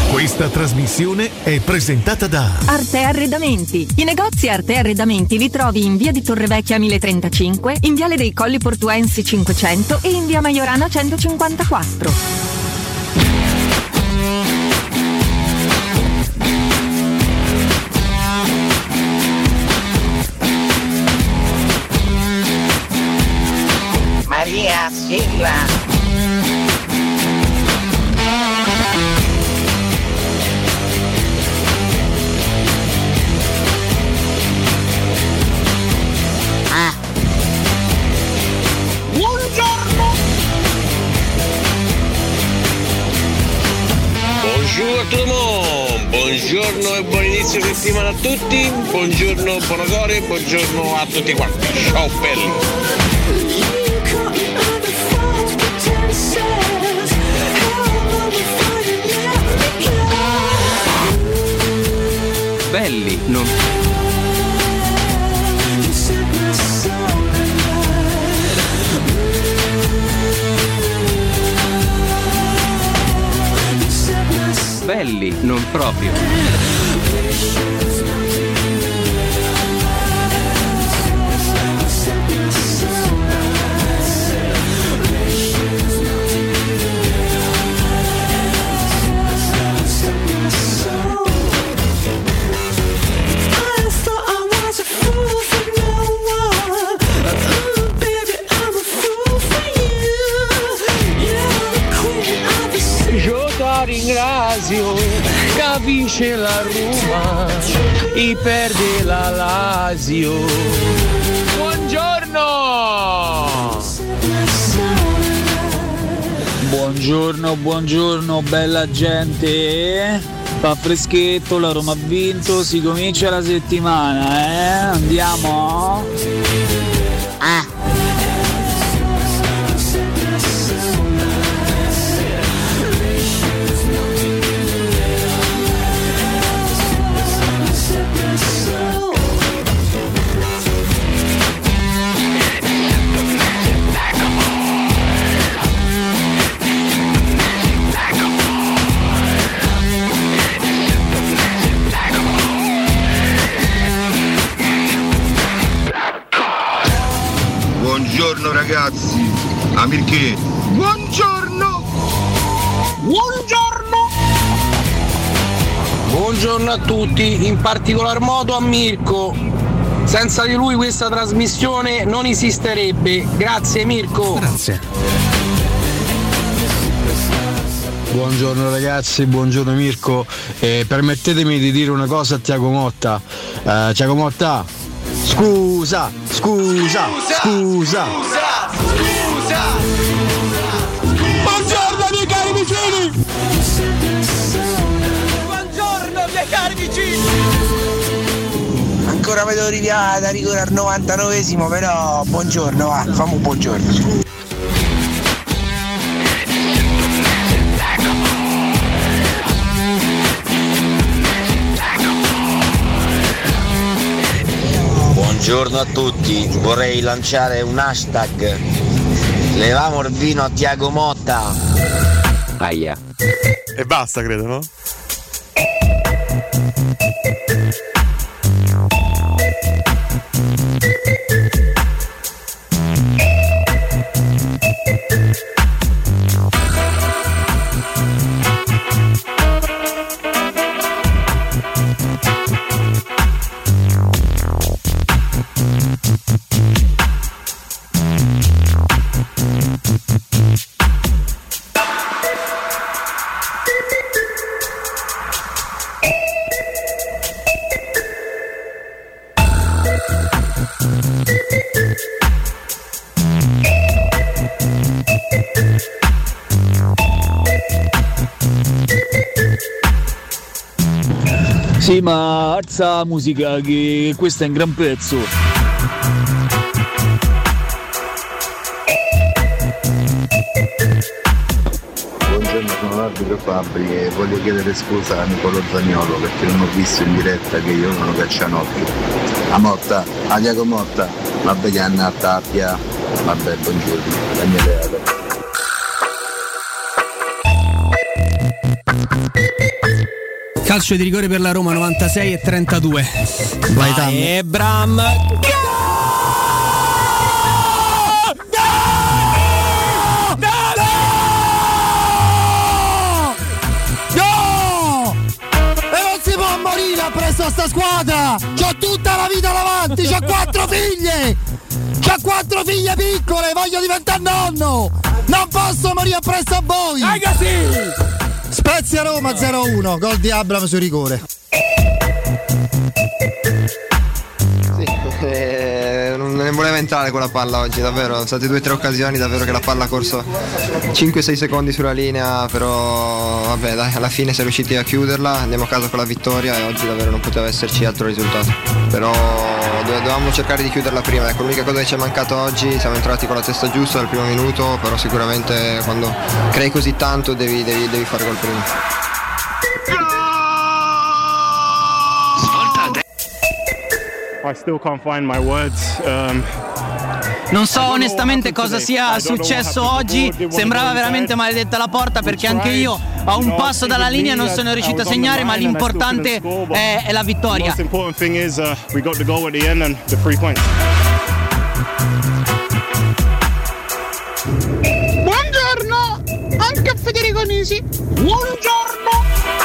Questa trasmissione è presentata da Arte Arredamenti. I negozi Arte Arredamenti li trovi in via di Torrevecchia 1035, in viale dei Colli Portuensi 500 e in via Maiorana 154. Maria, sigla! Buongiorno a tutto il mondo, buongiorno e buon inizio settimana a tutti, buongiorno Bonocore, buongiorno a tutti quanti, ciao belli! Belli, non... Belli, non proprio. Ringrazio, capisce la Roma, e perde la Lazio. Buongiorno! Buongiorno, bella gente. Fa freschetto, la Roma ha vinto, si comincia la settimana, Andiamo? Buongiorno ragazzi, Amirché. Buongiorno. Buongiorno a tutti, in particolar modo a Mirko. Senza di lui questa trasmissione non esisterebbe. Grazie Mirko. Grazie. Buongiorno ragazzi, buongiorno Mirko. Permettetemi di dire una cosa a Tiago Motta. Tiago Motta, scusa. Buongiorno miei cari vicini. Ancora vedo arrivare da rigore al 99esimo, però buongiorno, va, fammi un buongiorno. Buongiorno a tutti, vorrei lanciare un hashtag. Leviamo il vino a Tiago Motta. Aia. E basta, credo, no? Sì, ma alza la musica che questo è un gran pezzo. Buongiorno, sono l'arbitro Fabri e voglio chiedere scusa a Nicolò Zaniolo perché non ho visto in diretta che io non lo caccianocchio. A Motta, a Tiago Motta, vabbè che hanno a Tappia, vabbè buongiorno, Daniele. Calcio di rigore per la Roma, 96-32. Vai Ebram. Presso a sta squadra, c'ho tutta la vita davanti, c'ho 4 figlie, c'ho 4 figlie piccole, voglio diventare nonno, non posso morire appresso a voi. Spezia Roma 0-1, gol di Abram su rigore. Non ne voleva entrare quella palla oggi, davvero. Sono state 2 o 3 occasioni davvero che la palla ha corso 5-6 secondi sulla linea, però vabbè dai, alla fine si è riusciti a chiuderla, andiamo a casa con la vittoria e oggi davvero non poteva esserci altro risultato. Però dovevamo cercare di chiuderla prima, ecco, l'unica cosa che ci è mancato oggi, siamo entrati con la testa giusta dal primo minuto, però sicuramente quando crei così tanto devi fare gol prima. I still can't find my words. Non so onestamente cosa sia successo oggi, sembrava veramente maledetta la porta perché anche io a un passo dalla linea non sono riuscito a segnare, ma l'importante è la vittoria. Buongiorno, anche a Federico Nisi. Buongiorno.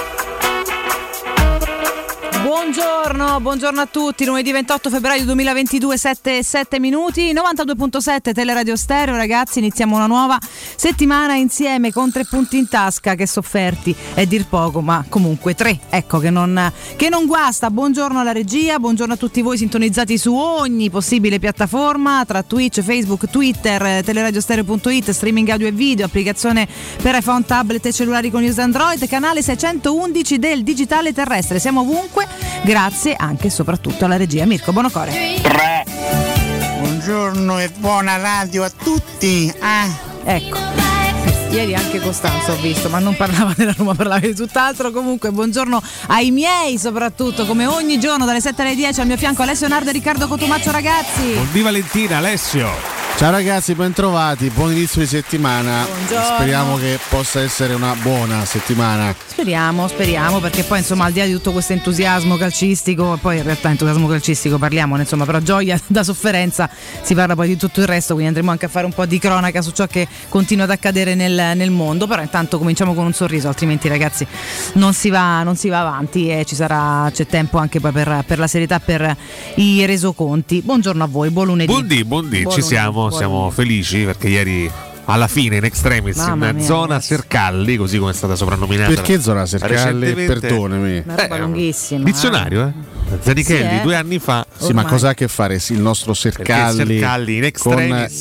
Buongiorno a tutti, lunedì 28 febbraio 2022, 7 minuti, 92.7 Teleradio Stereo, ragazzi, iniziamo una nuova settimana insieme con 3 punti in tasca, che sofferti è dir poco, ma comunque 3, ecco, che non guasta. Buongiorno alla regia, buongiorno a tutti voi sintonizzati su ogni possibile piattaforma, tra Twitch, Facebook, Twitter, teleradiostereo.it, streaming audio e video, applicazione per iPhone, tablet e cellulari con use Android, canale 611 del digitale terrestre, siamo ovunque. Grazie anche e soprattutto alla regia Mirko Bonocore. 3. Buongiorno e buona radio a tutti. Ecco. Ieri anche Costanzo ho visto, ma non parlava della Roma, parlava di tutt'altro. Comunque buongiorno ai miei, soprattutto come ogni giorno dalle 7 alle 10 al mio fianco Alessio Nardo e Riccardo Cotumaccio, ragazzi. Buondì Valentina, Alessio. Ciao ragazzi, ben trovati, buon inizio di settimana. Buongiorno. Speriamo che possa essere una buona settimana. Speriamo, perché poi insomma al di là di tutto questo entusiasmo calcistico, poi in realtà entusiasmo calcistico parliamone, insomma, però gioia da sofferenza, si parla poi di tutto il resto, quindi andremo anche a fare un po' di cronaca su ciò che continua ad accadere nel mondo, però intanto cominciamo con un sorriso, altrimenti ragazzi non si va avanti e c'è tempo anche poi per la serietà, per i resoconti. Buongiorno a voi, buon lunedì. Buondì, ci siamo felici perché ieri alla fine in extremis in zona Sercalli, così come è stata soprannominata. Perché zona Sercalli? Perdonami. Una roba lunghissima. Dizionario, Zanichelli, 2 anni fa. Sì, ma cosa ha a che fare il nostro Sercalli in extremis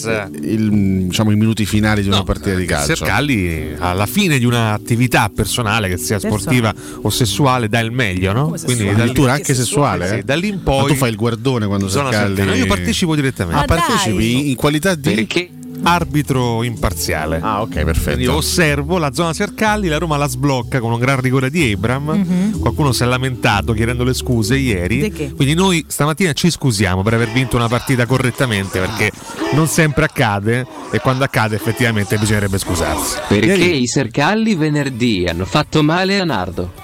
con i minuti finali di una partita di calcio? Sercalli alla fine di un'attività personale, che sia sportiva o sessuale, dà il meglio, no? Quindi addirittura anche sessuale. Sì, da lì in poi. Ma tu fai il guardone quando Sercalli. No, io partecipo direttamente. Partecipi in qualità di perché arbitro imparziale. Ok, perfetto. Io osservo la zona Sercalli, la Roma la sblocca con un gran rigore di Ebram. Qualcuno si è lamentato chiedendo le scuse ieri. Quindi noi stamattina ci scusiamo per aver vinto una partita correttamente, perché non sempre accade e quando accade effettivamente bisognerebbe scusarsi. Perché i Sercalli venerdì hanno fatto male a Nardo.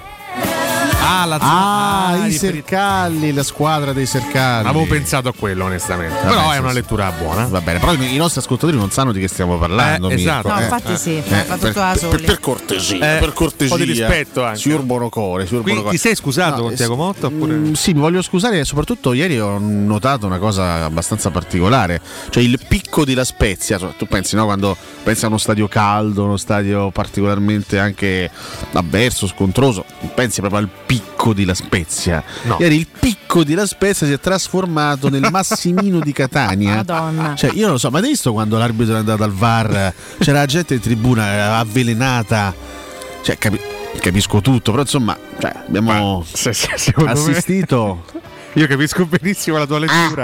I Sercalli, la squadra dei Sercalli. Avevo pensato a quello onestamente. Però è una lettura buona. Va bene, però i nostri ascoltatori non sanno di che stiamo parlando. Esatto. No, infatti sì, fatto tutto da soli. Per cortesia, un po' di rispetto anche. Signor Bonocore. Quindi ti sei scusato con Tiago Motta? Oppure? Sì, mi voglio scusare, soprattutto ieri ho notato una cosa abbastanza particolare. Cioè il picco di La Spezia, tu pensi, no, quando pensi a uno stadio caldo, uno stadio particolarmente anche avverso, scontroso, pensi proprio al picco di La Spezia. No. Ieri il picco di La Spezia si è trasformato nel Massimino di Catania. Madonna. Cioè, io non lo so, ma hai visto quando l'arbitro è andato al VAR? C'era la gente in tribuna avvelenata. Cioè, capisco tutto, però insomma, abbiamo assistito. Io capisco benissimo la tua lettura,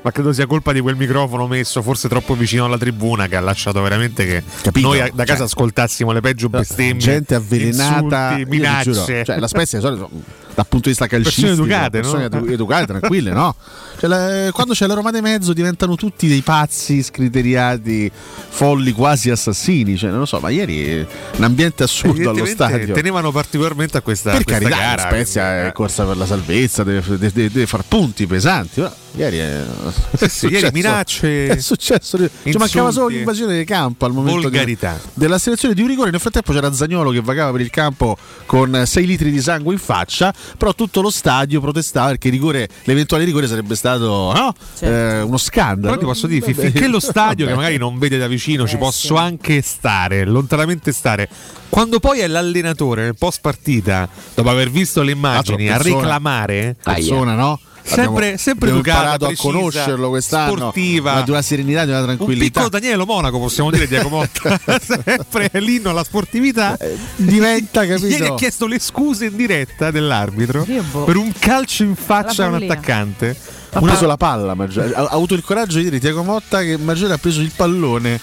ma credo sia colpa di quel microfono messo forse troppo vicino alla tribuna che ha lasciato veramente che noi da casa ascoltassimo le peggio bestemmie, gente avvelenata, insulti, minacce. Cioè la Spezia dal punto di vista calcistico, persone educate, tranquille, no? Cioè, quando c'è la Roma di mezzo diventano tutti dei pazzi, scriteriati, folli, quasi assassini, cioè non lo so, ma ieri un ambiente assurdo allo stadio. Tenevano particolarmente a questa carità, gara. La Spezia è corsa per la salvezza, deve far punti pesanti. Ieri ieri minacce, è successo. Ci mancava solo l'invasione del campo al momento della selezione di un rigore. Nel frattempo c'era Zaniolo che vagava per il campo con 6 litri di sangue in faccia, però tutto lo stadio protestava perché l'eventuale rigore sarebbe stato uno scandalo. Però ti posso dire, finché lo stadio che magari non vede da vicino ci posso anche stare, lontanamente stare. Quando poi è l'allenatore nel post partita, dopo aver visto le immagini, a reclamare no? Sempre abbiamo educato, imparato precisa, a conoscerlo quest'anno, sportiva, di una serenità, di una tranquillità. Un piccolo Daniele Monaco, possiamo dire, Diego Motta. Sempre l'inno alla sportività. Diventa, capito? Ieri ha chiesto le scuse in diretta dell'arbitro per un calcio in faccia a un attaccante. Ha preso la palla, ha avuto il coraggio di dire Diego Motta che Maggiore ha preso il pallone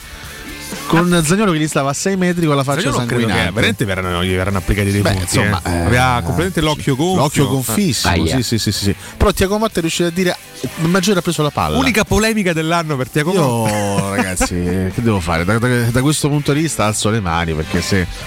con Zaniolo che gli stava a 6 metri con la faccia sanguinante. Veramente gli verranno applicati dei punti. Insomma, aveva completamente l'occhio gonfio. L'occhio gonfissimo. Sì. Però Tiago Motta è riuscito a dire Maggiore ha preso la palla. Unica polemica dell'anno per Tiago Motta. Ragazzi, che devo fare? Da questo punto di vista alzo le mani, perché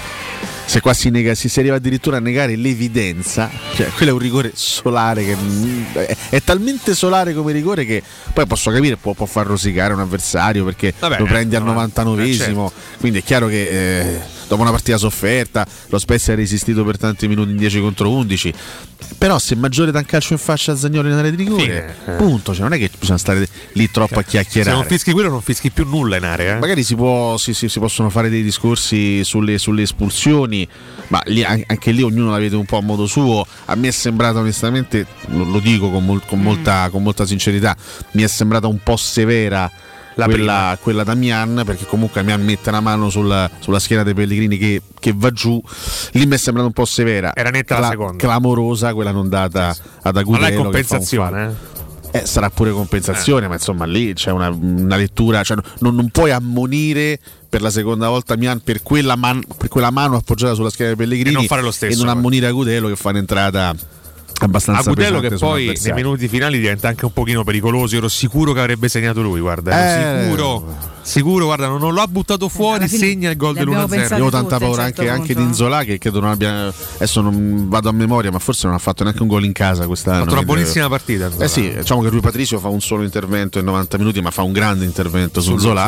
se qua si arriva addirittura a negare l'evidenza, cioè quello è un rigore solare che è talmente solare come rigore che poi posso capire può far rosicare un avversario perché lo prendi al 99esimo, certo. Quindi è chiaro che dopo una partita sofferta lo Spezia ha resistito per tanti minuti in 10 contro 11, però se Maggiore dà un calcio in faccia a Zaniolo in area di rigore, punto, cioè non è che bisogna stare lì troppo a chiacchierare. Se non fischi quello non fischi più nulla in area. Magari si possono fare dei discorsi sulle espulsioni, ma anche lì ognuno la vede un po' a modo suo. A me è sembrata onestamente, lo dico con molta sincerità, mi è sembrata un po' severa quella Damian, perché comunque Damian mette la mano sulla schiena dei Pellegrini che va giù. Lì mi è sembrata un po' severa, era netta la seconda, clamorosa quella non data ad Agudelo. Ma non è compensazione, sarà pure compensazione, ma insomma lì c'è una lettura, cioè non puoi ammonire per la seconda volta Mian per quella mano appoggiata sulla schiena dei Pellegrini e non fare lo stesso, e non ammonire Agudelo che fa un'entrata abbastanza Agudelo, che poi nei minuti finali diventa anche un pochino pericoloso. Io ero sicuro che avrebbe segnato lui, guarda, sicuro, guarda, non lo ha buttato fuori, segna il gol dell'1-0. Io ho tanta paura anche di Nzola che credo non abbia, adesso non vado a memoria, ma forse non ha fatto neanche un gol in casa quest'anno. Ha fatto una buonissima partita. Sì, diciamo che Rui Patricio fa un solo intervento in 90 minuti, ma fa un grande intervento su Nzola.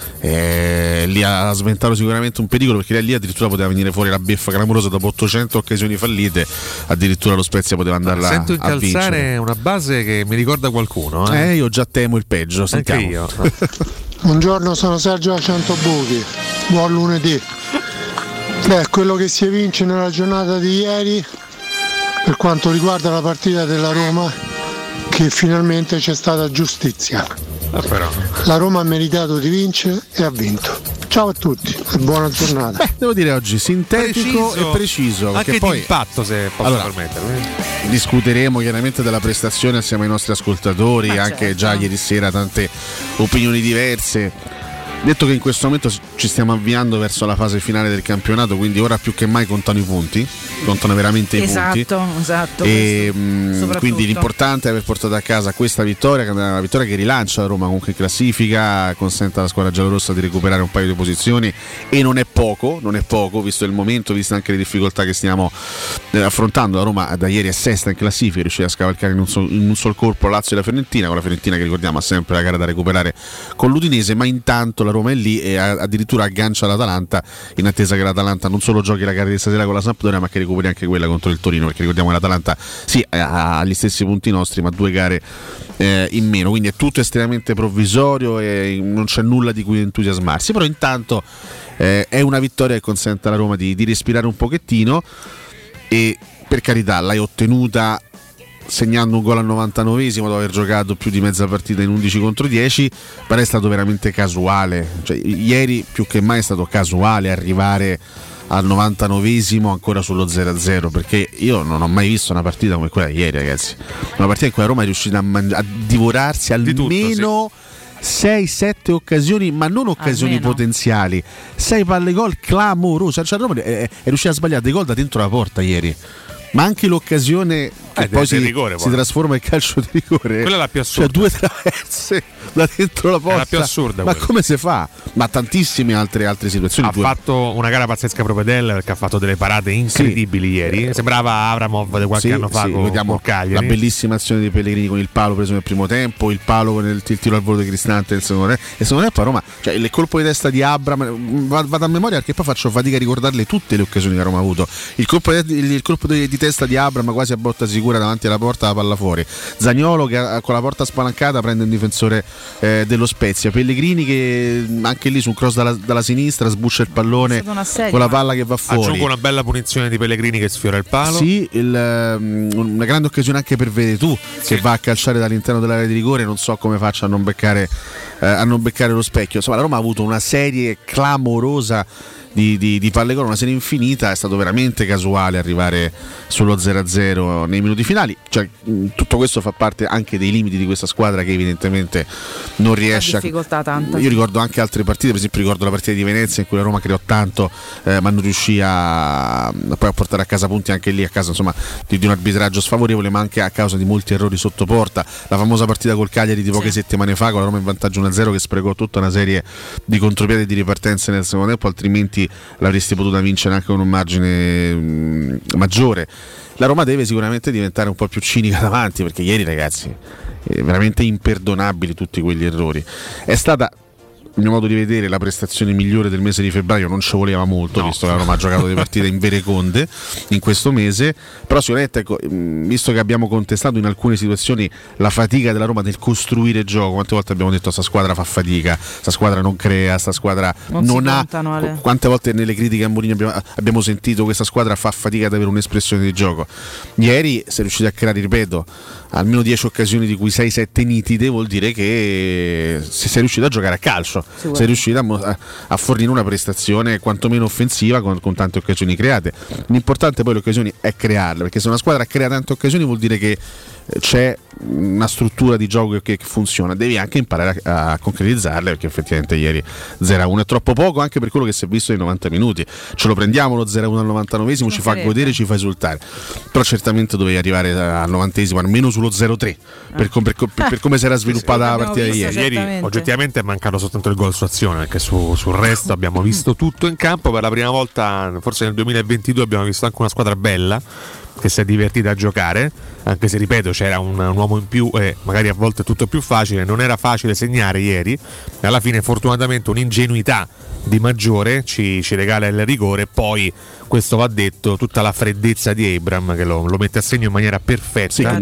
Lì ha sventato sicuramente un pericolo, perché lì addirittura poteva venire fuori la beffa clamorosa dopo 800 occasioni fallite, addirittura lo Spezia poteva andarla sento a vincere. Incalzare una base che mi ricorda qualcuno. Io già temo il peggio. Sentiamo. Anche io. Buongiorno, sono Sergio da Centobughi. Buon lunedì. Quello che si evince nella giornata di ieri per quanto riguarda la partita della Roma, che finalmente c'è stata giustizia. Però. La Roma ha meritato di vincere e ha vinto. Ciao a tutti e buona giornata. Devo dire oggi sintetico e preciso. Anche poi, di impatto, se posso permettermi. Discuteremo chiaramente della prestazione assieme ai nostri ascoltatori, anche già ieri sera tante opinioni diverse. Detto che in questo momento ci stiamo avviando verso la fase finale del campionato, quindi ora più che mai contano i punti, contano veramente i punti. Esatto. E quindi l'importante è aver portato a casa questa vittoria, una vittoria che rilancia la Roma comunque in classifica, consente alla squadra giallorossa di recuperare un paio di posizioni, e non è poco, visto il momento, viste anche le difficoltà che stiamo affrontando. La Roma da ieri è sesta in classifica, è riuscita a scavalcare in un sol colpo Lazio e la Fiorentina, con la Fiorentina che ricordiamo ha sempre la gara da recuperare con l'Udinese, ma intanto la Roma è lì e addirittura aggancia l'Atalanta, in attesa che l'Atalanta non solo giochi la gara di stasera con la Sampdoria, ma che recuperi anche quella contro il Torino, perché ricordiamo che l'Atalanta ha gli stessi punti nostri, ma 2 gare in meno, quindi è tutto estremamente provvisorio e non c'è nulla di cui entusiasmarsi. Però intanto è una vittoria che consente alla Roma di respirare un pochettino, e per carità l'hai ottenuta segnando un gol al 99esimo dopo aver giocato più di mezza partita in 11 contro 10, però è stato veramente casuale, cioè, ieri più che mai è stato casuale arrivare al 99esimo ancora sullo 0-0, perché io non ho mai visto una partita come quella di ieri, ragazzi. Una partita in cui la Roma è riuscita a divorarsi almeno 6-7 occasioni, ma non occasioni potenziali, 6 palle gol clamorose. Cioè, Roma è riuscita a sbagliare dei gol da dentro la porta ieri, ma anche l'occasione che poi si trasforma in calcio di rigore, quella è la più assurda, cioè 2 traverse da dentro la porta, è la più assurda, ma come si fa? Ma tantissime altre situazioni. Ha fatto una gara pazzesca proprio perché ha fatto delle parate incredibili ieri, sembrava Avramov di qualche anno fa con Cagliari. La bellissima azione di Pellegrini con il palo preso nel primo tempo, il palo con il tiro al volo di Cristante nel secondo tempo, e secondo tempo a Roma, cioè il colpo di testa di Abram, vado a memoria perché poi faccio fatica a ricordarle tutte le occasioni che Roma ha avuto. Il colpo di testa di Abram quasi a botta sicura davanti alla porta, la palla fuori. Zaniolo che con la porta spalancata prende un difensore dello Spezia. Pellegrini che anche lì su un cross dalla sinistra sbuccia il pallone con la palla che va fuori. Aggiungo una bella punizione di Pellegrini che sfiora il palo. Sì, una grande occasione anche per Veretù che va a calciare dall'interno dell'area di rigore, non so come faccia a non beccare lo specchio. Insomma, la Roma ha avuto una serie clamorosa di palle gol, una serie infinita. È stato veramente casuale arrivare sullo 0-0 nei minuti finali. Cioè, tutto questo fa parte anche dei limiti di questa squadra che evidentemente non riesce tanta. Io ricordo anche altre partite, per esempio ricordo la partita di Venezia in cui la Roma creò tanto, ma non riuscì poi a portare a casa punti, anche lì a casa insomma di un arbitraggio sfavorevole, ma anche a causa di molti errori sotto porta. La famosa partita col Cagliari di poche settimane fa con la Roma in vantaggio 1-0 che sprecò tutta una serie di contropiedi e di ripartenze nel secondo tempo, altrimenti l'avresti potuta vincere anche con un margine maggiore. La Roma deve sicuramente diventare un po' più cinica davanti, perché ieri, ragazzi, è veramente imperdonabili tutti quegli errori. È stata, il mio modo di vedere, la prestazione migliore del mese di febbraio. Non ci voleva molto, visto che la Roma ha giocato delle partite in vereconde in questo mese, però sicuramente, ecco, visto che abbiamo contestato in alcune situazioni la fatica della Roma nel costruire gioco, quante volte abbiamo detto sta squadra fa fatica, sta squadra non crea, sta squadra non ha, quante volte nelle critiche a Mourinho abbiamo sentito questa squadra fa fatica ad avere un'espressione di gioco. Ieri si è riusciti a creare, ripeto, almeno 10 occasioni di cui 6-7 nitide, vuol dire che si è riuscito a giocare a calcio, sei riuscito a fornire una prestazione quantomeno offensiva con tante occasioni create. L'importante poi le occasioni è crearle, perché se una squadra crea tante occasioni vuol dire che c'è una struttura di gioco che funziona, devi anche imparare a concretizzarle, perché effettivamente ieri 0-1 è troppo poco anche per quello che si è visto nei 90 minuti. Ce lo prendiamo lo 0-1 al 99esimo, ci fa godere, ci fa esultare, però certamente dovevi arrivare al 90esimo almeno sullo 0-3 per come si era sviluppata la partita di ieri. Ieri oggettivamente è mancato soltanto il gol su azione, perché sul resto abbiamo visto tutto in campo. Per la prima volta forse nel 2022 abbiamo visto anche una squadra bella che si è divertita a giocare, anche se, ripeto, c'era un uomo in più e magari a volte è tutto più facile. Non era facile segnare ieri e alla fine fortunatamente un'ingenuità di Maggiore ci regala il rigore. Poi questo va detto, tutta la freddezza di Abraham che lo mette a segno in maniera perfetta. Sì,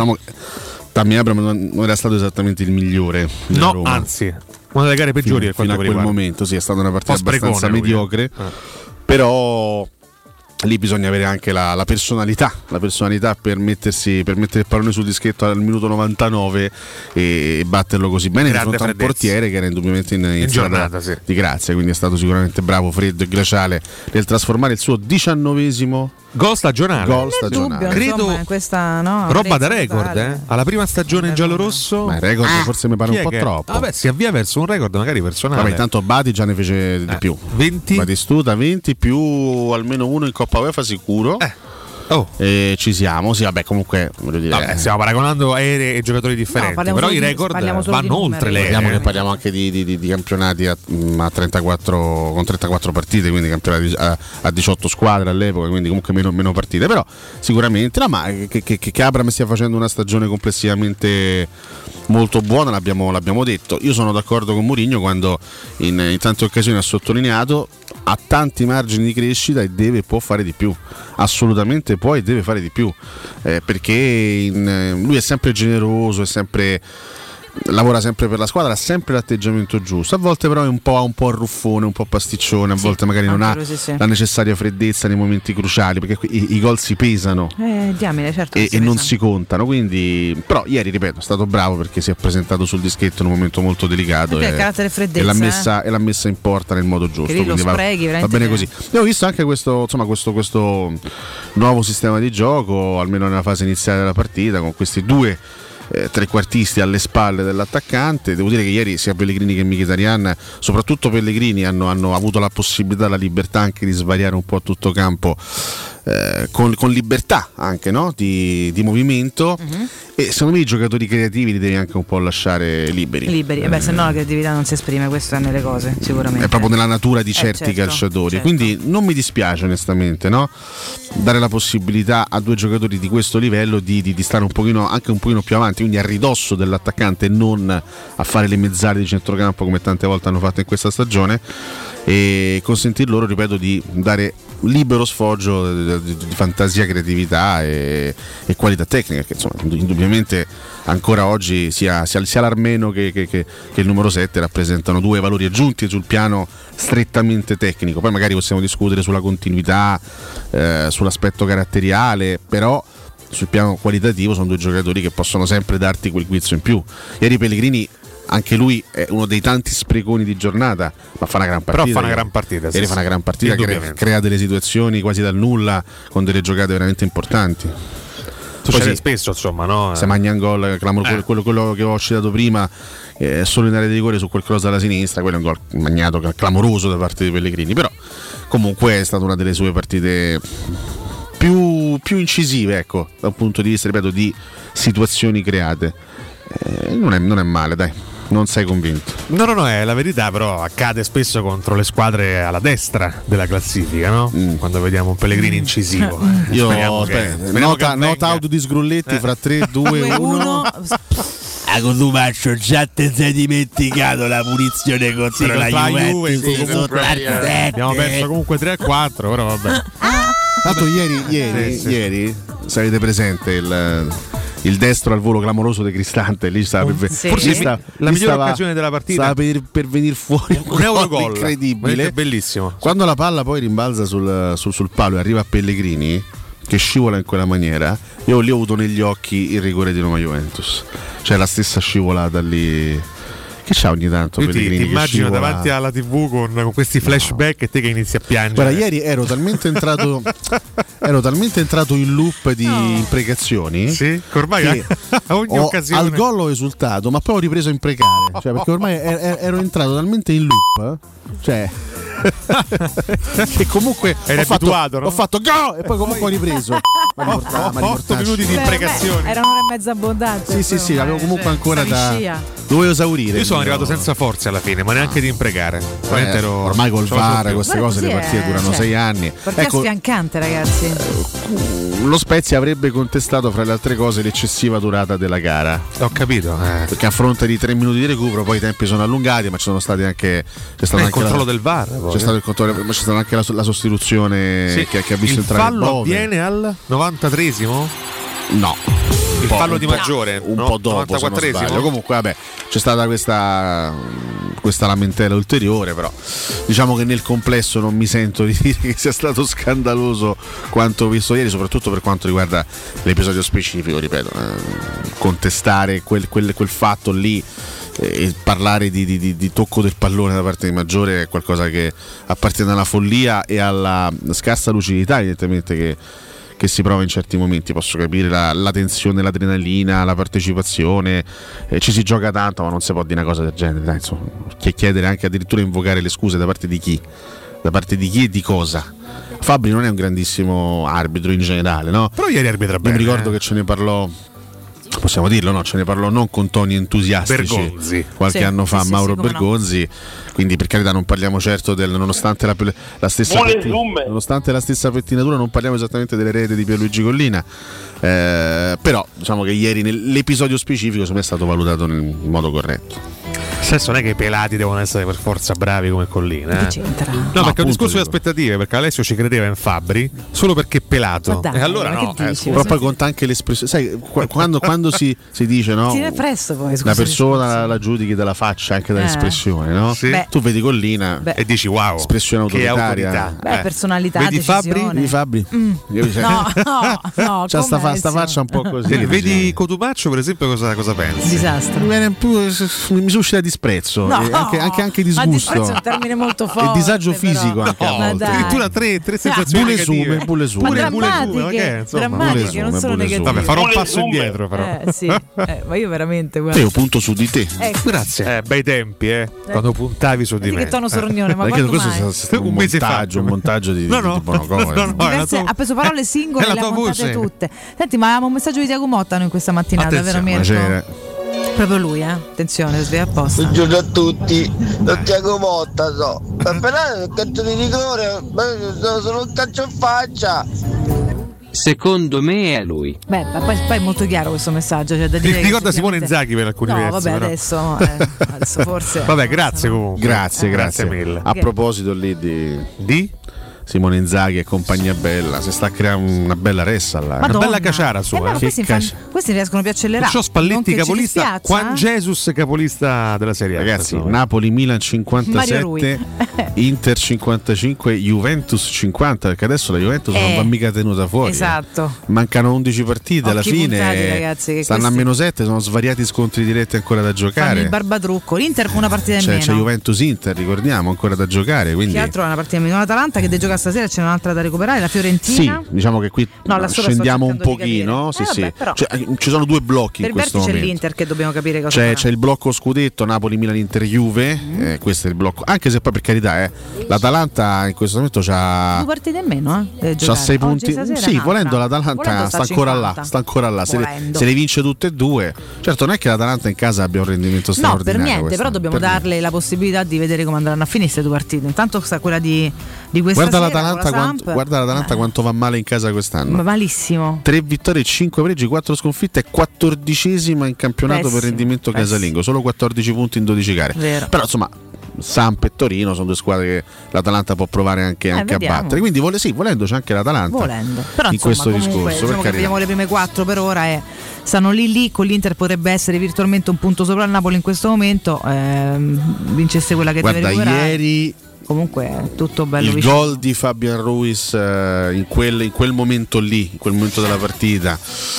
Tammy Abraham non era stato esattamente il migliore della Roma. Anzi, una delle gare peggiori fino a quel momento. Sì, è stata una partita abbastanza mediocre, però lì bisogna avere anche la personalità per mettere il pallone sul dischetto al minuto 99 e batterlo così bene di fronte a un portiere che era indubbiamente in giornata di grazia, quindi è stato sicuramente bravo, freddo e glaciale nel trasformare il suo 19esimo gol stagionale. Credo questa, roba da record, alla prima stagione in giallorosso. Ma il record forse mi pare un po' troppo. Vabbè, si avvia verso un record magari personale. Vabbè, intanto Bati già ne fece di più. 20 Batistuta 20 più almeno uno in Coppa UEFA sicuro. Ci siamo, sì, vabbè, comunque voglio dire, vabbè, stiamo paragonando aerei e giocatori differenti, però i record vanno oltre le aerei. Parliamo anche di campionati a 34 con 34 partite, quindi campionati a 18 squadre all'epoca, quindi comunque meno partite, però sicuramente ma che Abraham stia facendo una stagione complessivamente molto buona, l'abbiamo detto. Io sono d'accordo con Mourinho quando in tante occasioni ha sottolineato ha tanti margini di crescita e può fare di più, assolutamente può e deve fare di più, perché lui è sempre generoso, è sempre lavora sempre per la squadra, ha sempre l'atteggiamento giusto, a volte però è un po' ruffone, un po' pasticcione, a volte magari non ha la necessaria freddezza nei momenti cruciali, perché i gol si pesano diamine, certo, e non si contano, quindi però ieri, ripeto, è stato bravo perché si è presentato sul dischetto in un momento molto delicato e l'ha messa in porta nel modo giusto, quindi va bene così. Abbiamo visto anche questo nuovo sistema di gioco, almeno nella fase iniziale della partita, con questi due trequartisti alle spalle dell'attaccante. Devo dire che ieri sia Pellegrini che Mkhitaryan, soprattutto Pellegrini, hanno avuto la possibilità, la libertà anche di svariare un po' a tutto campo, con libertà anche, no? di movimento. E secondo me i giocatori creativi li devi anche un po' lasciare liberi. Se no la creatività non si esprime, questo è nelle cose, sicuramente. È proprio nella natura di certi calciatori, quindi non mi dispiace onestamente, no? Dare la possibilità a due giocatori di questo livello di stare anche un pochino più avanti, quindi a ridosso dell'attaccante, non a fare le mezzali di centrocampo come tante volte hanno fatto in questa stagione, e consentir loro, ripeto, di dare libero sfoggio di fantasia, creatività e qualità tecnica, che insomma indubbiamente ancora oggi sia l'Armeno che il numero 7 rappresentano due valori aggiunti sul piano strettamente tecnico. Poi magari possiamo discutere sulla continuità, sull'aspetto caratteriale, però sul piano qualitativo sono due giocatori che possono sempre darti quel guizzo in più. Ieri Pellegrini, anche lui è uno dei tanti spreconi di giornata, ma fa una gran partita. Però fa una gran partita. Ieri fa una gran partita, crea delle situazioni quasi dal nulla, con delle giocate veramente importanti. Succede spesso, insomma, no? Se magna un gol, quello che ho citato prima, solo in area di rigore su quel cross dalla sinistra, quello è un gol magnato clamoroso da parte di Pellegrini. Però comunque è stata una delle sue partite più incisive, ecco, dal punto di vista, ripeto, di situazioni create. Non è male, dai. Non sei convinto? No, è la verità, però accade spesso contro le squadre alla destra della classifica, no? Quando vediamo un Pellegrini incisivo. Io nota auto di Sgrulletti fra 3, 2, 1. Cosumaccio, già te sei dimenticato la punizione contro la Juventus. Abbiamo perso comunque 3-4, però vabbè. Tanto ieri, se avete presente il destro al volo clamoroso di Cristante, lì stava forse la migliore occasione della partita, stava per venire fuori un Eurogol incredibile, bellissimo. Quando la palla poi rimbalza sul palo e arriva a Pellegrini che scivola in quella maniera, io lì ho avuto negli occhi il rigore di Roma Juventus, cioè la stessa scivolata lì che c'ha ogni tanto. Io ti immagino davanti alla TV con questi flashback e te che inizi a piangere. Guarda, ieri ero talmente entrato in loop di imprecazioni, sì, che ormai a ogni occasione al gol ho esultato, ma poi ho ripreso a imprecare, cioè, perché ormai ero entrato talmente in loop, cioè che comunque ho fatto go e poi comunque ho ripreso. 8 minuti di imprecazioni. Era un'ora e mezza abbondante. Sì, avevo comunque ancora dovevo esaurire. Io sono arrivato senza forze alla fine, ma neanche di imprecare. Ormai col VAR queste cose, le partite durano 6 anni. Perché è sfiancante, ragazzi. Lo Spezia avrebbe contestato, fra le altre cose, l'eccessiva durata della gara. Ho capito. Perché a fronte di 3 minuti di recupero poi i tempi sono allungati, ma ci sono stati anche il controllo del VAR. C'è stato il controllo, ma c'è stata anche la sostituzione che ha visto entrare il fallo. Avviene al 93esimo? No. Il fallo di Maggiore un po' dopo, 94esimo. Comunque vabbè, c'è stata questa lamentela ulteriore, però diciamo che nel complesso non mi sento di dire che sia stato scandaloso quanto ho visto ieri, soprattutto per quanto riguarda l'episodio specifico, ripeto, contestare quel fatto lì e parlare di tocco del pallone da parte di Maggiore è qualcosa che appartiene alla follia e alla scarsa lucidità, evidentemente, che si prova in certi momenti. Posso capire la tensione, l'adrenalina, la partecipazione, ci si gioca tanto, ma non si può dire una cosa del genere, dai, insomma, chiedere anche addirittura invocare le scuse da parte di chi e di cosa. Fabri non è un grandissimo arbitro in generale, no? Però ieri arbitra bene. Mi ricordo che ce ne parlò, possiamo dirlo, no? Ce ne parlò non con toni entusiastici Bergonzi. Qualche anno fa, Mauro Bergonzi, no. Quindi per carità non parliamo certo nonostante la stessa pettinatura, non parliamo esattamente delle rete di Pierluigi Collina, però diciamo che ieri nell'episodio specifico secondo me è stato valutato in modo corretto. Adesso non è che i pelati devono essere per forza bravi come Collina. Che c'entra? No, perché è un discorso di aspettative, perché Alessio ci credeva in Fabbri solo perché è pelato. Dai, e allora no. Però poi conta anche l'espressione. Sai, quando si dice no? Ti è presto poi, una persona la giudichi dalla faccia, anche dall'espressione, no? Sì. Tu vedi Collina e dici wow, espressione che autoritaria. Beh, personalità, vedi decisione. Vedi Fabbri? No, c'ha sta faccia un po' così. Vedi Cotumaccio, per esempio, cosa pensi? Disastro. Mi suscita disprezzo, anche disgusto. Disprezzo è un termine molto forte. E disagio fisico anche a volte. Addirittura tre sensazioni negative. Pure sume. Drammatiche, non sono negative. Vabbè, farò un passo indietro però. Sì. Ma io veramente guarda. Io punto su di te. Grazie. Bei tempi, quando puntavi su di me. Che tono sorognone, ma perché quando questo è un montaggio di ha preso parole singole e le ha montate tutte. Senti, ma avevamo un messaggio di Tiago Motta in questa mattinata, veramente. Proprio lui, attenzione, sveglia apposta. Buongiorno a tutti, non Tiago Motta, per penale un calcio di rigore, sono un calcio in faccia. Secondo me è lui. Beh, ma poi è molto chiaro questo messaggio. Cioè da dire ricorda Simone Inzaghi per alcuni versi. Vabbè, però. adesso forse. Vabbè, grazie comunque. Grazie mille. A proposito lì di Simone Inzaghi e compagnia bella, si sta creando una bella ressa là. Una bella caciara sua. Questi riescono più a accelerare. Perciò Spalletti capolista, Juan Jesus capolista della Serie A. Ragazzi, Napoli-Milan 57, Inter 55, Juventus 50, perché adesso la Juventus non va mica tenuta fuori. Esatto. Mancano 11 partite, alla fine puntati, ragazzi, stanno a -7, sono svariati scontri diretti ancora da giocare. Fanno il barbadrucco. L'Inter con una partita in meno. C'è Juventus-Inter, ricordiamo, ancora da giocare. Quindi... Che altro è una partita in meno? L'Atalanta che deve giocare stasera, c'è un'altra da recuperare, la Fiorentina. Sì, diciamo che qui scendiamo un pochino. Sì. Ci sono due blocchi in questo momento. C'è l'Inter che dobbiamo capire cosa farà. C'è il blocco scudetto Napoli-Milan-Inter-Juve, questo è il blocco. Anche se poi per carità, l'Atalanta in questo momento c'ha 2 partite in meno, c'ha 6 punti. Sì, volendo l'Atalanta sta ancora là. Se le vince tutte e due. Certo, non è che l'Atalanta in casa abbia un rendimento straordinario. No, per niente, però dobbiamo darle la possibilità di vedere come andranno a finire queste 2 partite. Intanto sta quella di questa guarda l'Atalanta quanto va male in casa quest'anno. Ma malissimo. 3 vittorie, 5 pareggi, 4 sconfitte, è 14esima in campionato per rendimento casalingo, solo 14 punti in 12 gare. Vero. Però insomma Samp e Torino sono 2 squadre che l'Atalanta può provare anche a battere. Quindi volendo c'è anche l'Atalanta. Però, in questo comunque, discorso. Diciamo che abbiamo le prime 4 per ora e stanno lì. Con l'Inter potrebbe essere virtualmente un punto sopra il Napoli in questo momento. Vincesse quella che deve recuperare. Ieri comunque è tutto bello il vicino. gol di Fabian Ruiz in quel momento lì, in quel momento della partita,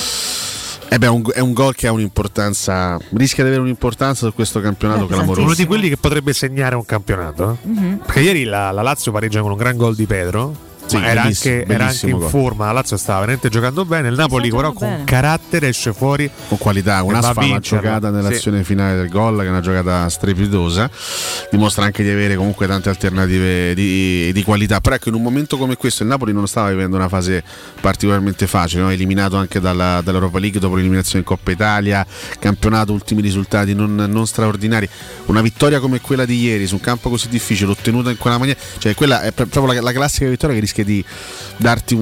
è un gol che ha un'importanza, rischia di avere un'importanza su questo campionato clamoroso. Uno di quelli che potrebbe segnare un campionato. Perché ieri la Lazio pareggia con un gran gol di Pedro. Sì, era anche in forma, la Lazio stava veramente giocando bene, il Napoli però con carattere esce fuori con qualità, una giocata nell'azione finale del gol che è una giocata strepitosa, dimostra anche di avere comunque tante alternative di qualità. Però ecco, in un momento come questo il Napoli non stava vivendo una fase particolarmente facile, no? Eliminato anche dall'Europa League dopo l'eliminazione in Coppa Italia, campionato, ultimi risultati non straordinari. Una vittoria come quella di ieri su un campo così difficile ottenuta in quella maniera, cioè quella è proprio la classica vittoria che rischia di darti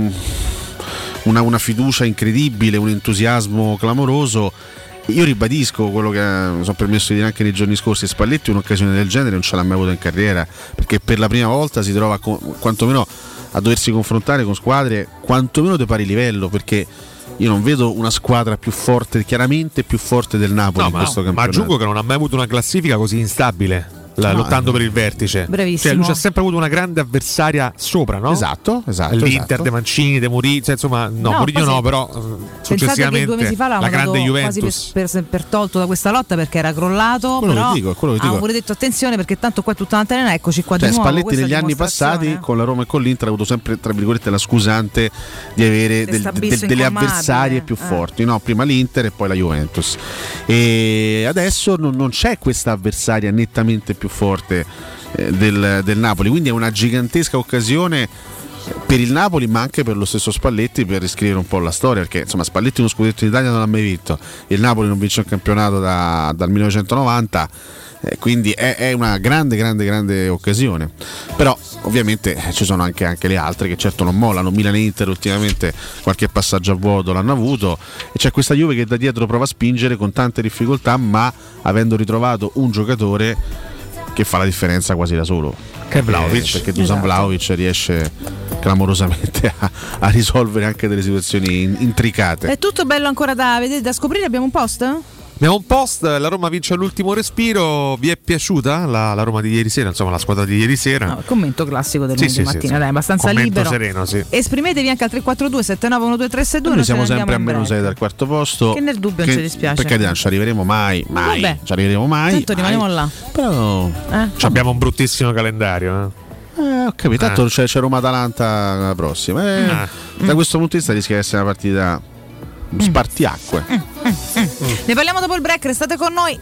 una fiducia incredibile, un entusiasmo clamoroso. Io ribadisco quello che mi sono permesso di dire anche nei giorni scorsi: Spalletti un'occasione del genere non ce l'ha mai avuta in carriera, perché per la prima volta si trova quantomeno a doversi confrontare con squadre quantomeno di pari livello, perché io non vedo una squadra più forte, chiaramente più forte del Napoli in questo campionato. Ma aggiungo che non ha mai avuto una classifica così instabile. Lottando per il vertice. Bravissimo. Cioè, lui ha sempre avuto una grande avversaria sopra, no? Esatto. L'Inter, De Mancini, De Mourinho, insomma, Mourinho no, però successivamente che 2 mesi fa la grande Juventus quasi per tolto da questa lotta perché era crollato. Quello però che dico. Hanno pure detto attenzione perché tanto qua è tutta una terena, eccoci qua di nuovo. Spalletti negli anni passati con la Roma e con l'Inter ha avuto sempre, tra virgolette, la scusante di avere delle avversarie più forti, no? Prima l'Inter e poi la Juventus, e adesso non c'è questa avversaria nettamente più forte del Napoli, quindi è una gigantesca occasione per il Napoli, ma anche per lo stesso Spalletti, per riscrivere un po' la storia, perché insomma Spalletti uno scudetto in Italia non l'ha mai vinto, il Napoli non vince un campionato dal 1990, quindi è una grande occasione. Però ovviamente ci sono anche le altre che certo non mollano. Milan e Inter ultimamente qualche passaggio a vuoto l'hanno avuto, e c'è questa Juve che da dietro prova a spingere con tante difficoltà, ma avendo ritrovato un giocatore che fa la differenza quasi da solo, che è Vlahovic, perché Dusan Vlahovic riesce clamorosamente a risolvere anche delle situazioni intricate. È tutto bello ancora da vedere, da scoprire. Abbiamo un post? Abbiamo un post, la Roma vince all'ultimo respiro. Vi è piaciuta la Roma di ieri sera? Insomma, la squadra di ieri sera? No, commento classico del lunedì mattina, dai, abbastanza commento libero. Sereno, sì. Esprimetevi anche al 342 791232. Noi siamo sempre a meno 6 dal quarto posto. Che nel dubbio non ci dispiace. Perché non ci arriveremo mai. Ci arriveremo mai. Tanto rimaniamo là. Però abbiamo un bruttissimo calendario. Ho capito, tanto c'è Roma-Atalanta la prossima. Da questo punto di vista rischia di essere una partita spartiacque. Ne parliamo dopo il break, restate con noi.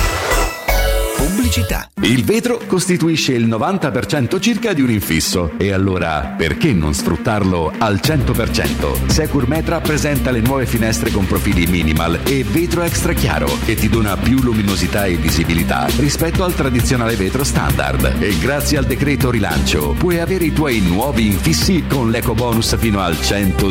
Pubblicità. Il vetro costituisce il 90% circa di un infisso, e allora perché non sfruttarlo al 100%? Securmetra presenta le nuove finestre con profili minimal e vetro extra chiaro, che ti dona più luminosità e visibilità rispetto al tradizionale vetro standard. E grazie al decreto rilancio puoi avere i tuoi nuovi infissi con l'eco bonus fino al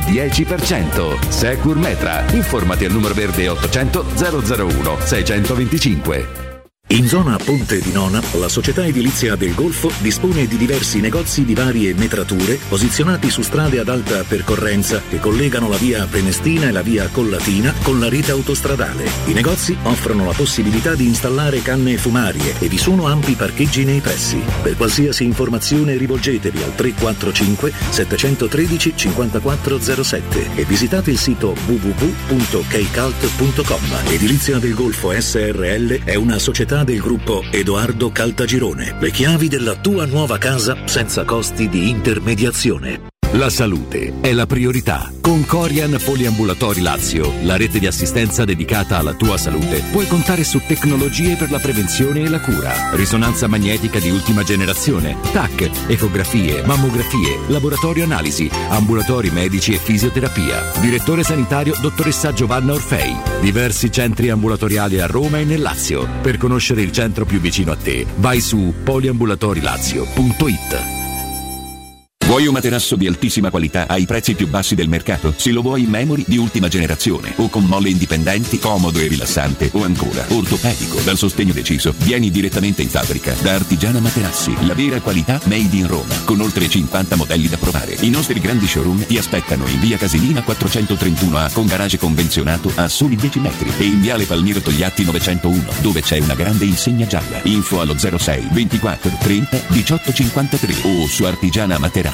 110%. Securmetra, informati al numero verde 800 001 625. In zona Ponte di Nona, la società edilizia del Golfo dispone di diversi negozi di varie metrature posizionati su strade ad alta percorrenza che collegano la via Prenestina e la via Collatina con la rete autostradale. I negozi offrono la possibilità di installare canne fumarie e vi sono ampi parcheggi nei pressi. Per qualsiasi informazione rivolgetevi al 345 713 5407 e visitate il sito www.keicalt.com. Edilizia del Golfo SRL è una società del gruppo Edoardo Caltagirone. Le chiavi della tua nuova casa senza costi di intermediazione. La salute è la priorità. Con Corian Poliambulatori Lazio, la rete di assistenza dedicata alla tua salute, puoi contare su tecnologie per la prevenzione e la cura. Risonanza magnetica di ultima generazione, TAC, ecografie, mammografie, laboratorio analisi, ambulatori medici e fisioterapia. Direttore sanitario dottoressa Giovanna Orfei. Diversi centri ambulatoriali a Roma e nel Lazio. Per conoscere il centro più vicino a te, vai su poliambulatorilazio.it. Vuoi un materasso di altissima qualità ai prezzi più bassi del mercato? Se lo vuoi in memory di ultima generazione o con molle indipendenti, comodo e rilassante, o ancora ortopedico dal sostegno deciso, vieni direttamente in fabbrica da Artigiana Materassi, la vera qualità made in Roma, con oltre 50 modelli da provare. I nostri grandi showroom ti aspettano in via Casilina 431A con garage convenzionato a soli 10 metri e in viale Palmiro Togliatti 901, dove c'è una grande insegna gialla. Info allo 06 24 30 18 53 o su artigianamaterassi.com.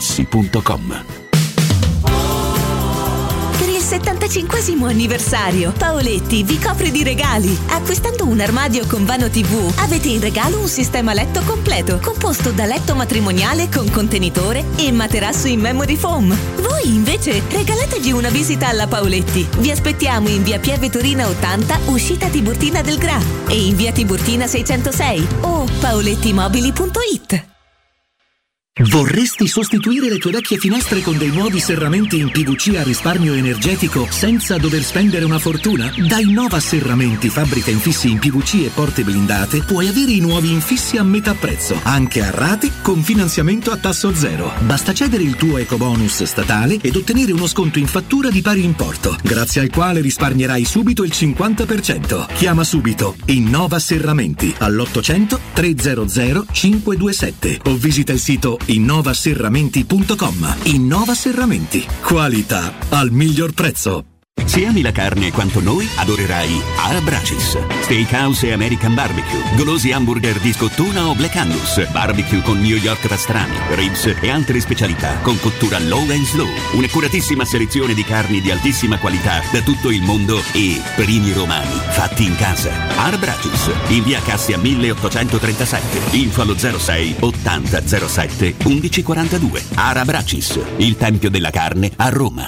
Per il 75° anniversario, Paoletti vi copre di regali. Acquistando un armadio con vano TV, avete in regalo un sistema letto completo, composto da letto matrimoniale con contenitore e materasso in memory foam. Voi invece regalatevi una visita alla Paoletti. Vi aspettiamo in via Pieve Torina 80, uscita Tiburtina del Gra, e in via Tiburtina 606 o paolettimobili.it. Vorresti sostituire le tue vecchie finestre con dei nuovi serramenti in PVC a risparmio energetico senza dover spendere una fortuna? Da Innova Serramenti, fabbrica infissi in PVC e porte blindate, puoi avere i nuovi infissi a metà prezzo, anche a rate con finanziamento a tasso zero. Basta cedere il tuo ecobonus statale ed ottenere uno sconto in fattura di pari importo, grazie al quale risparmierai subito il 50%. Chiama subito Innova Serramenti all'800 300 527 o visita il sito innovaserramenti.com. Innova Serramenti, qualità al miglior prezzo. Se ami la carne quanto noi, adorerai Arabracis. Steakhouse e American Barbecue, golosi hamburger di scottuna o Black Angus, barbecue con New York pastrami, ribs e altre specialità con cottura low and slow. Un'accuratissima selezione di carni di altissima qualità da tutto il mondo e primi romani fatti in casa. Arabracis, in via Cassia 1837. Info allo 06 80 07 1142. Arabracis, il tempio della carne a Roma.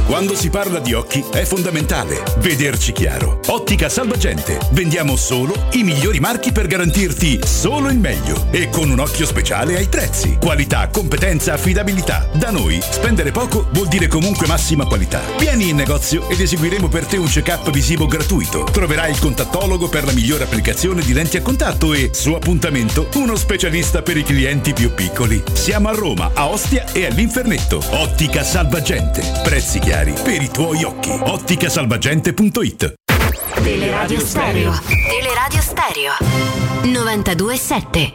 Quando si parla di occhi è fondamentale vederci chiaro. Ottica Salvagente. Vendiamo solo i migliori marchi per garantirti solo il meglio e con un occhio speciale ai prezzi. Qualità, competenza, affidabilità. Da noi spendere poco vuol dire comunque massima qualità. Vieni in negozio ed eseguiremo per te un check-up visivo gratuito. Troverai il contattologo per la migliore applicazione di lenti a contatto e, su appuntamento, uno specialista per i clienti più piccoli. Siamo a Roma, a Ostia e all'Infernetto. Ottica Salvagente. Prezzi chiari per i tuoi occhi. Otticasalvagente.it. Teleradio Stereo. Teleradio Stereo 92.7.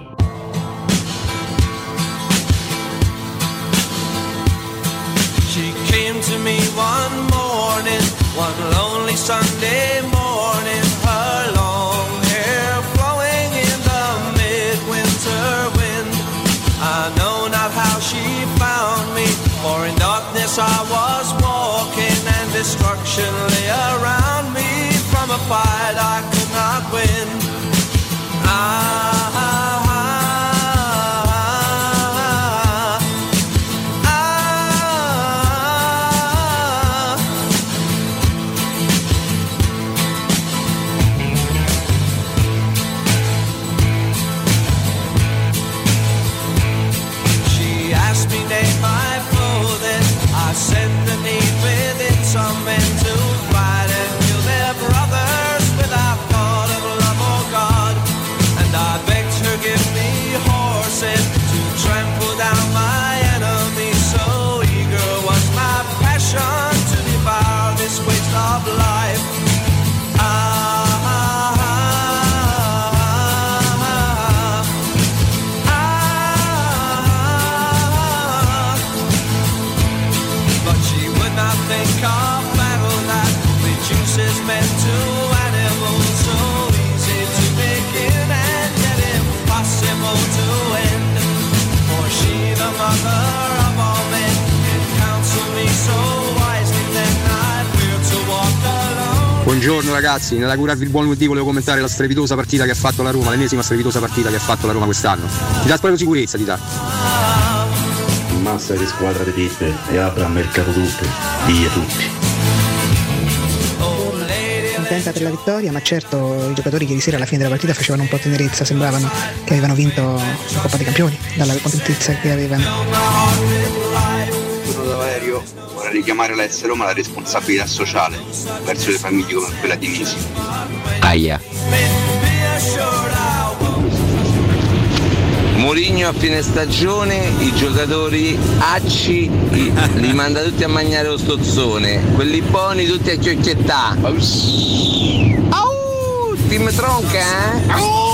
She came to me one morning, one lonely Sunday morning, her long hair flowing in the midwinter wind. I know not how she found me, for in darkness I was walking and destruction lay around me. From a fight I could not win. She asked me name my clothing. I said the need within some men to fight and kill their brothers without thought of love or God. And I begged her give me horses to trample down my enemies. So eager was my passion to devour this waste of life. But she would not think of battle that reduces men to animals. So easy to begin and yet impossible to end. For she, the mother of all men, can counsel me so wisely, then I fear to walk alone. Buongiorno ragazzi, nella cura del buon lunedì volevo commentare la strepitosa partita che ha fatto la Roma, l'ennesima strepitosa partita che ha fatto la Roma quest'anno. Ti dà proprio sicurezza, ti dà. Massa di squadra di tippe e apre al mercato tutto, via tutti. Contenta per la vittoria, ma certo i giocatori ieri sera alla fine della partita facevano un po' tenerezza, sembravano che avevano vinto la Coppa dei Campioni dalla contentezza che avevano. Dall'aereo vorrei richiamare l'AS Roma alla responsabilità sociale verso le famiglie come quella di Nisi. Aia. Mourinho a fine stagione i giocatori acci li manda tutti a mangiare lo stozzone, quelli buoni tutti a chiocchiettà. Au! Team tronca, eh?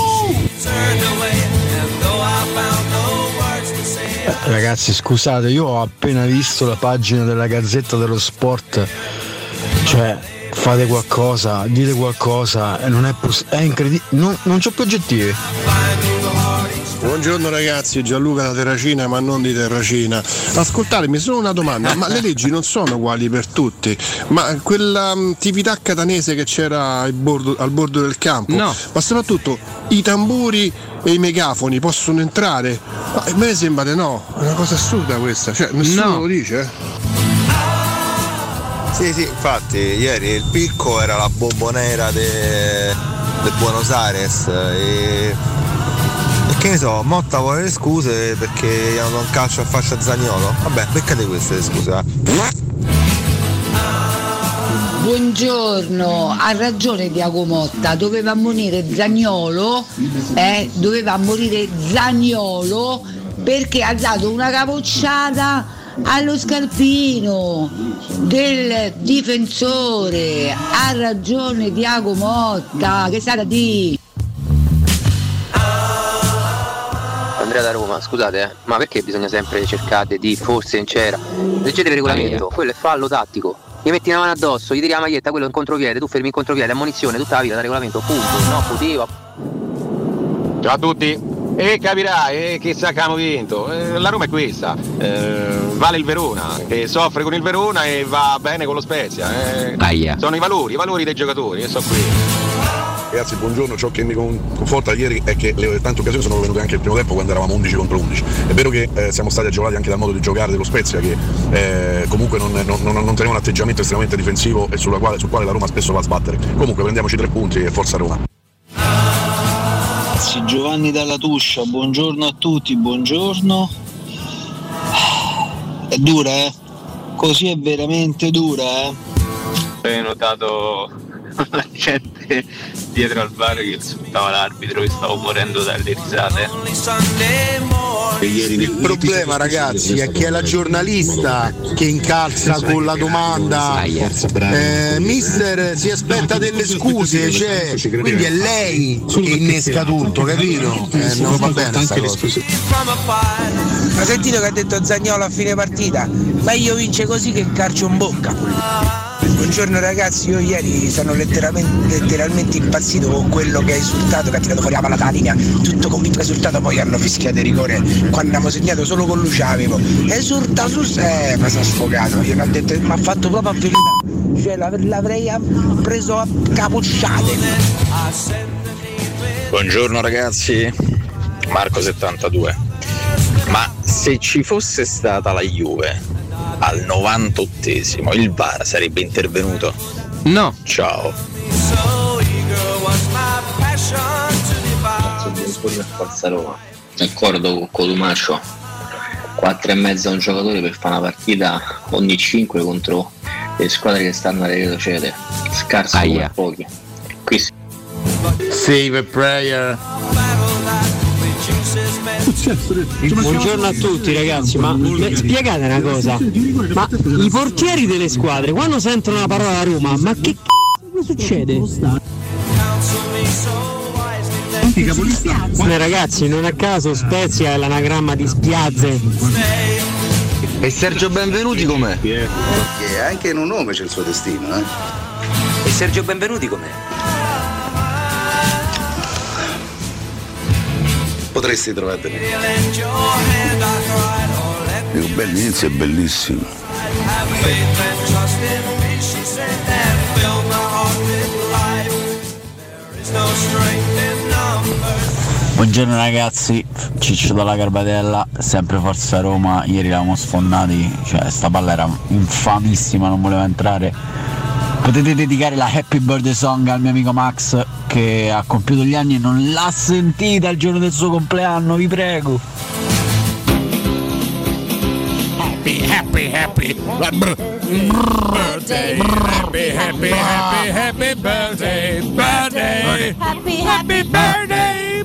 Ragazzi scusate, io ho appena visto la pagina della Gazzetta dello Sport, cioè fate qualcosa, dite qualcosa, non è incredibile, non c'ho più aggettivi. Buongiorno ragazzi, Gianluca da Terracina, ma non di Terracina. Ascoltatemi, solo una domanda, ma le leggi non sono uguali per tutti? Ma quella attività catanese che c'era al bordo del campo, no. Ma soprattutto i tamburi e i megafoni possono entrare? Ma a me sembra di no, è una cosa assurda questa, cioè nessuno lo dice? Sì, infatti ieri il picco era la bombonera del Buenos Aires e che ne so, Motta vuole le scuse perché gli hanno dato un calcio a fascia a Zaniolo. Vabbè, beccate queste le scuse. Buongiorno, ha ragione Diago Motta, doveva morire Zaniolo perché ha dato una capocciata allo scarpino del difensore. Ha ragione Diago Motta, che sa di Andrea da Roma, scusate, ma perché bisogna sempre cercare di forse in c'era? Leggete il regolamento, quello è fallo tattico. Gli metti una mano addosso, gli tiri la maglietta, quello è in contropiede, tu fermi in contropiede, ammonizione, tutta la vita da regolamento, punto, no, motivo. Ciao a tutti, e capirai, chissà che abbiamo vinto, la Roma è questa, vale il Verona, che soffre con il Verona e va bene con lo Spezia, Aia. Sono i valori dei giocatori, che so qui. Ragazzi, buongiorno. Ciò che mi conforta ieri è che le tante occasioni sono venute anche il primo tempo, quando eravamo 11 contro 11. È vero che siamo stati agevolati anche dal modo di giocare dello Spezia, che comunque non teneva un atteggiamento estremamente difensivo e sul quale la Roma spesso va a sbattere. Comunque prendiamoci 3 punti e forza Roma. Giovanni dalla Tuscia, buongiorno a tutti, buongiorno. È dura, così è veramente dura, Hai notato la gente dietro al bar che insultava l'arbitro, che stavo morendo dalle risate. Il problema, ragazzi, è che è la giornalista che incalza con la domanda mister si aspetta delle scuse, cioè, quindi è lei che innesca tutto, capito? Non va bene sta cosa. Ma sentito che ha detto Zaniolo a fine partita? Ma io vince così che calcio in bocca. Buongiorno ragazzi, io ieri sono letteralmente impazzito con quello che ha insultato, che ha tirato fuori la palla dalla linea, tutto convinto che ha insultato, poi hanno fischiato il rigore quando abbiamo segnato, solo con lui ce l'avevo. Esulta su sé, ma sono sfogato, io non ho detto, mi ha fatto proprio avvelenare, cioè l'avrei preso a capocciate. Buongiorno ragazzi, Marco 72. Ma se ci fosse stata la Juve al 98esimo, il VAR sarebbe intervenuto? No. Ciao. Forza Roma, d'accordo con Cotumaccio, 4,5 a un giocatore per fare una partita ogni 5 contro le squadre che stanno alle retrocede, scarso come pochi. Qui Save a prayer. Buongiorno a tutti ragazzi, ma spiegate una cosa, ma i portieri delle squadre quando sentono la parola Roma, ma che c***o succede? Ragazzi, non a caso Spezia è l'anagramma di spiazze. E Sergio Benvenuti com'è? Che anche in un nome c'è il suo destino, E Sergio Benvenuti com'è? Potresti trovartene. Un bel inizio è bellissimo. Buongiorno ragazzi, Ciccio dalla Garbatella, sempre Forza Roma. Ieri l'avevamo sfondati, cioè sta palla era infamissima, non voleva entrare. Potete dedicare la Happy Birthday Song al mio amico Max che ha compiuto gli anni e non l'ha sentita il giorno del suo compleanno, vi prego. Happy birthday, happy birthday, happy birthday,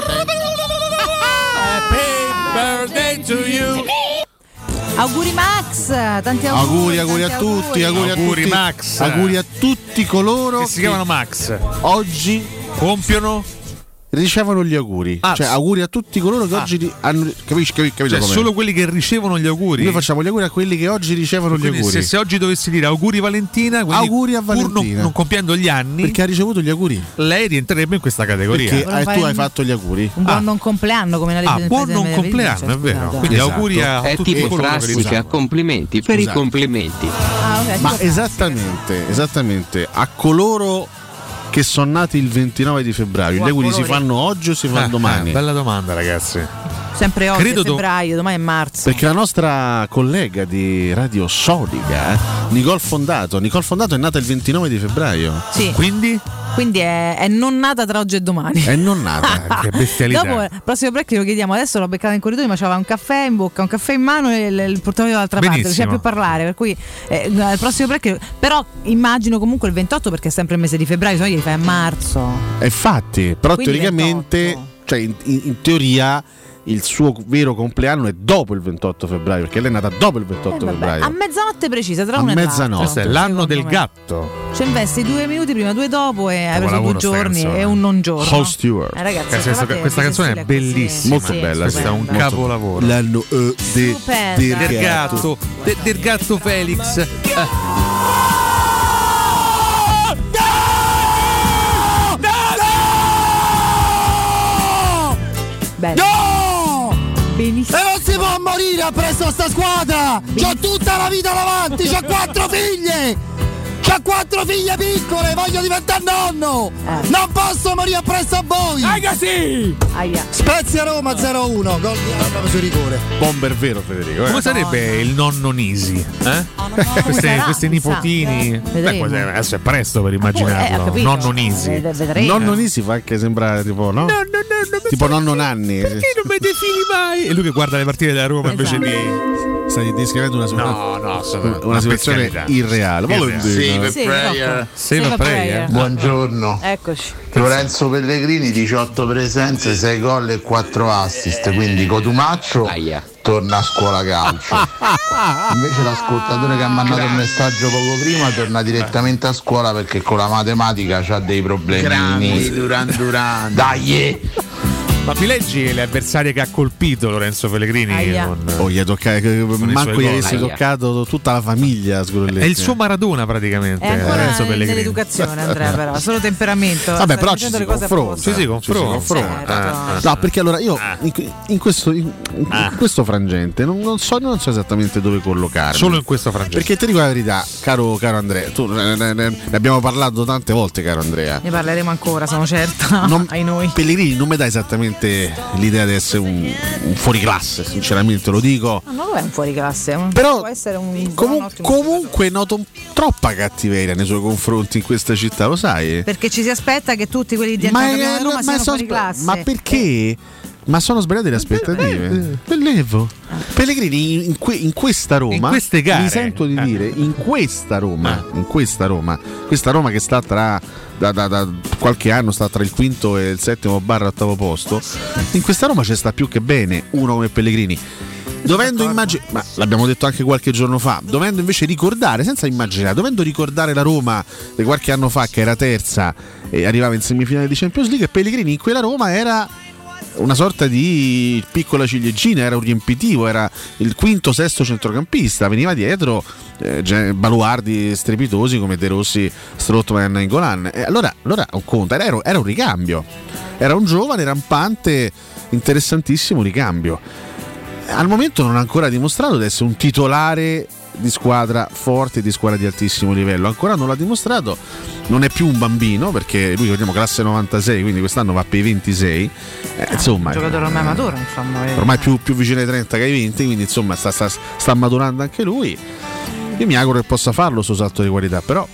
happy birthday to you. Auguri Max, tanti auguri. Auguri a tutti, auguri a tutti. Max. Auguri a tutti coloro che si chiamano Max. Oggi compiono, ricevono gli auguri. Cioè auguri a tutti coloro che oggi hanno capito cioè, solo quelli che ricevono gli auguri. Noi facciamo gli auguri a quelli che oggi ricevono gli auguri. Se oggi dovessi dire auguri Valentina, auguri a Valentina, non compiendo gli anni, perché ha ricevuto gli auguri, lei rientrerebbe in questa categoria. Perché tu hai fatto gli auguri. Un buon non compleanno, come la legge del buon non compleanno, è vero. Quindi esatto. Auguri a è tutti tipo coloro classica, complimenti per i complimenti. Okay, ma esattamente a coloro che sono nati il 29 di febbraio, gli auguri si fanno oggi o si fanno domani? Bella domanda ragazzi. Sempre oggi, è febbraio, domani è marzo. Perché la nostra collega di Radio Sodica, Nicole Fondato è nata il 29 di febbraio. Sì. Quindi è non nata tra oggi e domani. È non nata. Che bestialità. Dopo il prossimo break lo chiediamo. Adesso l'ho beccata in corridoio, ma c'aveva un caffè in bocca, un caffè in mano e il portavo dall'altra parte, non c'è più parlare. Per cui il prossimo break. Però immagino comunque il 28, perché è sempre il mese di febbraio, se no gli fai a marzo. Infatti, però quindi teoricamente, 28. Cioè in teoria il suo vero compleanno è dopo il 28 febbraio, perché lei è nata dopo il 28 febbraio. A mezzanotte precisa, tra una e mezzanotte. Questo è l'anno del gatto. Cioè investi 2 minuti prima, 2 dopo e hai preso 2 giorni e un non giorno. Paul Stewart. Ragazzi, questa canzone è bellissima. Molto bella. Questo è un capolavoro. L'anno del gatto. Del gatto Felix. Bello. No! Benissimo. E non si può morire appresso a sta squadra! C'ho tutta la vita davanti, c'ho 4 figlie! C'ho C'ho 4 figlie piccole, voglio diventare nonno! Non posso morire appresso a voi! Così! Spezia Roma 0-1, gol di Alba su rigore. Bomber vero, Federico. Come sarebbe il nonno Nisi? Questi nipotini. Adesso è presto per immaginarlo. Nonno Nisi. Nonno Nisi fa anche sembrare tipo, no? Tipo nonno Nanni. Perché non mi defili mai? E lui che guarda le partite della Roma invece di. Stai descrivendo una situazione irreale. Save a prayer. Buongiorno. Eccoci. Lorenzo Pellegrini 18 presenze, 6 gol e 4 assist, quindi Cotumaccio torna a scuola calcio. Invece l'ascoltatore che ha mandato il messaggio poco prima torna direttamente a scuola perché con la matematica c'ha dei problemi. Grandi Duran. Dai! Ma mi leggi le avversarie che ha colpito Lorenzo Pellegrini? Gli è toccato, manco gli avesse toccato tutta la famiglia. È il suo Maradona praticamente. È ancora Lorenzo Pellegrini. nell'educazione, Andrea, però solo temperamento. Vabbè, però ci si confronta. No, perché allora io in questo frangente non so esattamente dove collocarmi. Solo in questo frangente. Perché ti dico la verità, caro Andrea, tu ne abbiamo parlato tante volte, caro Andrea. Ne parleremo ancora, sono certa. Ai noi. Pellegrini non mi dà esattamente l'idea di essere un fuoriclasse, sinceramente lo dico. No, non è un fuoriclasse, però può essere un comunque noto troppa cattiveria nei suoi confronti in questa città, lo sai? Perché ci si aspetta che tutti quelli di Roma siano fuoriclasse. Ma perché? Ma sono sbagliate le aspettative. Bellevo. Pellegrini in questa Roma, in queste gare, mi sento di dire in questa Roma che sta tra da qualche anno sta tra il quinto e il settimo / ottavo posto. In questa Roma c'è sta più che bene uno come Pellegrini. Dovendo immaginare, ma l'abbiamo detto anche qualche giorno fa, dovendo invece ricordare, senza immaginare, dovendo ricordare la Roma di qualche anno fa che era terza e arrivava in semifinale di Champions League, e Pellegrini in quella Roma era una sorta di piccola ciliegina, era un riempitivo, era il quinto, sesto centrocampista, veniva dietro baluardi strepitosi come De Rossi, Strootman e Nainggolan. E allora un conto, era un ricambio, era un giovane rampante, interessantissimo ricambio. Al momento non ha ancora dimostrato di essere un titolare di squadra forte, di squadra di altissimo livello, ancora non l'ha dimostrato. Non è più un bambino, perché lui, vediamo, classe 96, quindi quest'anno va per i 26, insomma, un giocatore ormai maturo, insomma, ormai più vicino ai 30 che ai 20, quindi insomma sta maturando anche lui. Io mi auguro che possa farlo suo salto di qualità, però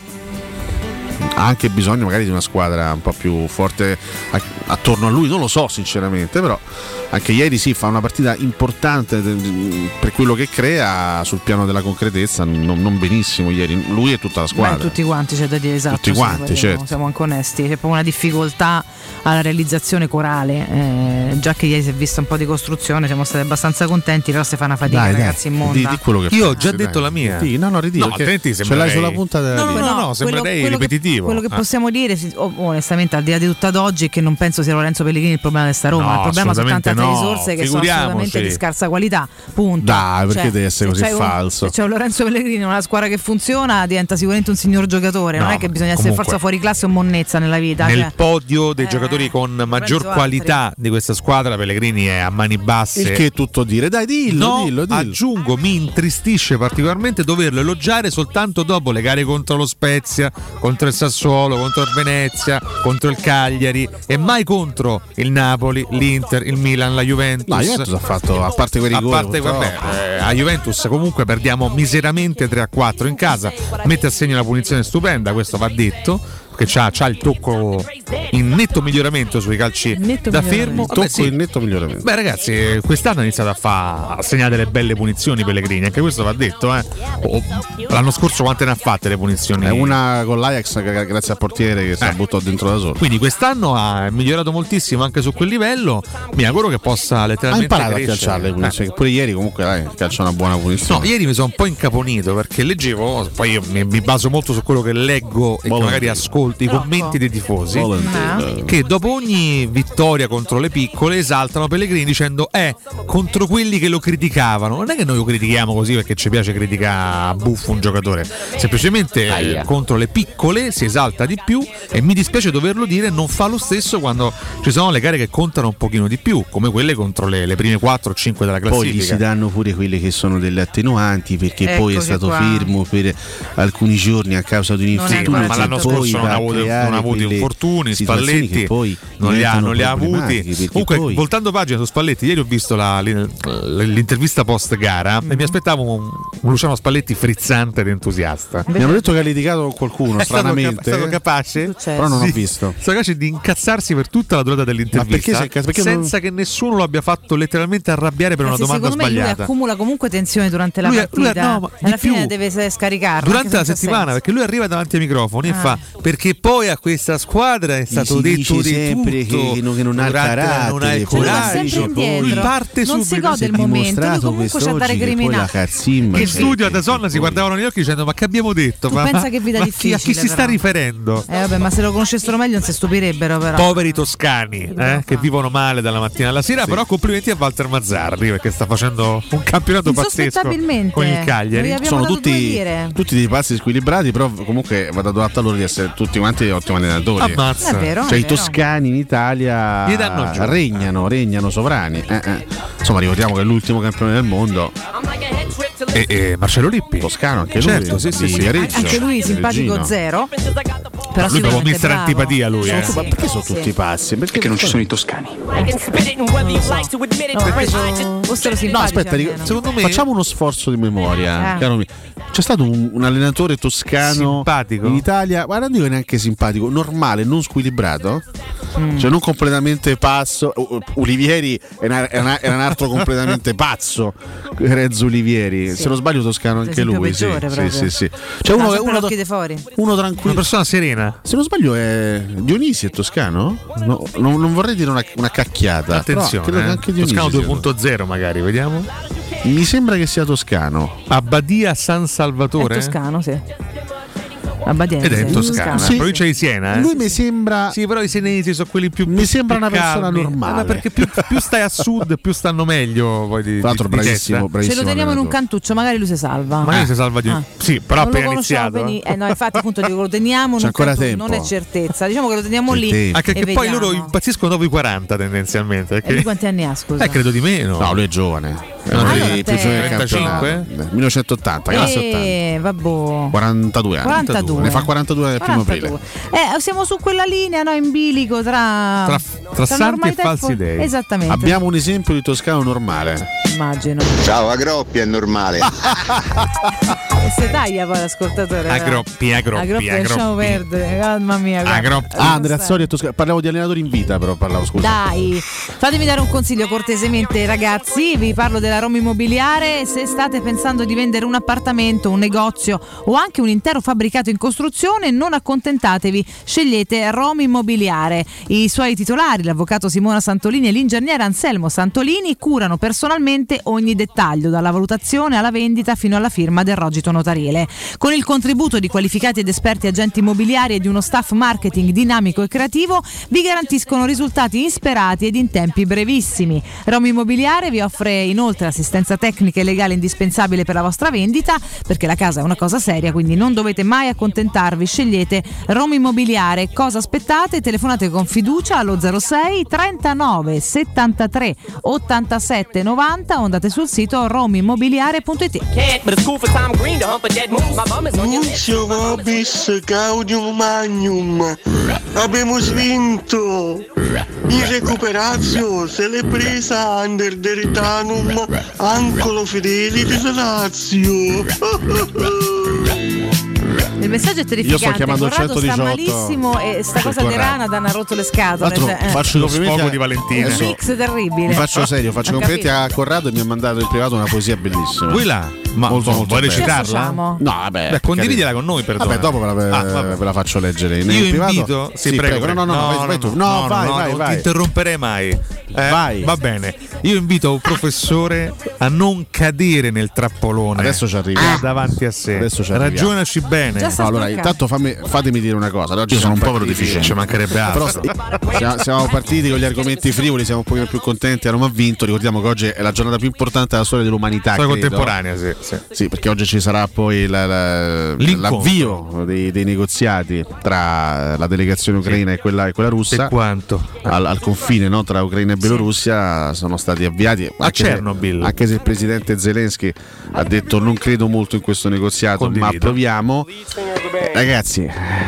ha anche bisogno magari di una squadra un po' più forte attorno a lui, non lo so sinceramente, però anche ieri fa una partita importante per quello che crea sul piano della concretezza, non benissimo ieri, lui e tutta la squadra. Tutti quanti, c'è da dire, esatto, tutti quanti, certo. Siamo anche onesti, c'è proprio una difficoltà alla realizzazione corale, già che ieri si è vista un po' di costruzione, siamo stati abbastanza contenti, però si fa una fatica, ragazzi, immonda. Di quello che io ho già detto la mia. No, ridì, altrimenti ce l'hai sulla punta della no, sembrerei ripetitivo. Quello che possiamo dire onestamente, al di là di tutto ad oggi, è che non penso sia Lorenzo Pellegrini il problema di sta Roma, il problema sono tante altre risorse che sono assolutamente di scarsa qualità, punto. Dai, perché deve essere così falso? Se c'è un Lorenzo Pellegrini in una squadra che funziona, diventa sicuramente un signor giocatore, non è che bisogna essere forza fuori classe o monnezza nella vita. Nel podio dei giocatori con maggior qualità di questa squadra Pellegrini è a mani basse. Il che è tutto dire, dai, dillo. Aggiungo, mi intristisce particolarmente doverlo elogiare soltanto dopo le gare contro lo Spezia, contro il Sassuolo, contro il Venezia, contro il Cagliari, e mai contro il Napoli, l'Inter, il Milan, la Juventus. No, Juventus ha fatto, a parte quei rigori, a Juventus comunque perdiamo miseramente 3-4 in casa, mette a segno una punizione stupenda, questo va detto, che c'ha il tocco in netto miglioramento sui calci da fermo. In netto miglioramento. Beh, ragazzi, quest'anno ha iniziato a segnare delle belle punizioni Pellegrini, anche questo va detto, l'anno scorso quante ne ha fatte le punizioni? Una con l'Ajax grazie al portiere che si buttò dentro da solo. Quindi quest'anno ha migliorato moltissimo anche su quel livello, mi auguro che possa letteralmente ha imparato a calciare le punizioni, pure ieri comunque calcia una buona punizione. No, ieri mi sono un po' incaponito perché leggevo, poi io mi baso molto su quello che leggo e che magari ascolto i commenti dei tifosi, che dopo ogni vittoria contro le piccole esaltano Pellegrini dicendo contro quelli che lo criticavano. Non è che noi lo critichiamo così perché ci piace criticare a buffo un giocatore, semplicemente contro le piccole si esalta di più, e mi dispiace doverlo dire, non fa lo stesso quando ci sono le gare che contano un pochino di più, come quelle contro le prime 4 o 5 della classifica. Poi gli si danno pure quelle che sono delle attenuanti, perché poi è stato fermo per alcuni giorni a causa di un infortunio, ma l'anno scorso non ha avuto infortuni. Spalletti poi non li ha avuti. Comunque, voltando pagina su Spalletti, ieri ho visto l'intervista post gara e mi aspettavo un Luciano Spalletti frizzante ed entusiasta. Mi hanno detto che ha litigato con qualcuno, stranamente. È stato capace? Però non ho visto. È stato capace di incazzarsi per tutta la durata dell'intervista, perché senza che nessuno lo abbia fatto letteralmente arrabbiare per una domanda sbagliata. sbagliata. Lui accumula comunque tensione durante la partita. Alla fine deve scaricarla durante la settimana, perché lui arriva davanti ai microfoni e fa: perché poi a questa squadra è stato detto di sempre tutto, che non ha il carattere, non ha il coraggio, lui parte non si gode il momento, lui comunque c'ha da recriminare. In studio da Dazon si guardavano negli occhi dicendo: ma che abbiamo detto? Tu pensa che vita difficile, a chi si sta riferendo? Vabbè, ma se lo conoscessero meglio non si stupirebbero, però. Poveri toscani che vivono male dalla mattina alla sera. Però complimenti a Walter Mazzarri, perché sta facendo un campionato pazzesco con il Cagliari. Sono tutti dei pazzi squilibrati, però comunque va dato atto a loro di essere tutti quanti ottimi allenatori. Ammazza. Cioè i toscani in Italia regnano sovrani. Insomma, ricordiamo che è l'ultimo campione del mondo. E Marcello Lippi, toscano anche lui, certo, sì. Anche lui simpatico zero. Però lui è proprio mister antipatia lui. Ma perché sono tutti pazzi? Perché non ci sono i toscani? No, aspetta, secondo me facciamo uno sforzo di memoria. Caro mio. C'è stato un allenatore toscano simpatico in Italia, ma non dico neanche simpatico, normale, non squilibrato, cioè non completamente pazzo. Olivieri era un altro completamente pazzo, Renzo Olivieri, se non sbaglio toscano anche lui. Sì. Cioè uno tranquillo, una persona serena. Se non sbaglio è Dionisi, è toscano? No, non vorrei dire una cacchiata. Attenzione, credo che anche Dionisi toscano 2.0 magari, vediamo. Mi sembra che sia toscano. Abbadia San Salvatore? È toscano, sì. Abbadiense. Ed è toscana, sì. Provincia di Siena. Lui mi sembra. Sì, però i senesi sono quelli più. Mi sembra una persona calmi. normale. Perché più stai a sud, più stanno meglio. Poi tra l'altro, bravissimo. Se lo teniamo in un cantuccio, magari lui si salva. Magari si salva di sì, però appena iniziato. No, infatti, appunto, dico, lo teniamo in un cantuccio, non è certezza. Diciamo che lo teniamo lì. Anche che poi loro impazziscono dopo i 40 tendenzialmente. E lui quanti anni ha, scusa? Credo di meno. No, lui è giovane. È uno dei più giovani del campionato. 1980, classe 80. Vabbè. 42 anni. Ne fa 42 il 1 aprile. Siamo su quella linea, no, in bilico tra santi e falsi dei. Esattamente. Abbiamo un esempio di toscano normale. Immagino. Ciao, Agroppi è normale. E se taglia poi l'ascoltatore. Agroppi. Lasciamo perdere. Mamma mia. Andrea Soria è toscano. Parlavo di allenatori in vita, però parlavo, scusa. Dai, fatemi dare un consiglio cortesemente, ragazzi. Vi parlo della Roma Immobiliare. Se state pensando di vendere un appartamento, un negozio o anche un intero fabbricato in costruzione, non accontentatevi, scegliete Roma Immobiliare. I suoi titolari, l'avvocato Simona Santolini e l'ingegnere Anselmo Santolini, curano personalmente ogni dettaglio, dalla valutazione alla vendita fino alla firma del rogito notarile. Con il contributo di qualificati ed esperti agenti immobiliari e di uno staff marketing dinamico e creativo, vi garantiscono risultati insperati ed in tempi brevissimi. Roma Immobiliare vi offre inoltre assistenza tecnica e legale indispensabile per la vostra vendita, perché la casa è una cosa seria, quindi non dovete mai accontentarvi. Scegliete Roma Immobiliare. Cosa aspettate? Telefonate con fiducia allo 06 39 73 87 90 o andate sul sito romimmobiliare.it. Nunzio Vobis Gaudium Magnum, abbiamo vinto in recuperazio se l'è presa under deritanum ancolo fedeli di Lazio. Il messaggio è terrificante. Io sto chiamando il Corrado 118. sta malissimo e sta cosa di Rana danno rotto le scatole. Faccio lo sfogo di Valentina. Un mix terribile. Mi faccio serio, faccio complimenti a Corrado e mi ha mandato in privato una poesia bellissima. Qui là. Ma molto molto vuoi bella. recitarla? No, vabbè. Beh, condividila con noi, perdona. Vabbè, dopo ve la faccio leggere in Io privato. invito, sì, prego. No, vai tu. No, vai. Non ti interromperei mai. Vai. Va bene. Io invito un professore a non cadere nel trappolone. Adesso ci arrivi. Davanti a sé. Adesso ci arriviamo. Ragionaci bene. Già sta Allora, spaccando. intanto fatemi dire una cosa. Oggi Io sono un siamo povero partiti- deficiente, ci mancherebbe altro. Però siamo partiti con gli argomenti frivoli, siamo un pochino più contenti. Roma ha vinto. Ricordiamo che oggi è la giornata più importante della storia dell'umanità. Storia credo. contemporanea, sì. Sì, perché oggi ci sarà poi l'avvio dei negoziati tra la delegazione ucraina e quella russa. E quanto? Al confine, no, tra Ucraina e Bielorussia sono stati avviati. A Chernobyl. Anche se il presidente Zelensky ha detto non credo molto in questo negoziato, ma proviamo. Ragazzi,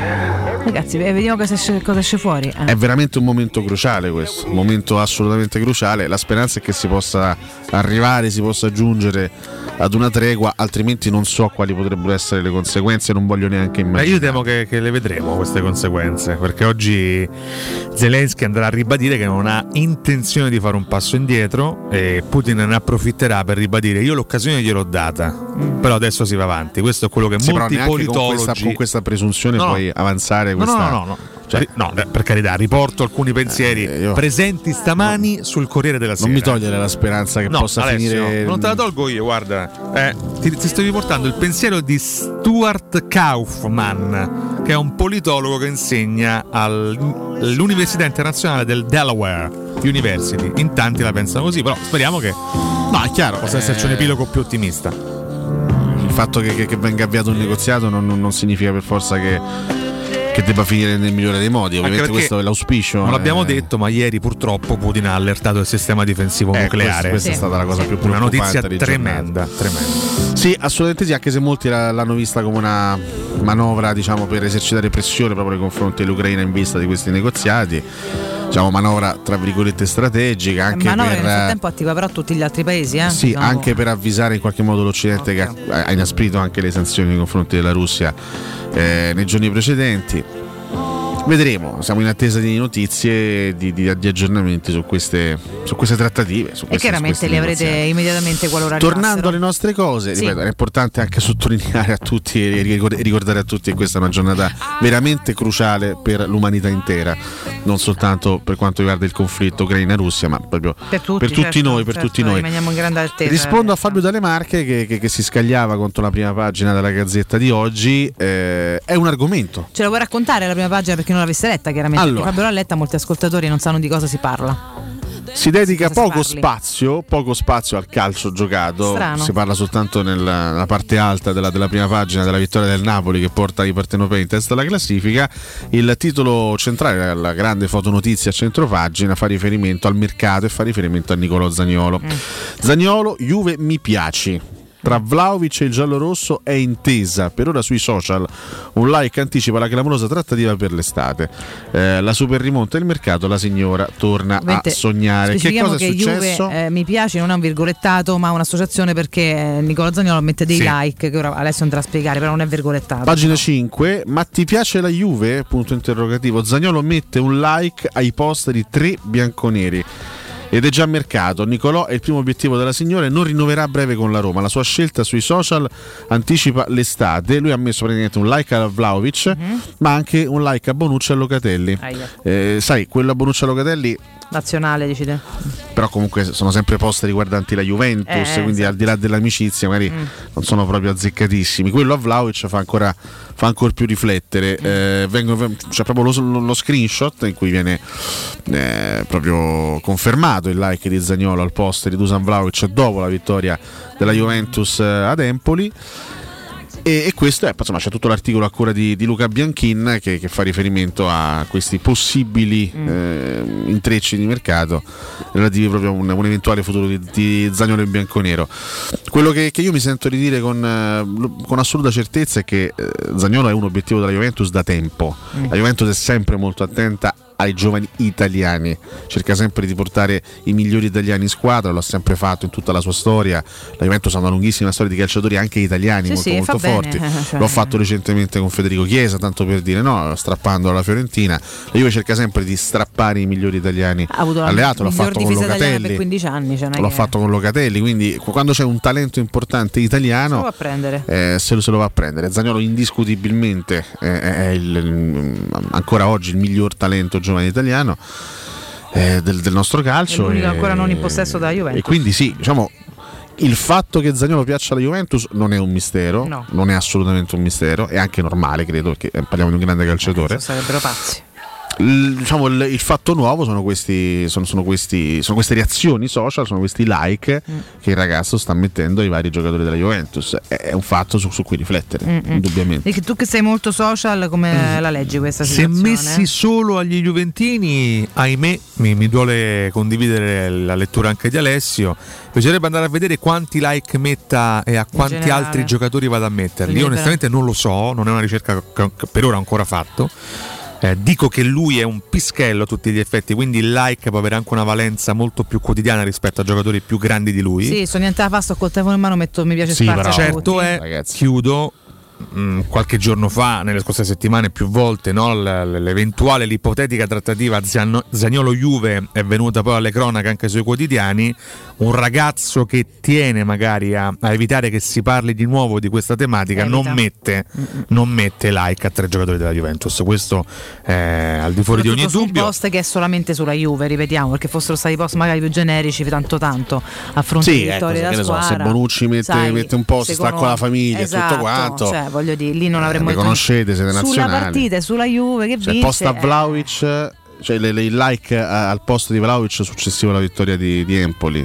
vediamo cosa esce fuori. è veramente un momento cruciale questo, un momento assolutamente cruciale. La speranza è che si possa arrivare, si possa giungere ad una tregua, altrimenti non so quali potrebbero essere le conseguenze, non voglio neanche immaginare. Io temo che le vedremo queste conseguenze, perché oggi Zelensky andrà a ribadire che non ha intenzione di fare un passo indietro e Putin ne approfitterà per ribadire io l'occasione gliel'ho data, però adesso si va avanti. Questo è quello che Sì, molti però neanche politologi con questa presunzione puoi avanzare questa. No. No, per carità, riporto alcuni pensieri presenti stamani sul Corriere della Sera. Non mi togliere la speranza che possa Alessio, finire. Non te la tolgo io, guarda. Ti sto riportando il pensiero di Stuart Kaufman, che è un politologo che insegna all'Università Internazionale del Delaware University. In tanti la pensano così, però speriamo che è chiaro, possa esserci un epilogo più ottimista. Il fatto che venga avviato un negoziato non significa per forza che debba finire nel migliore dei modi. Ovviamente questo è l'auspicio. Non l'abbiamo detto, ma ieri purtroppo Putin ha allertato il sistema difensivo nucleare. Questa è stata la cosa più preoccupante. Una notizia di tremenda. Sì, assolutamente sì, anche se molti l'hanno vista come una manovra, diciamo, per esercitare pressione proprio nei confronti dell'Ucraina in vista di questi negoziati. Diciamo manovra tra virgolette strategica, anche manovra per nel frattempo attiva però tutti gli altri paesi, sì, diciamo. anche per avvisare in qualche modo l'Occidente che ha inasprito anche le sanzioni nei confronti della Russia nei giorni precedenti. Vedremo, siamo in attesa di notizie, di aggiornamenti su queste trattative. E chiaramente le avrete immediatamente qualora Tornando arrivassero. alle nostre cose, ripeto, è importante anche sottolineare a tutti e ricordare a tutti che questa è una giornata veramente cruciale per l'umanità intera, non soltanto per quanto riguarda il conflitto Ucraina-Russia, ma proprio per tutti noi. Rimaniamo in grande attesa. Rispondo a Fabio Dalle Marche che si scagliava contro la prima pagina della Gazzetta di oggi. È un argomento. Ce la vuoi raccontare la prima pagina perché non l'avesse letta, chiaramente? Allora, perché Fabio l'ha letta, molti ascoltatori non sanno di cosa si parla. Si dedica poco si spazio al calcio giocato. Strano. Si parla soltanto nella parte alta della prima pagina della vittoria del Napoli che porta i partenopei in testa alla classifica. Il titolo centrale, la grande fotonotizia a centropagina, fa riferimento al mercato e fa riferimento a Nicolò Zaniolo. Zaniolo, Juve mi piaci. Tra Vlahovic e il giallorosso è intesa, per ora sui social un like anticipa la clamorosa trattativa per l'estate. La super rimonta del mercato, la signora torna a sognare. Che cosa è successo? Juve, mi piace, non è un virgolettato ma un'associazione, perché Nicola Zaniolo mette dei like che ora Alessio andrà a spiegare, però non è virgolettato. Pagina 5, ma ti piace la Juve? Punto interrogativo. Zaniolo mette un like ai post di 3 bianconeri. Ed è già mercato. Nicolò è il primo obiettivo della signora e non rinnoverà a breve con la Roma. La sua scelta sui social anticipa l'estate. Lui ha messo praticamente un like a Vlahovic, ma anche un like a Bonucci e a Locatelli. Sai, quello a Bonucci e a Locatelli nazionale, dici te? Però comunque sono sempre post riguardanti la Juventus, quindi al di là dell'amicizia magari non sono proprio azzeccatissimi. Quello a Vlahovic fa ancora più riflettere. C'è proprio lo screenshot in cui viene proprio confermato il like di Zaniolo al post di Dusan Vlahovic dopo la vittoria della Juventus ad Empoli. E questo è, insomma, c'è tutto l'articolo a cura di Luca Bianchin che fa riferimento a questi possibili intrecci di mercato relativi proprio a un eventuale futuro di Zaniolo in bianconero. Quello che io mi sento di dire con assoluta certezza è che Zaniolo è un obiettivo della Juventus da tempo. La Juventus è sempre molto attenta ai giovani italiani, cerca sempre di portare i migliori italiani in squadra, lo ha sempre fatto in tutta la sua storia. La Juventus ha una lunghissima storia di calciatori anche italiani molto forti. L'ho fatto recentemente con Federico Chiesa, tanto per dire, no, strappando alla Fiorentina. La Juve cerca sempre di strappare i migliori italiani alleato, l'ha fatto con Locatelli per 15 anni, l'ho fatto con Locatelli, quindi quando c'è un talento importante italiano se lo va a prendere. Se lo va a prendere. Zaniolo indiscutibilmente è ancora oggi il miglior talento giovane italiano del nostro calcio, è l'unico ancora non in possesso della Juventus, e quindi sì, diciamo, il fatto che Zaniolo piaccia alla Juventus non è un mistero, no. Non è assolutamente un mistero, è anche normale, credo, perché parliamo di un grande calciatore. Sarebbero pazzi. Il fatto nuovo sono queste reazioni social, sono questi like che il ragazzo sta mettendo ai vari giocatori della Juventus. È un fatto su cui riflettere, indubbiamente. E che tu che sei molto social, come la leggi questa situazione? Se messi solo agli juventini, ahimè, mi duole condividere la lettura anche di Alessio. Piacerebbe andare a vedere quanti like metta e a quanti altri giocatori vada a metterli. Io onestamente non lo so, non è una ricerca che per ora ho ancora fatto. Dico che lui è un pischello a tutti gli effetti, quindi il like può avere anche una valenza molto più quotidiana rispetto a giocatori più grandi di lui. Sì, sono niente la pasta, col telefono in mano metto mi piace spazio. Però certo è, ragazzi, chiudo. Qualche giorno fa, nelle scorse settimane, più volte, no, l'ipotetica trattativa Zaniolo-Juve è venuta poi alle cronache anche sui quotidiani. Un ragazzo che tiene magari a evitare che si parli di nuovo di questa tematica non mette like a 3 giocatori della Juventus. Questo è al di fuori di ogni dubbio. Un post che è solamente sulla Juve, ripetiamo, perché fossero stati post magari più generici, tanto a fronte di vittoria della squadra. Se Bonucci mette un post, sta con la famiglia e tutto quanto, cioè, voglio dire, lì non avremmo conoscete, siete nazionali. Sulla partita e sulla Juve che vince, posta Vlahovic, cioè il like al posto di Vlahovic successivo alla vittoria di Empoli.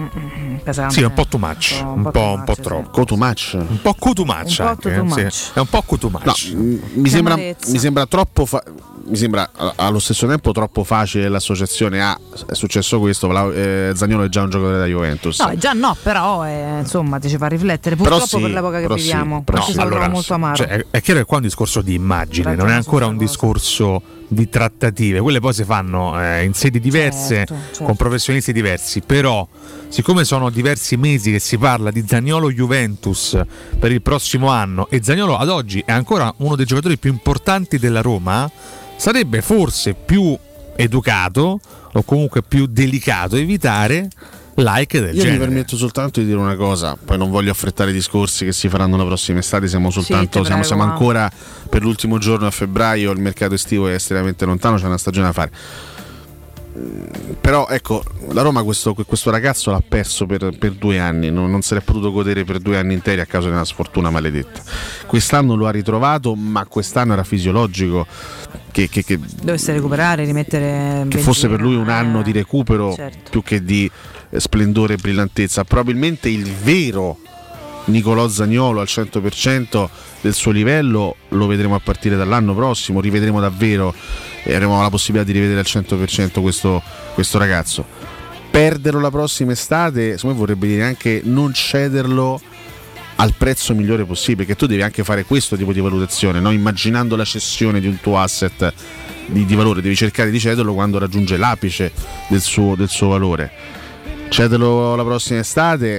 Sì, un po' too much, un po' troppo. Too much. Un po' too much anche, è un po' too much. No, mi sembra troppo mi sembra allo stesso tempo troppo facile l'associazione a è successo questo, Zaniolo è già un giocatore della Juventus. No, già no, però insomma ti ci fa riflettere, purtroppo per l'epoca che viviamo. Allora, molto amaro. Cioè, è chiaro che qua è un discorso di immagine, non è ancora un discorso di trattative, quelle poi si fanno in sedi diverse, certo. Con professionisti diversi, però siccome sono diversi mesi che si parla di Zaniolo Juventus per il prossimo anno e Zaniolo ad oggi è ancora uno dei giocatori più importanti della Roma, sarebbe forse più educato o comunque più delicato evitare like del genere. Io mi permetto soltanto di dire una cosa, poi non voglio affrettare i discorsi che si faranno la prossima estate, siamo ancora per l'ultimo giorno a febbraio, il mercato estivo è estremamente lontano, c'è una stagione da fare. Però ecco, la Roma questo ragazzo l'ha perso per 2 anni, non se l'è potuto godere per 2 anni interi a causa di una sfortuna maledetta. Quest'anno lo ha ritrovato, ma quest'anno era fisiologico che dovesse recuperare, rimettere che fosse per lui un anno di recupero, certo, più che di splendore e brillantezza. Probabilmente il vero Nicolò Zaniolo al 100% del suo livello lo vedremo a partire dall'anno prossimo, rivedremo davvero e avremo la possibilità di rivedere al 100% questo ragazzo. Perderlo la prossima estate, secondo me vorrebbe dire anche non cederlo al prezzo migliore possibile, che tu devi anche fare questo tipo di valutazione, no? Immaginando la cessione di un tuo asset di valore, devi cercare di cederlo quando raggiunge l'apice del suo valore. Cederlo la prossima estate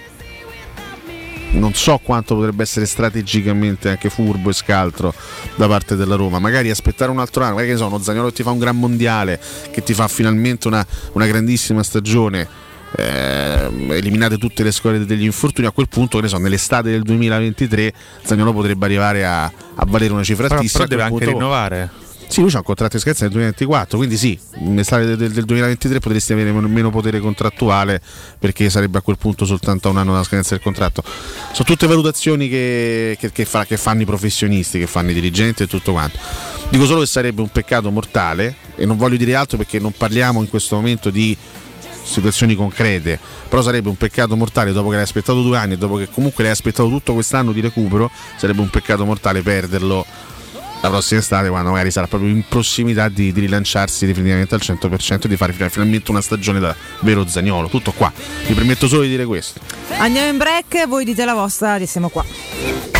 non so quanto potrebbe essere strategicamente anche furbo e scaltro da parte della Roma. Magari aspettare un altro anno, magari che uno Zaniolo che ti fa un gran mondiale, che ti fa finalmente una grandissima stagione, eliminate tutte le squadre degli infortuni, a quel punto, che ne so, nell'estate del 2023 Zaniolo potrebbe arrivare a valere una cifra altissima. Però deve anche rinnovare. Sì, lui c'ha un contratto in scadenza nel 2024, quindi sì, nell'estate del 2023 potresti avere meno potere contrattuale, perché sarebbe a quel punto soltanto a un anno dalla scadenza del contratto. Sono tutte valutazioni che fanno i professionisti, che fanno i dirigenti e tutto quanto. Dico solo che sarebbe un peccato mortale, e non voglio dire altro perché non parliamo in questo momento di situazioni concrete, però sarebbe un peccato mortale, dopo che l'hai aspettato 2 anni e dopo che comunque l'hai aspettato tutto quest'anno di recupero, sarebbe un peccato mortale perderlo la prossima estate, quando magari sarà proprio in prossimità di rilanciarsi definitivamente al 100% e di fare finalmente una stagione da vero Zaniolo. Tutto qua, mi permetto solo di dire questo. Andiamo in break, voi dite la vostra, siamo qua.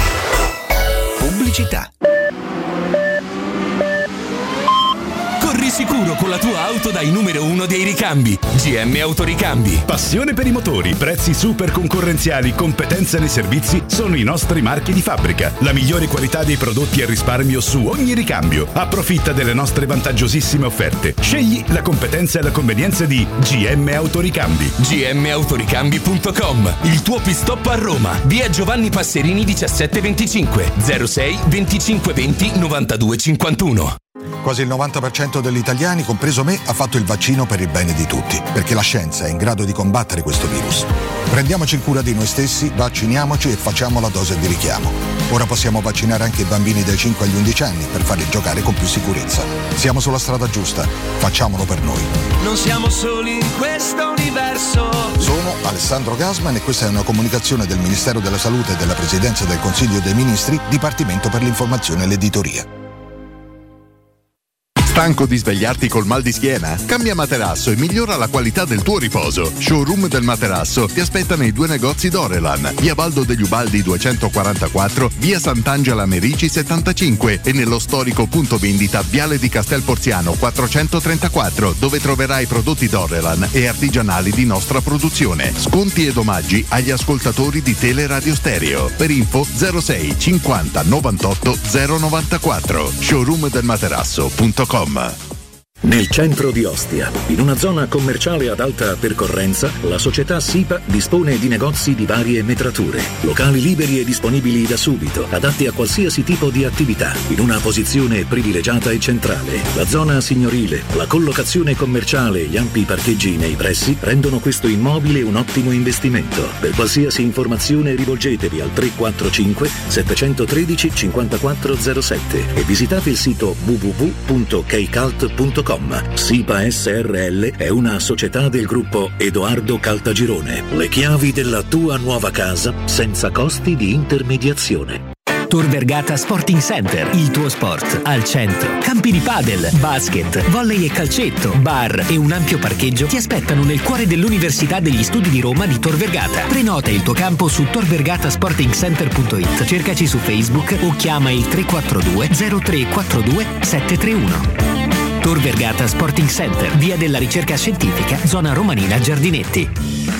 Pubblicità. Corri sicuro con la tua auto dai numero 1 dei ricambi. GM Autoricambi. Passione per i motori, prezzi super concorrenziali, competenza nei servizi sono i nostri marchi di fabbrica. La migliore qualità dei prodotti e risparmio su ogni ricambio. Approfitta delle nostre vantaggiosissime offerte. Scegli la competenza e la convenienza di GM Autoricambi. gmautoricambi.com. Il tuo pit-stop a Roma. Via Giovanni Passerini 1725 06 25 20 92 51. Quasi il 90% degli italiani, compreso me, ha fatto il vaccino per il bene di tutti, perché la scienza è in grado di combattere questo virus. Prendiamoci cura di noi stessi, vacciniamoci e facciamo la dose di richiamo. Ora possiamo vaccinare anche i bambini dai 5 agli 11 anni per farli giocare con più sicurezza. Siamo sulla strada giusta, facciamolo per noi. Non siamo soli in questo universo. Sono Alessandro Gasman e questa è una comunicazione del Ministero della Salute e della Presidenza del Consiglio dei Ministri, Dipartimento per l'informazione e l'editoria. Stanco di svegliarti col mal di schiena? Cambia materasso e migliora la qualità del tuo riposo. Showroom del Materasso ti aspetta nei 2 negozi Dorelan, via Baldo degli Ubaldi 244, via Sant'Angela Merici 75 e nello storico punto vendita Viale di Castel Porziano 434, dove troverai prodotti Dorelan e artigianali di nostra produzione. Sconti ed omaggi agli ascoltatori di Teleradio Stereo. Per info 06 50 98 094. showroomdelmaterasso.com. Nel centro di Ostia, in una zona commerciale ad alta percorrenza, la società SIPA dispone di negozi di varie metrature, locali liberi e disponibili da subito, adatti a qualsiasi tipo di attività, in una posizione privilegiata e centrale. La zona signorile, la collocazione commerciale e gli ampi parcheggi nei pressi rendono questo immobile un ottimo investimento. Per qualsiasi informazione rivolgetevi al 345 713 5407 e visitate il sito www.keicalt.com. SIPA SRL è una società del gruppo Edoardo Caltagirone. Le chiavi della tua nuova casa senza costi di intermediazione. Tor Vergata Sporting Center, il tuo sport al centro. Campi di padel, basket, volley e calcetto, bar e un ampio parcheggio ti aspettano nel cuore dell'Università degli Studi di Roma di Tor Vergata. Prenota il tuo campo su torvergatasportingcenter.it. Cercaci su Facebook o chiama il 342 0342 731. Tor Vergata Sporting Center, via della Ricerca Scientifica, zona Romanina Giardinetti.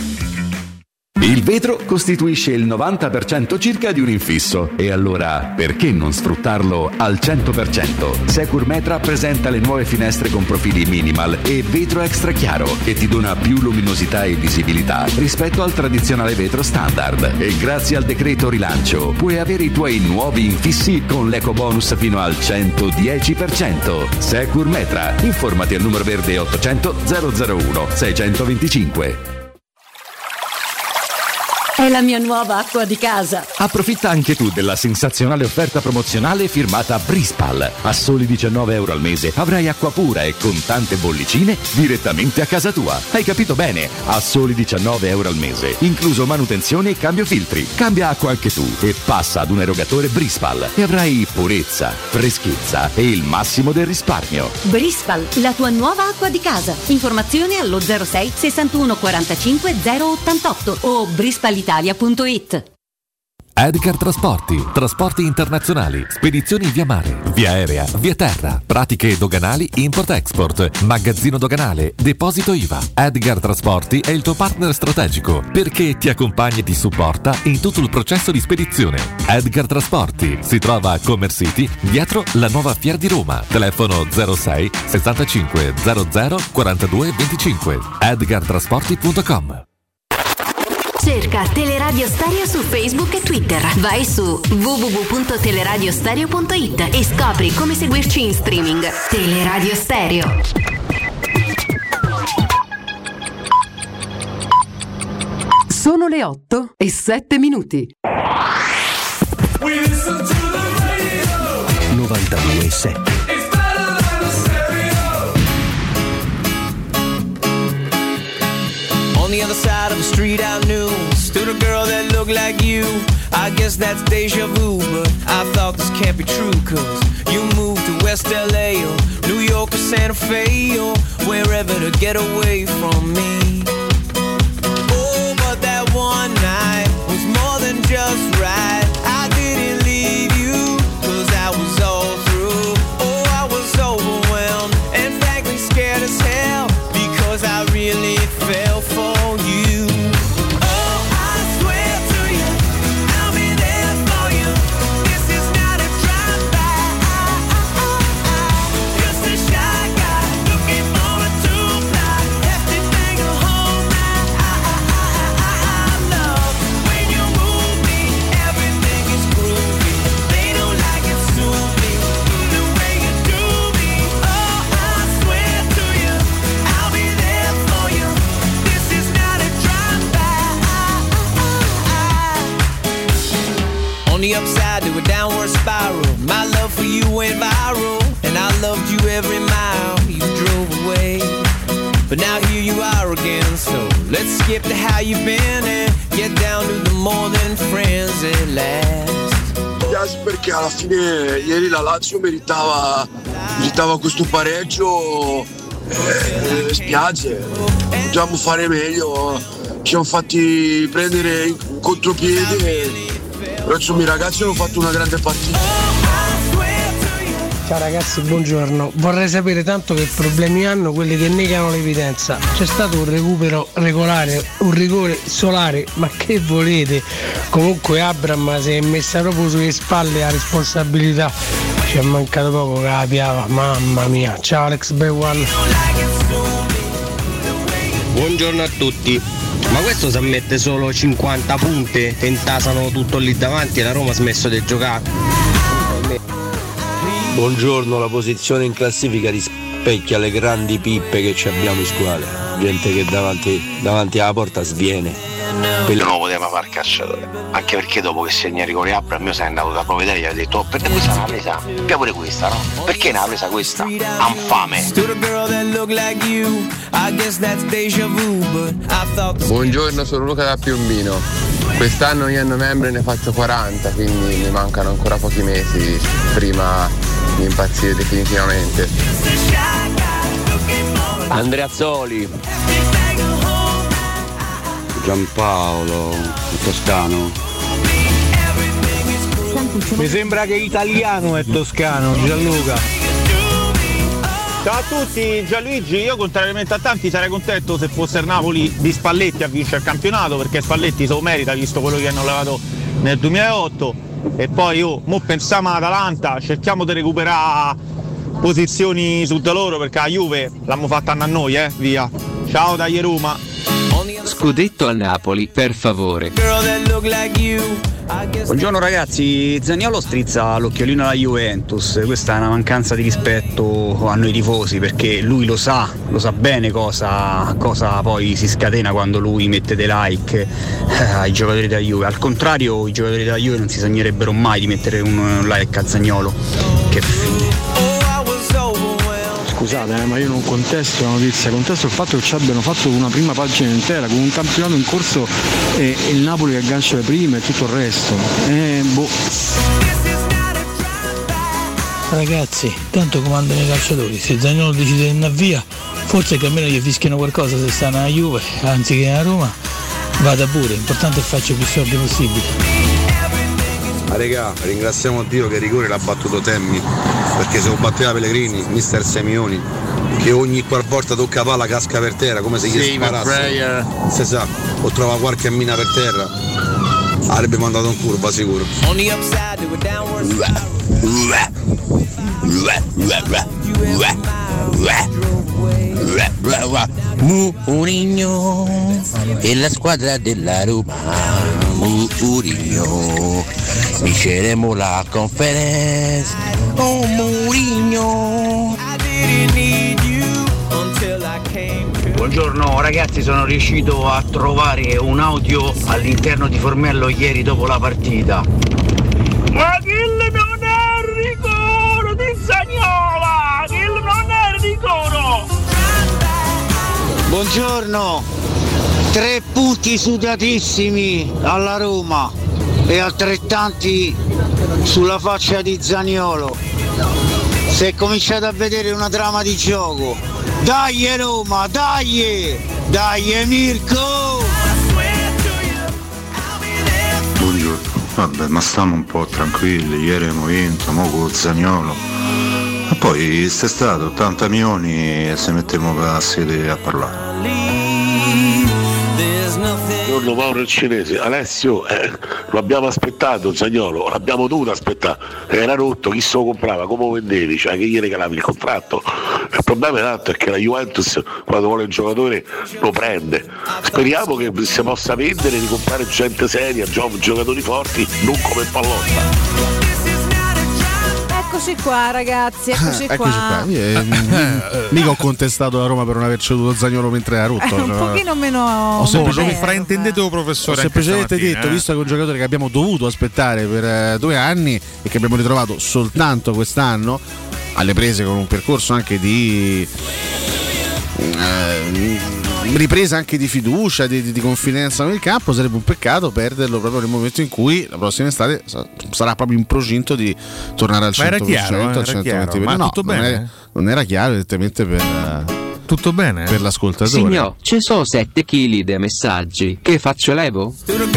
Il vetro costituisce il 90% circa di un infisso e allora perché non sfruttarlo al 100%? Securmetra presenta le nuove finestre con profili minimal e vetro extra chiaro che ti dona più luminosità e visibilità rispetto al tradizionale vetro standard e grazie al decreto rilancio puoi avere i tuoi nuovi infissi con l'eco bonus fino al 110%. Securmetra, informati al numero verde 800 001 625. È la mia nuova acqua di casa. Approfitta anche tu della sensazionale offerta promozionale firmata Brispal. A soli €19 al mese avrai acqua pura e con tante bollicine direttamente a casa tua. Hai capito bene? A soli €19 al mese, incluso manutenzione e cambio filtri. Cambia acqua anche tu e passa ad un erogatore Brispal e avrai purezza, freschezza e il massimo del risparmio. Brispal, la tua nuova acqua di casa. Informazioni allo 06 61 45 088 o brispalitalia.it. Edgar Trasporti internazionali, spedizioni via mare, via aerea, via terra, pratiche doganali, import-export, magazzino doganale, deposito IVA. Edgar Trasporti è il tuo partner strategico perché ti accompagna e ti supporta in tutto il processo di spedizione. Edgar Trasporti si trova a Commerce City, dietro la nuova Fiera di Roma. Telefono 06 65 00 42 25. edgartrasporti.com. Cerca Teleradio Stereo su Facebook e Twitter. Vai su www.teleradiostereo.it e scopri come seguirci in streaming. Teleradio Stereo. Sono le 8:07. 92.7. On the other side of the street I knew stood a girl that looked like you. I guess that's deja vu, but I thought this can't be true, cause you moved to West LA or New York or Santa Fe or wherever to get away from me. Oh, but that one night was more than just right. I didn't leave you, cause I was all through. Oh, I was overwhelmed and frankly every mile you drove away. But now here you are again, so let's skip to how you've been and get down to the more than friends at last. Mi piace perché alla fine ieri la Lazio meritava questo pareggio, spiace, potevamo fare meglio, ci hanno fatti prendere in contropiede, però insomma i ragazzi hanno fatto una grande partita. Ciao ragazzi, buongiorno. Vorrei sapere tanto che problemi hanno quelli che negano l'evidenza. C'è stato un recupero regolare, un rigore solare, ma che volete? Comunque Abram si è messa proprio sulle spalle la responsabilità. Ci è mancato poco che la piava, mamma mia. Ciao Alex Bewan. Buongiorno a tutti. Ma questo si ammette solo 50 punte, tentasano tutto lì davanti e la Roma ha smesso di giocare. Buongiorno, la posizione in classifica rispecchia le grandi pippe che ci abbiamo in squadra, gente che davanti alla porta sviene. Quello non lo poteva far calciatore, anche perché dopo che segna rigore Abram io sei andato da proprietario e gli ho detto oh, perché questa non l'ha presa? Più pure questa, no? Perché non l'ha presa questa? Anfame. Buongiorno, sono Luca da Piombino. Quest'anno io a novembre ne faccio 40, quindi mi mancano ancora pochi mesi prima di impazzire definitivamente. Andreazzoli, Giampaolo, Toscano. Mi sembra che italiano è toscano, Gianluca. Ciao a tutti, Gianluigi, io contrariamente a tanti sarei contento se fosse il Napoli di Spalletti a vincere il campionato, perché Spalletti se lo merita visto quello che hanno levato nel 2008 e poi mo pensiamo all'Atalanta, cerchiamo di recuperare posizioni su da loro perché la Juve l'hanno fatta a noi, via. Ciao dai Roma. Scudetto al Napoli, per favore. Buongiorno ragazzi, Zaniolo strizza l'occhiolino alla Juventus, questa è una mancanza di rispetto a noi tifosi perché lui lo sa bene cosa poi si scatena quando lui mette dei like ai giocatori della Juve, al contrario i giocatori della Juve non si sognerebbero mai di mettere un like a Zaniolo, che fine. Scusate, ma io non contesto la notizia, contesto il fatto che ci abbiano fatto una prima pagina intera con un campionato in corso e il Napoli che aggancia le prime e tutto il resto. Ragazzi, tanto comandano i calciatori, se Zaniolo decide di andare via, forse che almeno gli fischiano qualcosa se sta nella Juve, anziché nella Roma, vada pure, l'importante è farci più soldi possibili. Ma regà, ringraziamo Dio che il rigore l'ha battuto Temmi, perché se lo batteva Pellegrini, mister Semioni, che ogni qualvolta tocca palla casca per terra come se gli sparasse. Si sa, o trova qualche mina per terra, avrebbe mandato in curva sicuro. Mourinho e la squadra della Roma, Mourinho, vinceremo la conference, oh Mourinho. Buongiorno ragazzi, sono riuscito a trovare un audio all'interno di Formello ieri dopo la partita. Ma quello non è il rigore di Zagnola, quello non è il rigore. Buongiorno, 3 punti sudatissimi alla Roma e altrettanti sulla faccia di Zaniolo. Si è cominciato a vedere una trama di gioco. Dai Roma, dai Mirko! Buongiorno, vabbè, ma stiamo un po' tranquilli, ieri abbiamo vinto, mo con Zaniolo. Ma poi è stato 80 milioni e se mettiamo a sede a parlare. Buongiorno Mauro il cinese, Alessio, lo abbiamo aspettato Zaniolo, l'abbiamo dovuto aspettare, era rotto, chi se lo comprava, come lo vendevi, cioè che gli regalavi il contratto. Il problema è tanto è che la Juventus quando vuole un giocatore lo prende, speriamo che si possa vendere e ricomprare gente seria, giocatori forti, non come Pallotta. Eccoci qua ragazzi, eccoci qua. Mica ho contestato la Roma per non aver ceduto Zaniolo mentre era rotto. Un pochino meno. Ho semplicemente fraintendete professore. Ho semplicemente detto, visto che è un giocatore che abbiamo dovuto aspettare per 2 anni e che abbiamo ritrovato soltanto quest'anno, alle prese con un percorso anche di ripresa anche di fiducia, di confidenza nel campo, sarebbe un peccato perderlo proprio nel momento in cui la prossima estate sarà proprio in procinto di tornare al 100%. Era chiaro, al 120%. Ma tutto bene? Non era chiaro evidentemente per tutto bene per l'ascoltatore. Signor, ci sono 7 kg di messaggi. Che faccio levo?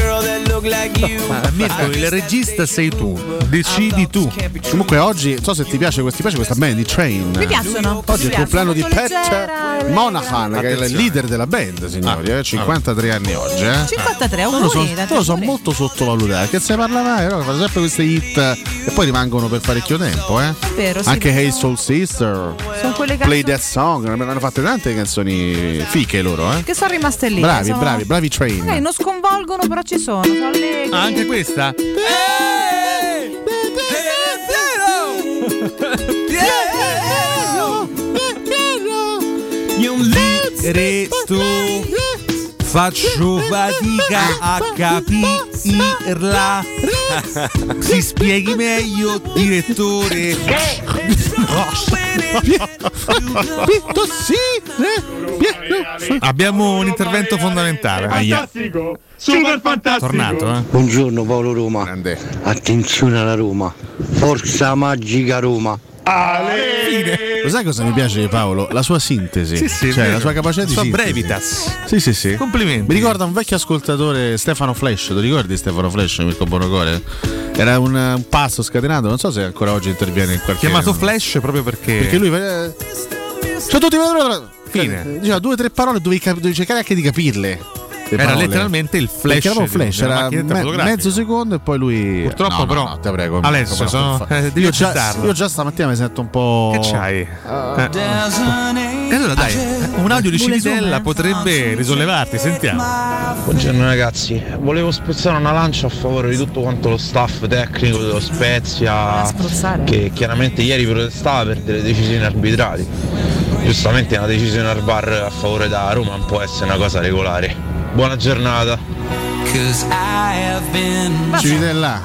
Mirko, il regista sei tu, decidi tu. Comunque oggi, non so se ti piace questa band di Train. Mi piacciono. Oggi è il compleanno di Pat Monahan, che è il leader della band, signori. 53 anni oggi. 53, auguri. Loro sono molto sottovalutati. Che se parla mai, no? Fanno sempre queste hit e poi rimangono per parecchio tempo. Vero, sì, anche Hey Soul Sister, Play That Song, hanno fatto tante canzoni fiche loro. Che sono rimaste lì. Bravi Train. Okay, non sconvolgono, però ci sono allegri. Anche questa? Resto, faccio fatica a capirla. Si spieghi meglio, direttore. Abbiamo un intervento fondamentale. Fantastico, super fantastico. Tornato, Buongiorno Paolo Roma. Grande. Attenzione alla Roma. Forza magica Roma. Lo sai cosa mi piace di Paolo? La sua sintesi, cioè la sua capacità di sua sintesi. brevitas. Sì. Complimenti. Mi ricorda un vecchio ascoltatore, Stefano Flash. Lo ricordi Stefano Flash, Mirko Bonocore? Era un pazzo scatenato, non so se ancora oggi interviene in qualche chiamato Flash proprio perché lui cioè tutti fine. Diceva 2 o 3 parole dovevi cercare anche di capirle. Era letteralmente il flash. Era un flash, era mezzo secondo e poi lui. Purtroppo, però. No, te prego. Alessio, devi io già stamattina mi sento un po'. Che c'hai? E allora dai, un audio di Civitella potrebbe risollevarti, sentiamo. Buongiorno ragazzi, volevo spezzare una lancia a favore di tutto quanto lo staff tecnico dello Spezia, che chiaramente ieri protestava per delle decisioni arbitrali. Giustamente una decisione al VAR a favore da Roma non può essere una cosa regolare. Buona giornata. Civitella.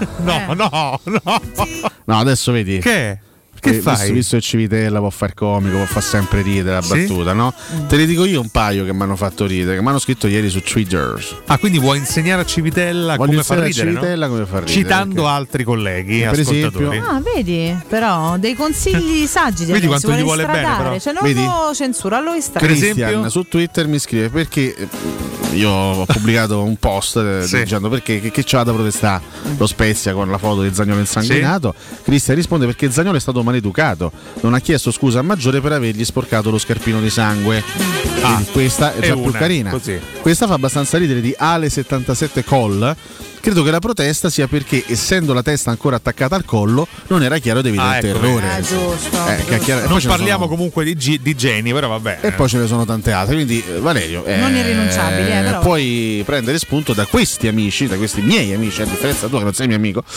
No, adesso vedi. Che fai? Visto che Civitella può far comico, può far sempre ridere la battuta, no? Te ne dico io un paio che mi hanno fatto ridere, che mi hanno scritto ieri su Twitter. Quindi vuoi insegnare a Civitella come far ridere, Civitella, no? Come far ridere, citando altri colleghi, per ascoltatori. esempio, vedi, però dei consigli saggi di vedi quanto gli vuole bene, però. Cioè non lo censura, lo estradare. Per esempio, su Twitter mi scrive perché io ho pubblicato un post dicendo perché che c'ha da protestare lo Spezia con la foto di Zaniolo insanguinato. Cristian risponde perché Zaniolo è stato maleducato, non ha chiesto scusa a Maggiore per avergli sporcato lo scarpino di sangue. Questa è già più carina. Così. Questa fa abbastanza ridere, di Ale77 Col. Credo che la protesta sia perché, essendo la testa ancora attaccata al collo, non era chiaro ed evidente errore. Giusto. Non parliamo comunque di geni, però vabbè. E poi ce ne sono tante altre. Quindi, Valerio, non irrinunciabili, però. Puoi prendere spunto da questi amici, da questi miei amici, a differenza tua che non sei mio amico,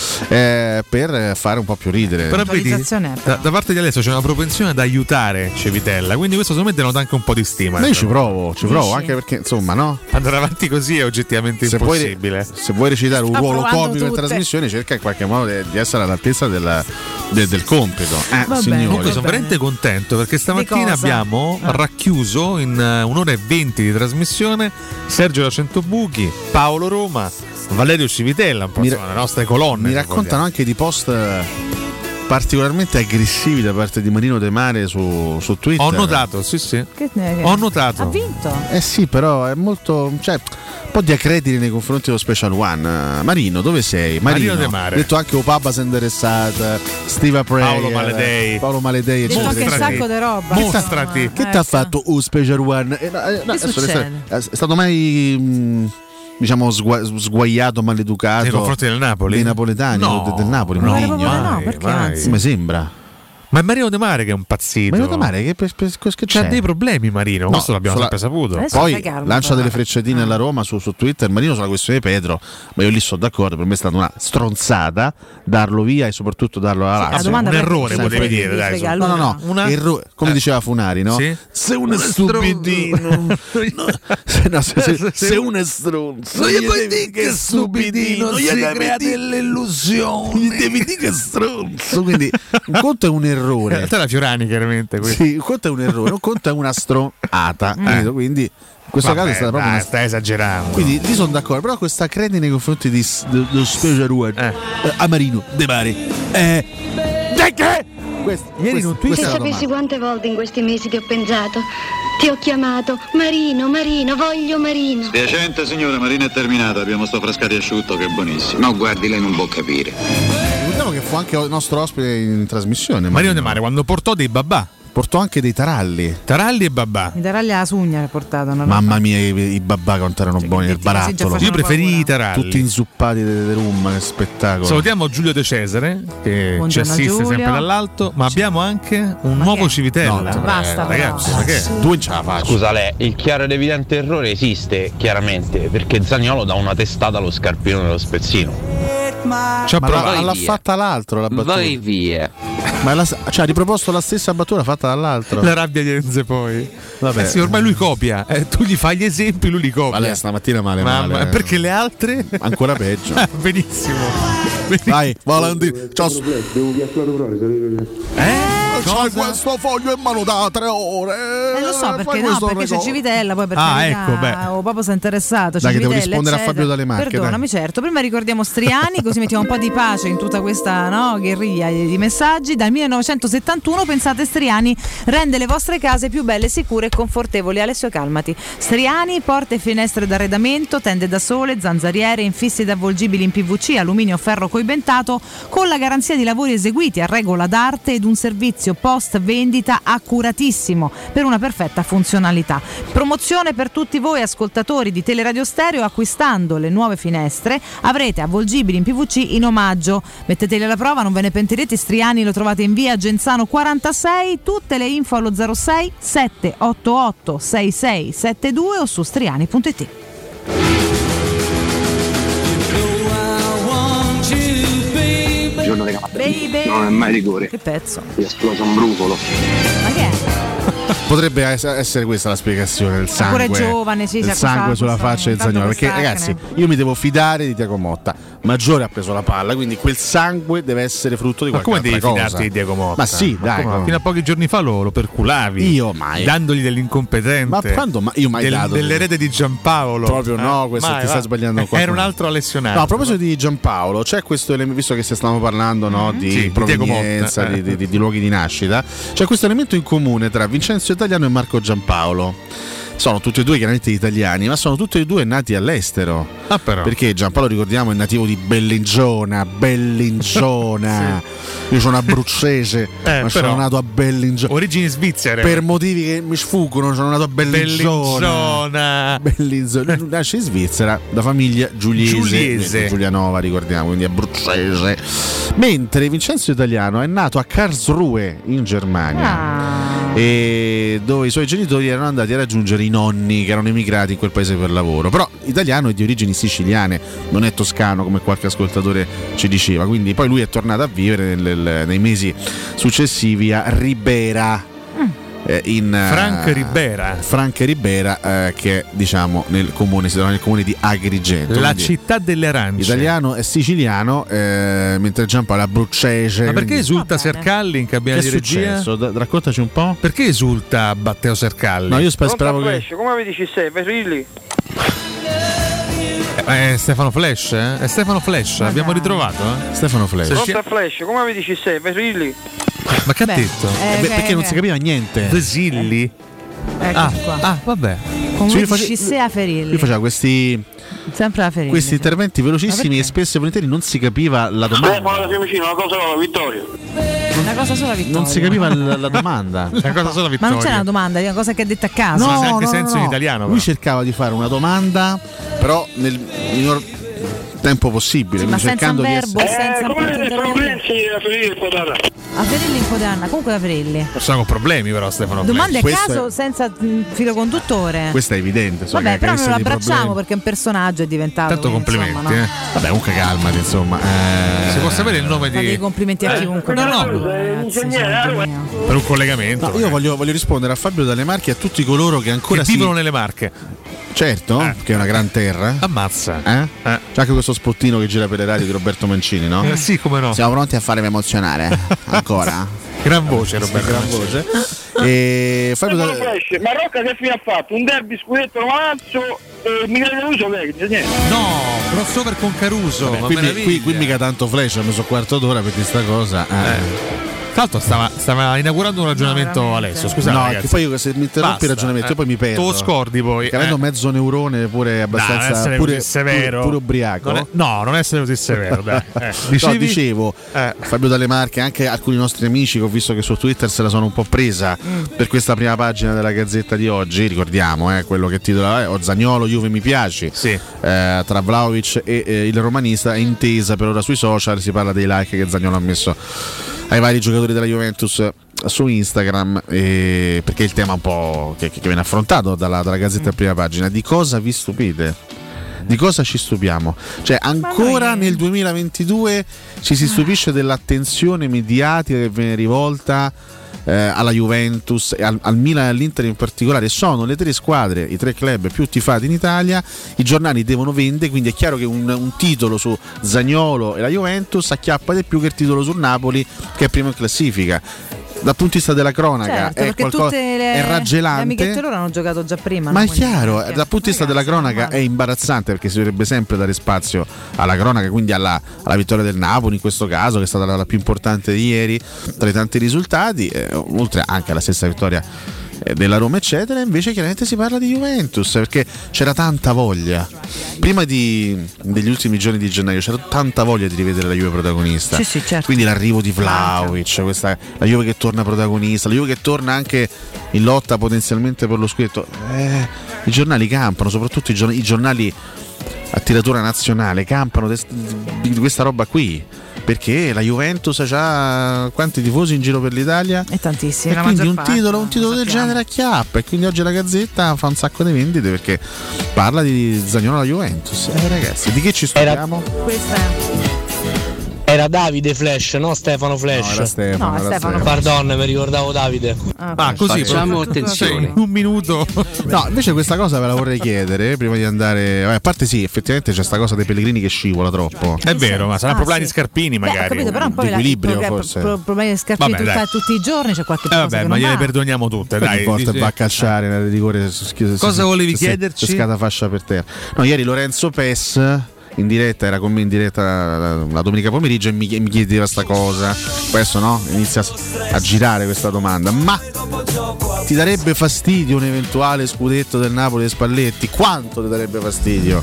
per fare un po' più ridere. Però vedi, da parte di Alessio c'è una propensione ad aiutare Civitella, quindi questo secondo me denota anche un po' di stima. Io ci provo, anche perché insomma, no? Andare avanti così è oggettivamente impossibile. Se vuoi recitare un ruolo comico in trasmissione, cerca in qualche modo di essere all'altezza del compito. Comunque sono veramente contento perché stamattina abbiamo racchiuso in un'ora e 20 di trasmissione Sergio da Centobuchi, Paolo Roma, Valerio Civitella, un po' le nostre colonne. Mi raccontano anche di post particolarmente aggressivi da parte di Marino De Mare su Twitter. Ho notato, sì. Ho notato. Ha vinto. Sì, però è molto, cioè, un po' di acredine nei confronti dello Special One. Marino, dove sei? Marino De Mare. Detto anche Opapa Senderessata, Steve Prayer, Paolo Maledei. Detto anche un sacco di roba. Mostrati. Che ti ha fatto Special One? Che succede? È stato mai diciamo sguaiato, maleducato nei confronti del Napoli? Dei napoletani, del Napoli? No, perché anzi. Mi sembra. Ma è Marino De Mare che è un pazzito. Marino De Mare che c'ha dei problemi, Marino. Questo l'abbiamo sempre saputo. Poi lancia delle frecciatine alla Roma su Twitter. Marino sulla questione di Pedro, ma io lì sono d'accordo. Per me è stata una stronzata darlo via e soprattutto darlo alla Lazio. Un errore, potevi dire. Dai, no. Errore, come diceva Funari, no? Sì? Se uno è stupidino, se uno è stronzo, gli puoi dire che è stupidino, gli crea delle illusioni, gli devi dire che è stronzo. Quindi un conto è un errore errore. Te la Fiorani chiaramente. Sì, un conto è un errore, un conto è una stronata. Quindi in questo caso è stata proprio una... stai esagerando. Quindi lì sono d'accordo, però questa credine nei confronti dello Spezia Ruad a Marino De Mare ieri non tu sapessi quante volte in questi mesi ti ho pensato. Ti ho chiamato Marino, voglio Marino. Spiacente signore, Marino è terminata, abbiamo sto frascati asciutto che è buonissimo. No, guardi, lei non può capire. Ricordiamo che fu anche il nostro ospite in trasmissione. Marino De Mare, quando portò dei babà. Portò anche dei taralli e babà. I taralli alla sugna portato. Mamma mia, i babà quanto erano buoni nel barattolo. Io preferì i taralli. Tutti inzuppati di rum, che spettacolo. Salutiamo Giulio De Cesare che buongiorno, ci assiste Giulio. sempre dall'alto, ma abbiamo anche un nuovo Civitella. No, basta, ragazzi, ma che? Due in ce la faccio. Scusa, il chiaro ed evidente errore esiste chiaramente perché Zaniolo dà una testata allo scarpino dello spezzino. L'ha fatta l'altro la battuta. Vai via. Ma ha riproposto la stessa battuta fatta dall'altro. La rabbia di Enze poi. Vabbè. Sì, ormai lui copia. Tu gli fai gli esempi, lui li copia. Ma lei stamattina male. Perché le altre? Ancora peggio. Benissimo. Dai, Valentino. Ciao. Devo chiacchierare C'hai questo foglio in mano da 3 ore. Lo so perché c'è Civitella, poi per carità, o proprio si è interessato. Dai, che devo Civitella, rispondere eccetera. a Fabio Dalle Marche. Perdonami, certo. Prima ricordiamo Striani, così mettiamo un po' di pace in tutta questa guerriglia di messaggi. Dal 1971, pensate, Striani rende le vostre case più belle, sicure e confortevoli. Alessio, calmati. Striani, porte e finestre d'arredamento, tende da sole, zanzariere, infissi ed avvolgibili in PVC, alluminio, ferro coibentato, con la garanzia di lavori eseguiti a regola d'arte ed un servizio post vendita accuratissimo per una perfetta funzionalità. Promozione per tutti voi ascoltatori di Teleradio Stereo: acquistando le nuove finestre avrete avvolgibili in PVC in omaggio. Metteteli alla prova, non ve ne pentirete. Striani lo trovate in via Genzano 46. Tutte le info allo 06 788 6672 o su striani.it. Buongiorno raga, Baby. non è mai rigore. Che pezzo? È esploso un brufolo. Ma che è? Potrebbe essere questa la spiegazione del sangue. Pure giovane, sì, del sangue sulla faccia del Zaniolo. Perché ragazzi, io mi devo fidare di Thiago Motta. Maggiore ha preso la palla, quindi quel sangue deve essere frutto di qualche altra cosa. Ma come devi fidarti di Thiago Motta? Ma sì, dai. Fino a pochi giorni fa lo perculavi. Io mai. Dandogli dell'incompetente. Ma quando? Io mai dato dell'erede di Giampaolo. Proprio no, questo ti sta sbagliando qua. Era un altro Alessionato. No, a proposito di Giampaolo, c'è questo elemento, visto che stiamo parlando di provenienza, di luoghi di nascita, c'è questo elemento in comune tra Vincenzo Italiano e Marco Giampaolo. Sono tutti e due chiaramente italiani, ma sono tutti e due nati all'estero. Però. Perché Giampaolo, ricordiamo, è nativo di Bellinzona. Sì. Io sono abruzzese, ma sono nato a Bellinzona. Origini svizzere. Per motivi che mi sfuggono, sono nato a Bellinzona. Nasce in Svizzera da famiglia giuliese. Giulianova, ricordiamo, quindi abruzzese. Mentre Vincenzo Italiano è nato a Karlsruhe in Germania. E dove i suoi genitori erano andati a raggiungere i nonni che erano emigrati in quel paese per lavoro. Però Italiano è di origini siciliane, non è toscano come qualche ascoltatore ci diceva. Quindi poi lui è tornato a vivere nei mesi successivi a Ribera. Frank Ribera, che è, diciamo, nel comune di Agrigento, la città delle arance. Italiano è siciliano, mentre Giampaolo è abruzzese. Ma perché esulta Sercalli in cabina di regia? Raccontaci un po'. Perché esulta Matteo Sercalli? No, io speravo che... Come vedi ci sei? Ferrilli. È Stefano Flash, È Stefano Flash, abbiamo ritrovato, Stefano Flash. Pronta Flash, come vedi ci sei? Ferrilli. Ma che ha detto? Perché non si capiva niente. Vesilli? Vabbè. Comunque Scissea Ferilli. Lui faceva questi sempre la Ferilli. Questi interventi velocissimi e spesso e volentieri non si capiva la domanda. Stefano da Fiumicino, una cosa sola, vittoria. Una cosa sola, vittoria. Non si capiva la domanda. Una cosa sola, vittoria. Ma non c'è una domanda, è una cosa che è detta a caso. No, ha anche senso in italiano. Lui cercava di fare una domanda, però nel minor tempo possibile, ma cercando senza un verbo, senza a Ferilli in Codanna, comunque a Ferilli. Sono problemi però Stefano. Domande a caso senza filo conduttore. Questo è evidente. Vabbè, però non lo abbracciamo perché è un personaggio, è diventato. Tanto complimenti, insomma, no? Vabbè, comunque calmati, insomma. Si può sapere il nome di. Complimenti a chiunque. No. Per un collegamento. No, io voglio rispondere a Fabio Dalle Marche e a tutti coloro che ancora vivono nelle Marche. Certo, che è una gran terra. Ammazza. C'è anche questo spottino che gira per le radio di Roberto Mancini, no? Sì, come no. Siamo pronti a farvi emozionare. Ancora? Gran voce, Roberto. Gran voce. E ma Rocca che fine ha fatto? Un derby scudetto Marzo e Michele Caruso niente. No, crossover con Caruso. Qui mica tanto Flash, ha messo quarto d'ora per questa cosa. Tra l'altro stava inaugurando un ragionamento Alessio, scusa. No, ragazzi. che poi se mi interrompi il ragionamento io poi mi perdo. Tu lo scordi poi. Perché avendo mezzo neurone pure abbastanza pure severo. Pure ubriaco. Non essere così severo, dai. No, dicevo, Fabio Dalle Marche, anche alcuni nostri amici che ho visto che su Twitter se la sono un po' presa per questa prima pagina della Gazzetta di oggi, ricordiamo, quello che titola Zaniolo, Juve mi piaci. Sì. Tra Vlahovic e il romanista è intesa per ora sui social, si parla dei like che Zaniolo ha messo ai vari giocatori della Juventus su Instagram, perché il tema un po' che viene affrontato dalla Gazzetta a prima pagina. Di cosa vi stupite? Di cosa ci stupiamo? Cioè ancora nel 2022 ci si stupisce dell'attenzione mediatica che viene rivolta alla Juventus e al Milan e all'Inter in particolare. Sono le tre squadre, i tre club più tifati in Italia, i giornali devono vendere, quindi è chiaro che un titolo su Zaniolo e la Juventus acchiappa di più che il titolo sul Napoli, che è primo in classifica. Dal punto di vista della cronaca è qualcosa, è raggelante. Le amichette loro hanno giocato già prima. Ma è chiaro, dal punto di vista della cronaca è imbarazzante, perché si dovrebbe sempre dare spazio alla cronaca, quindi alla vittoria del Napoli in questo caso, che è stata la più importante di ieri tra i tanti risultati, oltre anche alla stessa vittoria della Roma eccetera. Invece chiaramente si parla di Juventus, perché c'era tanta voglia prima degli ultimi giorni di gennaio, c'era tanta voglia di rivedere la Juve protagonista. Sì, certo. Quindi l'arrivo di Vlahovic, la Juve che torna protagonista, la Juve che torna anche in lotta potenzialmente per lo scudetto. I giornali campano, soprattutto i giornali a tiratura nazionale campano di questa roba qui, perché la Juventus ha quanti tifosi in giro per l'Italia? E tantissimi. E quindi un titolo del genere acchiappa, e quindi oggi la Gazzetta fa un sacco di vendite perché parla di Zaniolo alla Juventus. Ragazzi, di che ci studiamo? Era Davide Flash, no Stefano Flash. No, era Stefano. Pardon, mi ricordavo Davide. Così facciamo attenzione. In un minuto. No, invece questa cosa ve la vorrei chiedere prima di andare. A parte sì, effettivamente c'è sta cosa dei Pellegrini che scivola troppo. È vero, ma saranno problemi di Scarpini magari. Capito, però un po' di equilibrio forse. Problemi di Scarpini tutti i giorni, c'è qualche cosa che ma non gliele va. perdoniamo tutte, dai. Forte va a calciare nel rigore. Cosa volevi chiederci? C'è scata fascia per terra. No, ieri Lorenzo Pes in diretta, era con me in diretta la domenica pomeriggio e mi chiedeva sta cosa. Questo no? Inizia a girare questa domanda. Ma ti darebbe fastidio un eventuale scudetto del Napoli e Spalletti? Quanto ti darebbe fastidio?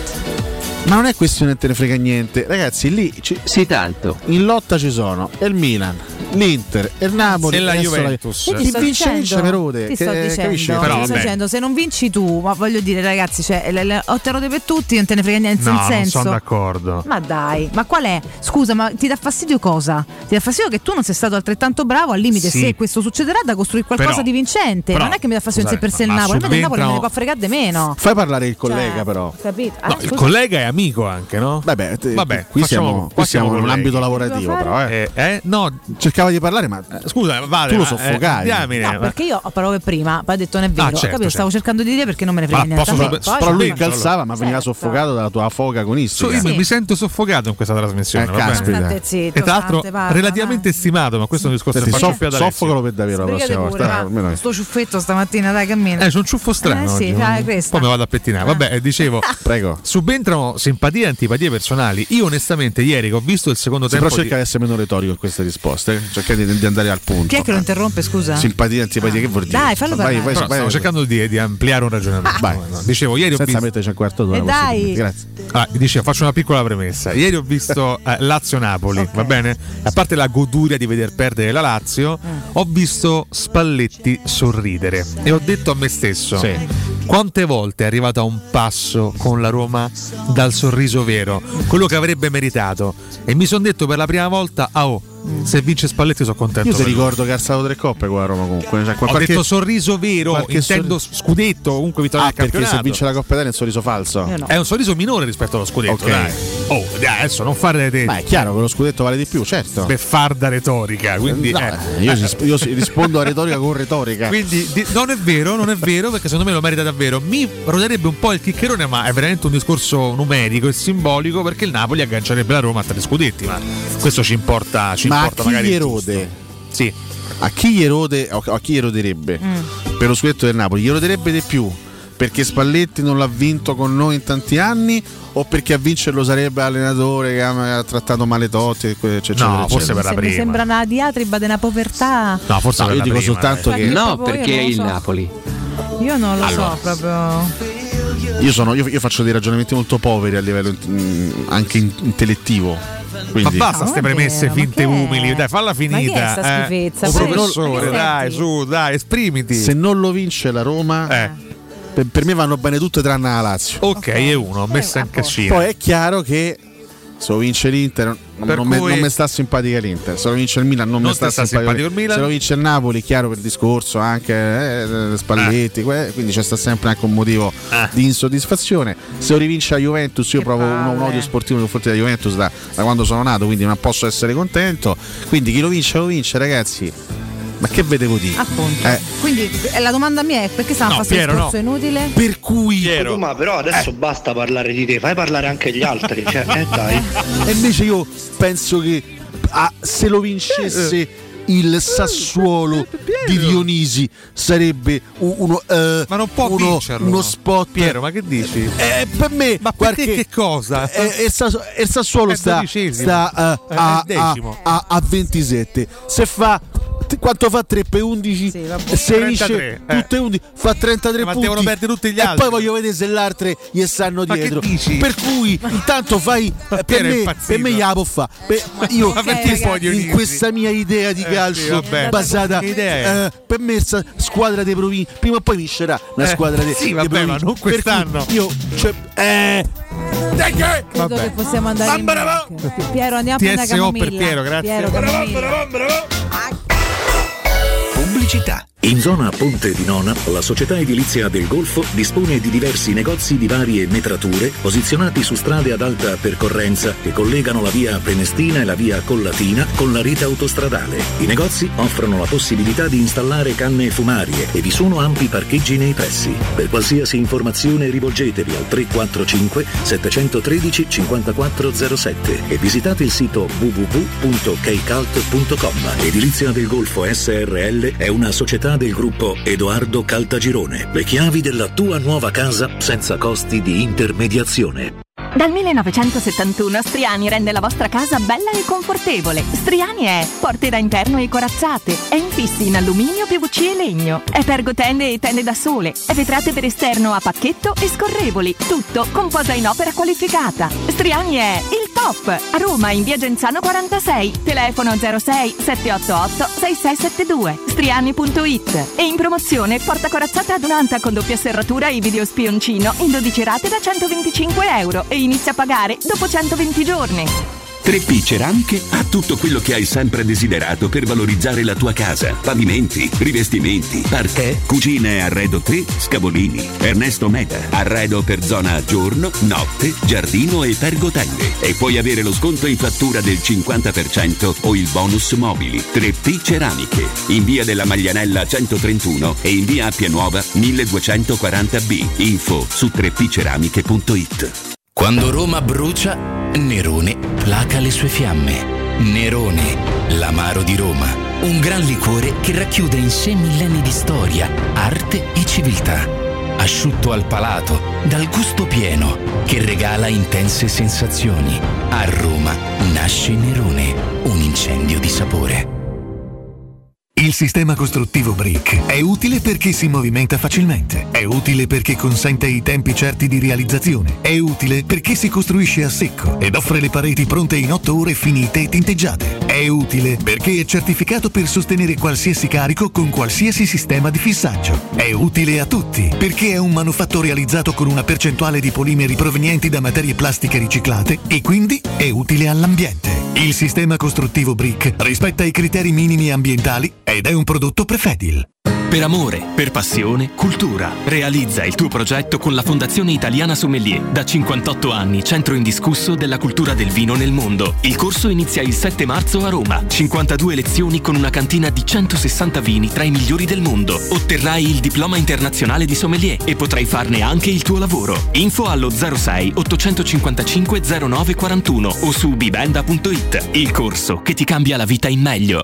Ma non è questione che te ne frega niente, ragazzi. Lì sì, tanto in lotta ci sono il Milan, l'Inter, il Napoli e la Juventus. Chi vince vince per ode. Ti sto dicendo, se non vinci tu, ma voglio dire, ragazzi, cioè, le 8 rode per tutti, non te ne frega niente. No, senso. non sono d'accordo. Ma dai, ma qual è? Scusa, ma ti dà fastidio cosa? Ti dà fastidio che tu non sei stato altrettanto bravo, al limite, se questo succederà, da costruire qualcosa di vincente. Non è che mi dà fastidio in sé per sé il Napoli, ma del Napoli me ne può fregare di meno. Fai parlare il collega, però. Capito? No, il collega è amico anche, no? Vabbè, qui siamo in un ambito lavorativo, però. No, cercava di parlare, ma scusa, vale, tu lo soffocavi. No, perché io ho parole prima, poi ho detto non è vero. Capito? Stavo cercando di dire perché non me ne frega niente. Però lui incalzava, ma veniva soffocato dalla tua foga agonistica. Io mi sento soffocato in questa trasmissione. Zitto, e tra l'altro relativamente stimato, ma questo è un discorso che soffocalo per davvero la prossima volta. Sto ciuffetto stamattina, dai, cammina. C'è un ciuffo strano. Sì, poi mi vado a pettinare. Vabbè, dicevo, prego. Subentrano simpatie e antipatie personali. Io onestamente ieri che ho visto il secondo tempo, però cerca di essere meno retorico in queste risposte, cerca di andare al punto. Chi è che lo interrompe, scusa? Simpatia, antipatia, che vuol dire? Dai, fallo parlare. Stavo cercando di ampliare un ragionamento. Dicevo, ieri ho visto, metterci un quarto d'ora. Dai. Grazie. Dicevo, faccio una piccola premessa. Ieri ho visto Lazio-Napoli, va bene? A parte la goduria di veder perdere la Lazio, ho visto Spalletti sorridere e ho detto a me stesso: quante volte è arrivato a un passo con la Roma dal sorriso vero, quello che avrebbe meritato, e mi sono detto per la prima volta: se vince Spalletti sono contento. Io ti ricordo che ha alzato 3 coppe con la Roma comunque. Ho detto sorriso vero, intendo scudetto, comunque vittoria del campionato. Perché se vince la Coppa Italia è un sorriso falso. È un sorriso minore rispetto allo scudetto, dai. Adesso non fare te. Ma è chiaro che lo scudetto vale di più, certo. Beffarda retorica, quindi io rispondo a retorica con retorica. Quindi non è vero, perché secondo me lo merita davvero. Mi roderebbe un po' il chiccherone, ma è veramente un discorso numerico e simbolico, perché il Napoli aggancierebbe la Roma a 3 scudetti, ma questo ci importa ma magari. Chi erode? Sì. A chi gli erode, a chi eroderebbe per lo scudetto del Napoli? Gli eroderebbe di più perché Spalletti non l'ha vinto con noi in tanti anni, o perché a vincerlo sarebbe l'allenatore che ha trattato male Totti, eccetera, no, forse per la prima. Mi sembra una diatriba della povertà. No, forse io dico soltanto che no, perché è il Napoli. Io non lo so proprio. Io faccio dei ragionamenti molto poveri a livello anche intellettivo. Quindi. Ma basta queste premesse finte umili, dai, falla finita. Ma che è sta schifezza? Professore, dai, su, dai, esprimiti. Se non lo vince la Roma, per me vanno bene tutte tranne la Lazio. Ok, è uno, messa in cascina. Poi è chiaro che se lo vince l'Inter non mi sta simpatica l'Inter, se lo vince il Milan non mi sta simpatico il Milan. Se lo vince il Napoli, chiaro, per il discorso anche Spalletti, quindi c'è sta sempre anche un motivo di insoddisfazione. Se lo rivince la Juventus, io provo un odio sportivo nei confronti della Juventus da quando sono nato, quindi non posso essere contento. Quindi chi lo vince, ragazzi. Ma che vedevo dire? Appunto. Quindi la domanda mia è: perché stiamo a fare questo discorso inutile? Per cui ma però adesso basta parlare di te, fai parlare anche gli altri, cioè, dai. E invece io penso che se lo vincesse il Sassuolo di Dionisi sarebbe ma non può vincerlo. Uno spot. Piero, ma che dici? Per me, ma per te che cosa? Il Sassuolo sta a 27. Se fa quanto fa 3 per 11? Sì, se vince tutte 11 fa 33 punti. Devono perdere tutti gli altri. E poi voglio vedere se l'altre gli stanno dietro. Per cui intanto fai per me gliela può fare. Io in questa mia idea di calcio basata per me squadra dei provincia prima o poi vincerà una squadra dei provincia. Ma non quest'anno. Io credo che possiamo andare in Piero, andiamo a prendere Camomilla. Per Piero, grazie. Pubblicità. In zona Ponte di Nona, la società edilizia del Golfo dispone di diversi negozi di varie metrature posizionati su strade ad alta percorrenza che collegano la via Prenestina e la via Collatina con la rete autostradale. I negozi offrono la possibilità di installare canne fumarie e vi sono ampi parcheggi nei pressi. Per qualsiasi informazione rivolgetevi al 345 713 5407 e visitate il sito www.keicalt.com. Edilizia del Golfo SRL è una società del gruppo Edoardo Caltagirone. Le chiavi della tua nuova casa senza costi di intermediazione. Dal 1971 Striani rende la vostra casa bella e confortevole. Striani è porte da interno e corazzate, è infissi in alluminio, PVC e legno, è pergotende e tende da sole, è vetrate per esterno a pacchetto e scorrevoli, tutto con posa in opera qualificata. Striani è il top! A Roma in via Genzano 46, telefono 06 788 6672, striani.it. E in promozione porta corazzata adunata con doppia serratura e video spioncino in 12 rate da €125 e inizia a pagare dopo 120 giorni. 3P Ceramiche ha tutto quello che hai sempre desiderato per valorizzare la tua casa. Pavimenti, rivestimenti, parquet, cucine e arredo 3, Scavolini, Ernesto Meda. Arredo per zona giorno, notte, giardino e pergotende. E puoi avere lo sconto in fattura del 50% o il bonus mobili. 3P Ceramiche, in via della Maglianella 131 e in via Appia Nuova 1240B. Info su 3pceramiche.it. Quando Roma brucia, Nerone placa le sue fiamme. Nerone, l'amaro di Roma. Un gran liquore che racchiude in sé millenni di storia, arte e civiltà. Asciutto al palato, dal gusto pieno, che regala intense sensazioni. A Roma nasce Nerone, un incendio di sapore. Il sistema costruttivo Brick è utile perché si movimenta facilmente, è utile perché consente i tempi certi di realizzazione, è utile perché si costruisce a secco ed offre le pareti pronte in 8 ore finite e tinteggiate, è utile perché è certificato per sostenere qualsiasi carico con qualsiasi sistema di fissaggio, è utile a tutti perché è un manufatto realizzato con una percentuale di polimeri provenienti da materie plastiche riciclate e quindi è utile all'ambiente. Il sistema costruttivo Brick rispetta i criteri minimi ambientali ed è un prodotto Prefedil. Per amore, per passione, cultura. Realizza il tuo progetto con la Fondazione Italiana Sommelier. Da 58 anni, centro indiscusso della cultura del vino nel mondo. Il corso inizia il 7 marzo a Roma. 52 lezioni con una cantina di 160 vini tra i migliori del mondo. Otterrai il diploma internazionale di sommelier e potrai farne anche il tuo lavoro. Info allo 06 855 0941 o su bibenda.it. Il corso che ti cambia la vita in meglio.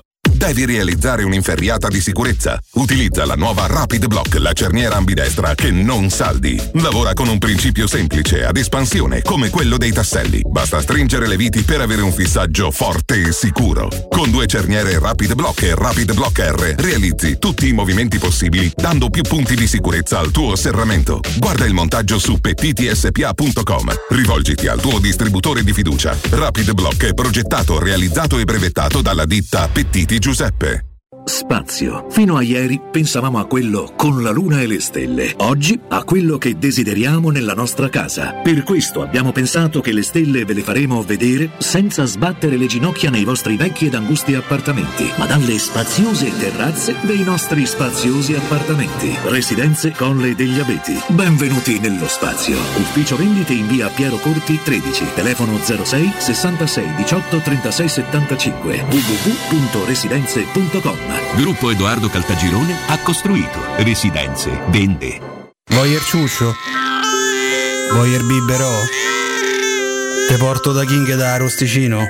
devi realizzare un'inferriata di sicurezza? Utilizza la nuova Rapid Block, la cerniera ambidestra che non saldi. Lavora con un principio semplice, ad espansione, come quello dei tasselli. Basta stringere le viti per avere un fissaggio forte e sicuro. Con 2 cerniere Rapid Block e Rapid Block R realizzi tutti i movimenti possibili, dando più punti di sicurezza al tuo serramento. Guarda il montaggio su pettitspa.com. Rivolgiti al tuo distributore di fiducia. Rapid Block è progettato, realizzato e brevettato dalla ditta Pettiti Giuseppe. Spazio. Fino a ieri pensavamo a quello con la luna e le stelle. Oggi a quello che desideriamo nella nostra casa. Per questo abbiamo pensato che le stelle ve le faremo vedere senza sbattere le ginocchia nei vostri vecchi ed angusti appartamenti, ma dalle spaziose terrazze dei nostri spaziosi appartamenti. Residenze Colle degli Abeti. Benvenuti nello spazio. Ufficio vendite in via Piero Corti 13. Telefono 06 66 18 36 75. www.residenze.com. Gruppo Edoardo Caltagirone ha costruito, residenze, vende. Voyer ciuscio? Voyer biberò? Te porto da King da Rosticino?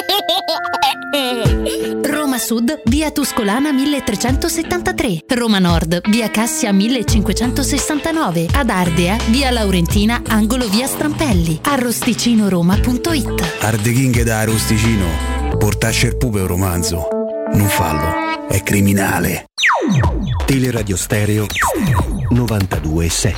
Roma Sud, via Tuscolana 1373. Roma Nord, via Cassia 1569. Ad Ardea, via Laurentina, angolo via Strampelli. Arrosticinoroma.it. Arde King da Rosticino. Portasce il pupe un romanzo. Non fallo, è criminale. Teleradio Stereo 92.7.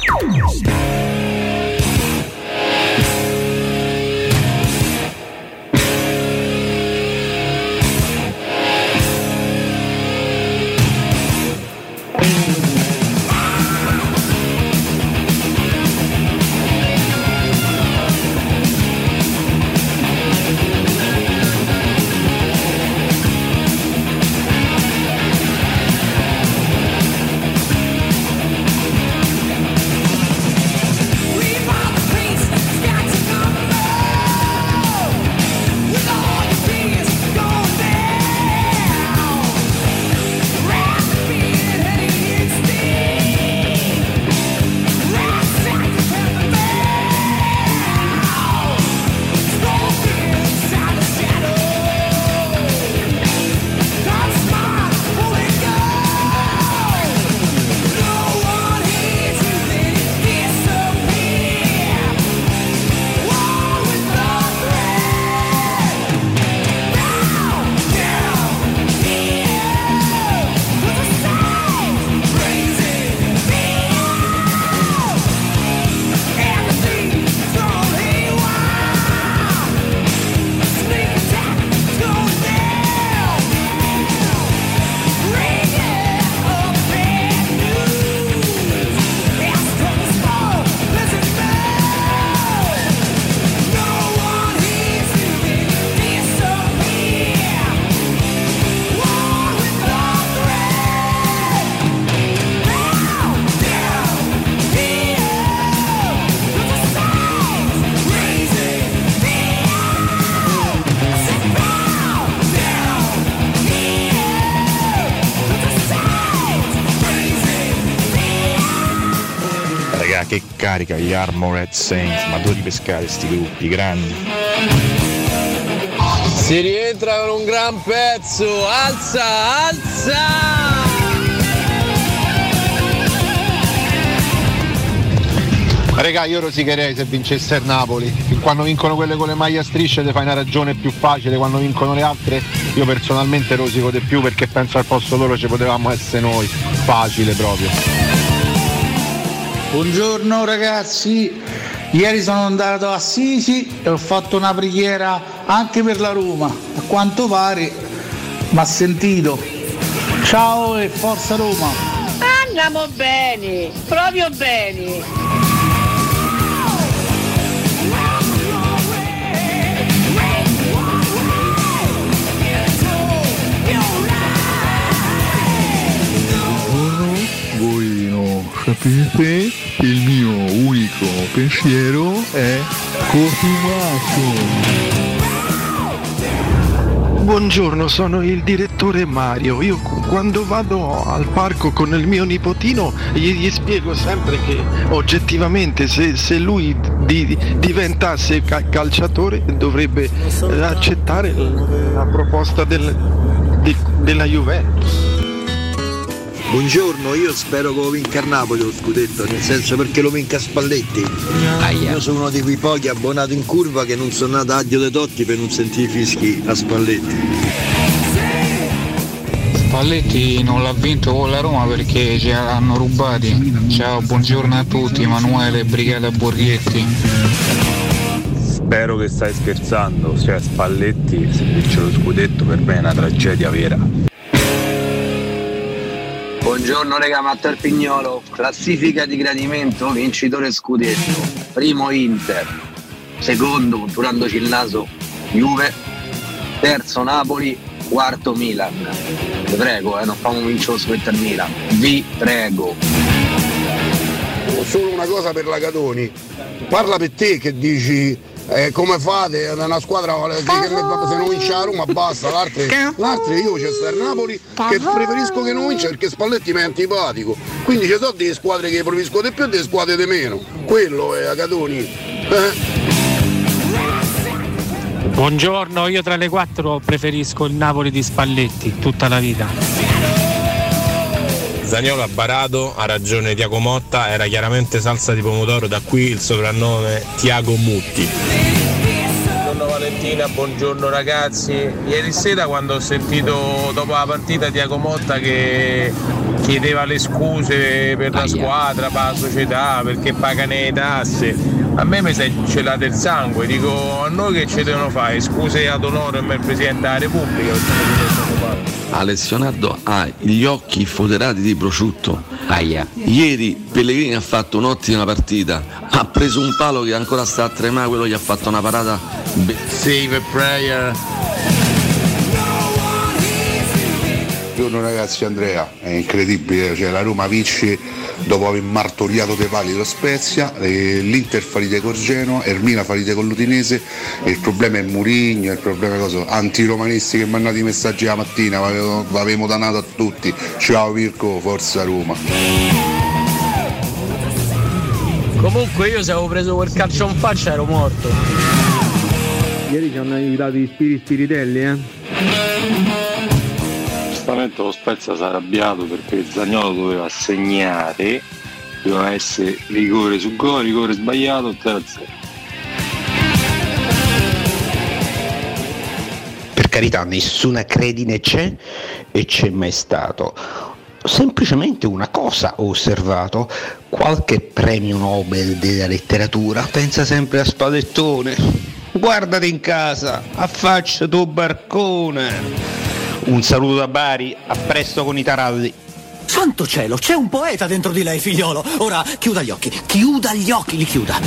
Che carica gli Armored Saints, ma dove pescare sti gruppi grandi? Si rientra con un gran pezzo, alza, alza! Regà, io rosicherei se vincesse il Napoli. Quando vincono quelle con le maglie a strisce ti fai una ragione più facile, quando vincono le altre io personalmente rosico di più perché penso al posto loro ci potevamo essere noi, facile proprio. Buongiorno ragazzi, ieri sono andato a Assisi e ho fatto una preghiera anche per la Roma, a quanto pare mi ha sentito. Ciao e forza Roma! Andiamo bene, proprio bene! Sapete che il mio unico pensiero è Cotumaccio. Buongiorno, sono il direttore Mario. Io quando vado al parco con il mio nipotino gli spiego sempre che oggettivamente se lui diventasse calciatore dovrebbe accettare la proposta della Juventus. Buongiorno, io spero che lo vinca il Napoli lo scudetto, nel senso perché lo vinca Spalletti. Io sono uno di quei pochi abbonati in curva che non sono nato Aglio de Totti per non sentire i fischi a Spalletti. Spalletti non l'ha vinto con la Roma perché ci hanno rubati. Ciao, buongiorno a tutti, Emanuele, Brigata Borghetti. Spero che stai scherzando, cioè Spalletti se vince lo scudetto per me è una tragedia vera. Buongiorno regà, Matteo Pignolo, classifica di gradimento, vincitore scudetto, primo Inter, secondo, conturandoci il naso, Juve, terzo Napoli, quarto Milan. Vi prego, non famo vincere lo scudetto al Milan, vi prego. Solo una cosa per la Catoni, parla per te che dici come fate una squadra se non vince la Roma basta, l'altro io c'è sta il Napoli che preferisco che non vince perché Spalletti mi è antipatico, quindi ci sono delle squadre che preferisco di più e delle squadre di meno, quello è Agatoni. Buongiorno, io tra le 4 preferisco il Napoli di Spalletti tutta la vita. Zaniolo ha barato, ha ragione Tiago Motta, era chiaramente salsa di pomodoro, da qui il soprannome Tiago Mutti. Buongiorno Valentina, buongiorno ragazzi. Ieri sera quando ho sentito dopo la partita Tiago Motta che chiedeva le scuse per la squadra, per la società, perché pagano le tasse, a me mi si è gelato il sangue, dico a noi che ci devono fare, scuse ad onore per il Presidente della Repubblica. Alessio Nardo ha gli occhi foderati di prosciutto. Ieri Pellegrini ha fatto un'ottima partita, ha preso un palo che ancora sta a tremare, quello gli ha fatto una parata save a prayer. Buongiorno ragazzi, Andrea, è incredibile, cioè la Roma vince dopo aver martoriato dei pali lo Spezia, l'Inter fa lite col Genoa, Ermina fa lite con l'Udinese, e il problema è Mourinho, il problema è cosa? Antiromanisti che mi hanno dato i messaggi la mattina, avevamo danato a tutti, ciao Virco, forza Roma. Comunque io se avevo preso quel calcio in faccia ero morto. Ieri ci hanno aiutato gli Spiritelli, Giustamente lo Spezia si è arrabbiato perché Zaniolo doveva segnare, doveva essere rigore su gol, rigore sbagliato, 3-0. Per carità, nessuna credine c'è e c'è mai stato. Semplicemente una cosa ho osservato: qualche premio Nobel della letteratura pensa sempre a Spadettone. Guardati in casa, affaccia tuo barcone. Un saluto da Bari, a presto con i taralli. Santo cielo, c'è un poeta dentro di lei, figliolo. Ora chiuda gli occhi, li chiuda.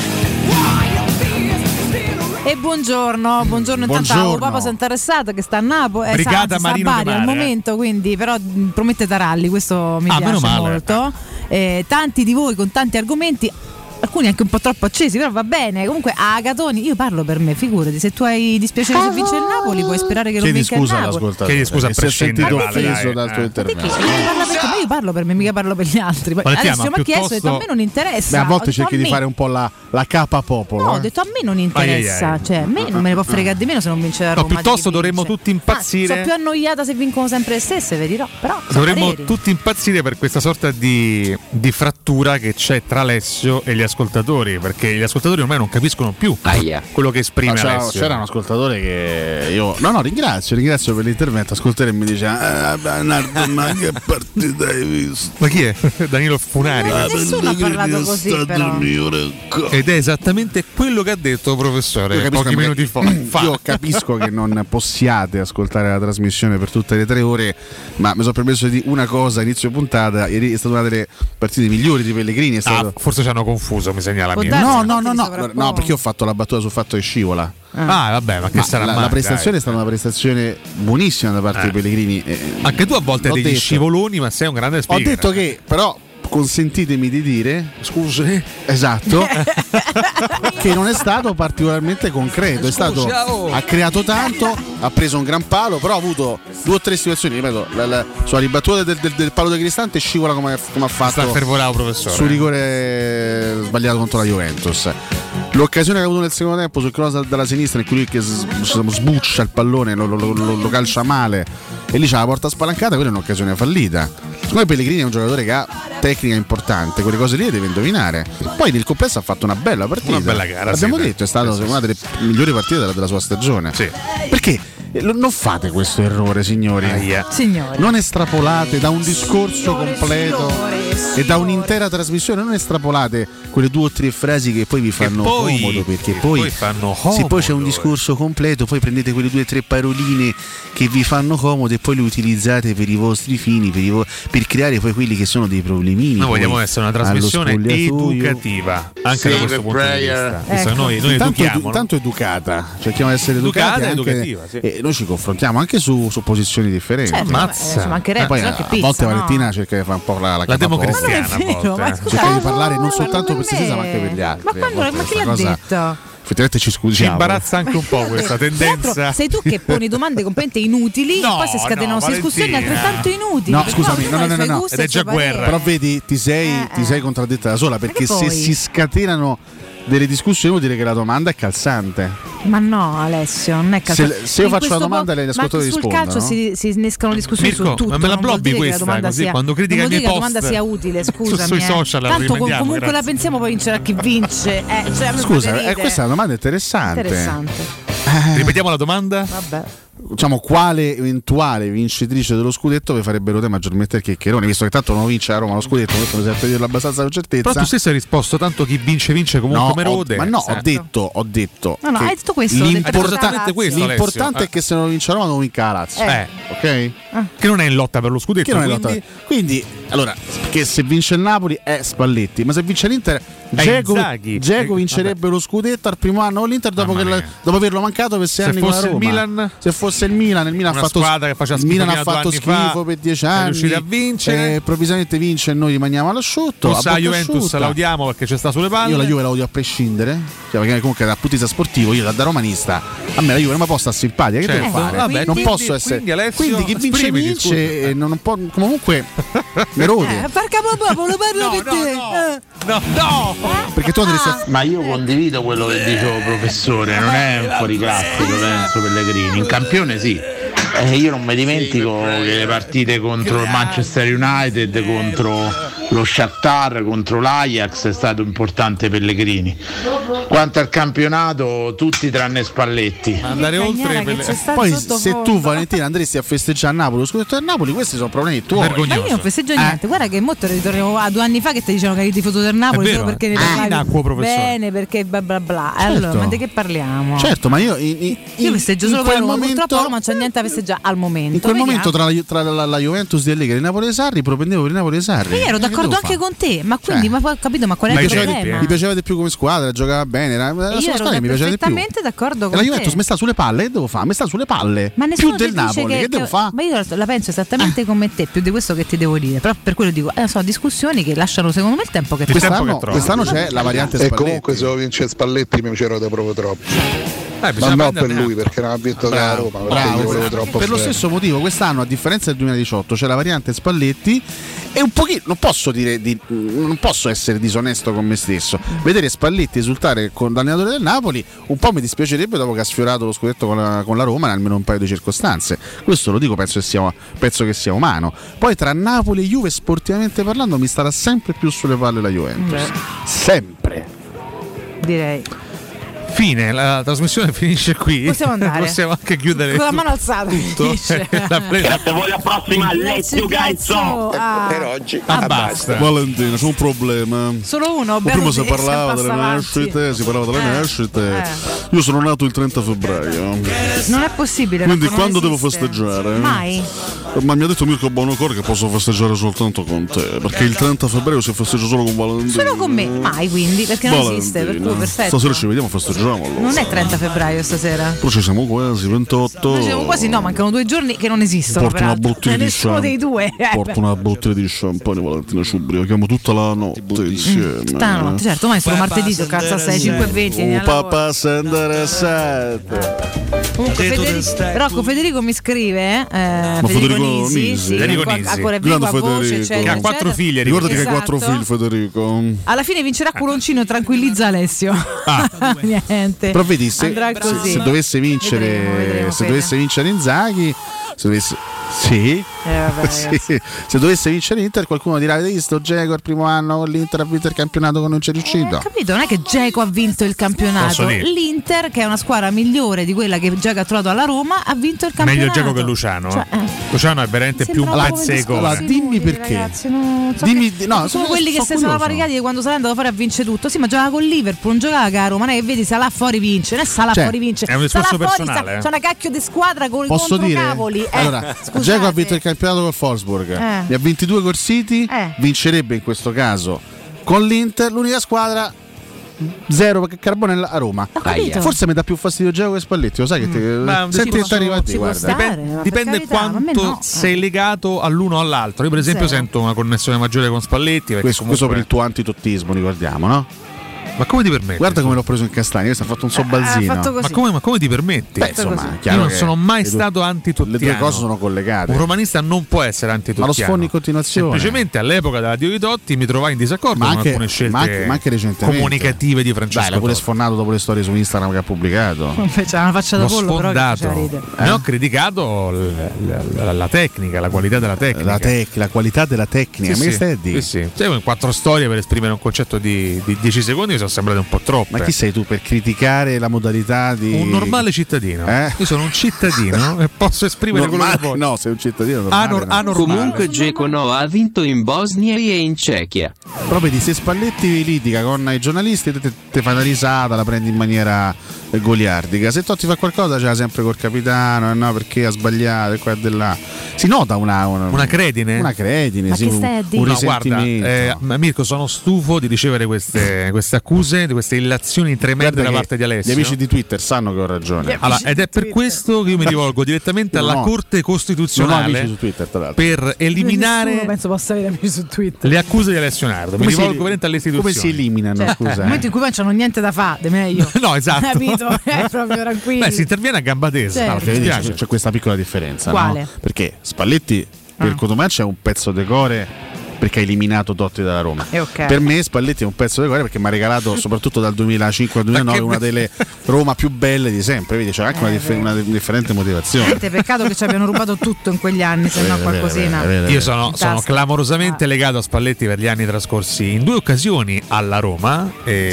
E buongiorno intanto a Papa Sant'Arressato che sta a Napoli, Brigata sta a Marino Bari al momento, quindi però promette taralli, questo mi piace molto. Tanti di voi con tanti argomenti, alcuni anche un po' troppo accesi, però va bene. Comunque Agatoni, io parlo per me, figurati, se tu hai dispiacere se vince il Napoli puoi sperare che non vinca il Napoli. Chiedi scusa a prescindere dal tuo intervento. Io parlo per me, mica parlo per gli altri. Adesso mi ha chiesto, ho detto a me non interessa. Beh, a volte cerchi di fare un po' la capa popolo. No, ho detto a me non interessa, cioè a me non me ne può fregare di meno se non vince la Roma. No, piuttosto dovremmo tutti impazzire. Sono più annoiata se vincono sempre le stesse, vi dirò. Però dovremmo tutti impazzire per questa sorta di frattura che c'è tra Alessio e gli ascoltatori, perché gli ascoltatori ormai non capiscono più quello che esprime Alessio. C'era un ascoltatore che io ringrazio per l'intervento, ascoltatore mi dice ma che partita hai visto? Ma chi è? Danilo Funari. Nessuno ha parlato così, però. Ed è esattamente quello che ha detto il professore pochi minuti fa. Io capisco che non possiate ascoltare la trasmissione per tutte le 3 ore, ma mi sono permesso di dire una cosa inizio puntata. Ieri è stata una delle partite migliori di Pellegrini. Forse ci hanno confuso, mi segnala mia. No, perché ho fatto la battuta sul fatto che scivola. Vabbè, ma che sarà mai? La prestazione è stata una prestazione buonissima da parte di Pellegrini. Anche tu a volte hai degli scivoloni, ma sei un grande speaker. Ho detto che però consentitemi di dire, scusi, esatto, che non è stato particolarmente concreto. Ha creato tanto, ha preso un gran palo, però ha avuto 2 o 3 situazioni, ripeto, sulla ribattuta del palo di Cristante scivola come ha fatto sta fervorato professore su rigore sbagliato contro la Juventus. L'occasione che ha avuto nel secondo tempo sul cross dalla sinistra in cui lui che sbuccia il pallone, lo calcia male e lì c'ha la porta spalancata, quella è un'occasione fallita. Secondo me Pellegrini è un giocatore che ha tecnica importante, quelle cose lì le deve indovinare. Poi nel complesso ha fatto una bella partita, una bella gara, l'abbiamo detto, è stata una delle migliori partite della sua stagione. Sì. Perché non fate questo errore, signori. Non estrapolate da un discorso completo e da un'intera trasmissione, non estrapolate quelle 2 o 3 frasi che poi vi fanno comodo, perché poi fanno se poi c'è un discorso completo, poi prendete quelle 2 o 3 paroline che vi fanno comodo e poi le utilizzate per i vostri fini, per creare poi quelli che sono dei problemini. Noi vogliamo essere una trasmissione educativa anche da questo punto di vista. Ecco. Noi educhiamo, tanto educata, cerchiamo di essere educati e anche, educativa, sì. E noi ci confrontiamo anche su posizioni differenti. Certo, poi a volte Valentina cerca di fare un po' la democristiana a volte. Cerca di parlare non soltanto per se stessa ma anche per gli altri. Ma chi l'ha detto? Effettivamente ci scusiamo. Ci imbarazza anche un po' questa tendenza. Sei tu che poni domande completamente inutili e poi si scatenano discussioni altrettanto inutili. No, scusami, no. Ed è già guerra. Però vedi, ti sei contraddetta da sola, perché se si scatenano delle discussioni vuol dire che la domanda è calzante. Ma no, Alessio, non è calzante. Se io faccio la domanda e gli ascoltatori rispondono. Sul calcio si innescano discussioni su tutto. Ma me la blobbi questa così quando critica i miei post. Non vuol dire che la domanda sia utile, scusami. Sui social tanto comunque la pensiamo, poi vincerà chi vince. Scusa, questa è una domanda interessante. Ripetiamo la domanda? Vabbè. Diciamo, quale eventuale vincitrice dello scudetto vi farebbero te maggiormente il Chiccherone, visto che tanto non vince a Roma lo scudetto, questo mi serve dirlo abbastanza con certezza. Però tu stesso hai risposto tanto chi vince comunque merode. Ma no, ho detto no, hai detto questo. L'importante è che se non vince a Roma non vinca la Lazio. Ok? Che non è in lotta per lo scudetto. Quindi allora, perché se vince il Napoli è Spalletti, ma se vince l'Inter Dzeko vincerebbe lo scudetto al primo anno con l'Inter dopo averlo mancato per 6 anni con la Roma. Se fosse il Milan ha fatto schifo per 10 anni, è riuscito a vincere, improvvisamente vince e noi rimaniamo all'asciutto. Forse la Juventus la odiamo perché ci sta sulle palle. Io la Juve la odio a prescindere, perché comunque dal punto di vista sportivo, io da romanista, a me la Juve non mi può stare simpatica, che devo fare? Non posso essere, quindi chi vince non può, comunque merode. Porca popolo, lo parlo per te. No. Perché tu andresti Ma io condivido quello che dicevo professore, non è un fuoriclassico Lorenzo Pellegrini, in campione sì. Io non mi dimentico che le partite contro il Manchester United, contro lo Shakhtar, contro l'Ajax è stato importante Pellegrini. Quanto al campionato, tutti tranne Spalletti. Andare oltre poi se tu Valentina andresti a festeggiare a Napoli lo scudetto del Napoli, questi sono problemi tuoi. Ma io non festeggio niente, guarda che molto ritorniamo a 2 anni fa che ti dicevano che eri tifoso del Napoli solo perché ne parlavi bene, perché bla bla bla. Allora, ma di che parliamo? Certo, ma io festeggio solo per Roma, purtroppo a Roma non c'è niente da festeggiare al momento. In quel momento tra la Juventus di Allegri e i Napoli Sarri propendevo per i Napoli Sarri. Io ero d'accordo anche con te, ma quindi ma capito, ma qual è il problema? Mi piaceva di più come squadra, giocava bene, la sua squadra mi piaceva di più. D'accordo con la Juventus mi sta sulle palle, che devo fare? Mi sta sulle palle. Ma più del Napoli, che devo fare? Ma io la penso esattamente come te, più di questo che ti devo dire. Però per quello dico, sono discussioni che lasciano secondo me il tempo che quest'anno c'è la variante Spalletti. E comunque se lo vince Spalletti mi c'ero proprio troppo. Ma no per lui, perché non ha vinto da Roma. Bravo. Per lo stesso motivo quest'anno, a differenza del 2018, c'è la variante Spalletti e un pochino non posso essere disonesto con me stesso. Vedere Spalletti esultare con l'allenatore del Napoli un po' mi dispiacerebbe dopo che ha sfiorato lo scudetto con la Roma in almeno un paio di circostanze. Questo lo dico, penso che sia umano. Poi tra Napoli e Juve, sportivamente parlando, mi starà sempre più sulle palle la Juventus. Sempre. Direi. Fine, la trasmissione finisce qui. Possiamo andare. Possiamo anche chiudere con la mano alzata. Grazie a voi, alla prossima. Let's you guys. Per oggi basta. Valentina, c'è un problema. Solo uno. Prima si parlava delle nascite. Io sono nato il 30 febbraio. Non è possibile. Quindi quando devo festeggiare? Mai. Ma mi ha detto Mirko Bonocore che posso festeggiare soltanto con te, perché il 30 febbraio si festeggia solo con Valentina. Solo con me? Mai, quindi, perché non esiste. Per cui perfetto. Stasera ci vediamo, festeggiamo. Allora. Non è 30 febbraio stasera. Però ci siamo quasi, 28. Ci siamo quasi, no, mancano 2 giorni che non esistono. Porto una bottiglia di champagne. Dei due. Porto una bottiglia di champagne, Valentina, ci ubriachiamo tutta la notte insieme. Tutta la notte, certo, ma è solo martedì, cazzo a 6, 5 e 20. Papà, sei interessato. Comunque Rocco Federico mi scrive Federico Nisi. Ancora è vivo a voce, che ha 4 figli. Ricordati che hai 4 figli, Federico. Alla fine vincerà Culoncino, tranquillizza Alessio. Niente. Però vedi, se dovesse vincere Inzaghi, se dovesse vincere l'Inter, qualcuno dirà: hai visto Dzeko il primo anno con l'Inter ha vinto il campionato che non c'è riuscito. Ho capito, non è che Dzeko ha vinto il campionato, l'Inter, che è una squadra migliore di quella che Dzeko ha trovato alla Roma, ha vinto il campionato. Meglio Dzeko che Luciano. Luciano è veramente più pazzesco. Allora, dimmi perché. Ragazzi, sono quelli che si sono paricati quando sarà andato fuori a vincere tutto. Sì, ma giocava con Liverpool, non giocava con la Roma. Non è che vedi Salah fuori vince, non è Salah fuori vince. È un discorso personale. C'è una cacchio di squadra con posso contro dire? Cavoli. Allora, Dzeko ha vinto il campionato col Wolfsburg, ne ha 22 col City, vincerebbe in questo caso con l'Inter, l'unica squadra 0 perché Carbonella a Roma. Forse mi dà più fastidio Dzeko che Spalletti, lo sai che senti che arriva a te, guarda. Dipende quanto sei legato all'uno o all'altro. Io per esempio sento una connessione maggiore con Spalletti. Questo per il tuo antitottismo, ricordiamo, no? Ma come ti permetti? Guarda come l'ho preso in castagna, questo ha fatto un sobbalzino. Ma come ti permetti? Insomma, io non sono mai stato antitottiano. Le due cose sono collegate. Un romanista non può essere antitottiano. Ma lo sfondi in continuazione. Semplicemente all'epoca della Dio di Totti mi trovai in disaccordo con alcune scelte ma anche recentemente comunicative di Francesco. Dai, l'ha pure sfondato dopo le storie su Instagram che ha pubblicato. C'è una faccia da pollo, sfondato. Ne ho criticato la tecnica, la qualità della tecnica. La qualità della tecnica. Sì, mi stai a dire? Sì. Cioè, 4 storie per esprimere un concetto di 10 secondi mi sono sembrate un po' troppo. Ma chi sei tu per criticare la modalità di un normale cittadino? Io sono un cittadino e posso esprimere quello che voglio. No, sei un cittadino normale. Comunque Dzeko ha vinto in Bosnia e in Cechia. Però vedi, se Spalletti litiga con i giornalisti te fai una risata, la prendi in maniera goliardica. Se Totti fa qualcosa ce l'ha sempre col capitano, no, perché ha sbagliato e qua e là. Si nota una credine. Una credine, sì, un risentimento. Guarda, Mirko, sono stufo di ricevere queste accuse, di queste illazioni tremende da parte di Alessio. Gli amici di Twitter sanno che ho ragione. Allora, ed è per questo che io mi rivolgo direttamente alla Corte Costituzionale su Twitter, per eliminare nessuno, penso possa avere amici su Twitter. Le accuse di Alessio Nardo. Mi rivolgo veramente alle istituzioni. Come si eliminano? Scusa, nel momento in cui poi non hanno niente da fare, meglio. No, esatto. Capito? È proprio tranquillo. Si interviene a gamba tesa. Certo. C'è questa piccola differenza. Quale? No? Perché Spalletti per Cotomaccio è un pezzo decore perché ha eliminato Totti dalla Roma. Per me Spalletti è un pezzo di cuore perché mi ha regalato soprattutto dal 2005 al 2009 una delle Roma più belle di sempre, vedi, c'è anche una differente motivazione. Peccato che ci abbiano rubato tutto in quegli anni, se no qualcosina. Io sono clamorosamente legato a Spalletti per gli anni trascorsi in 2 occasioni alla Roma,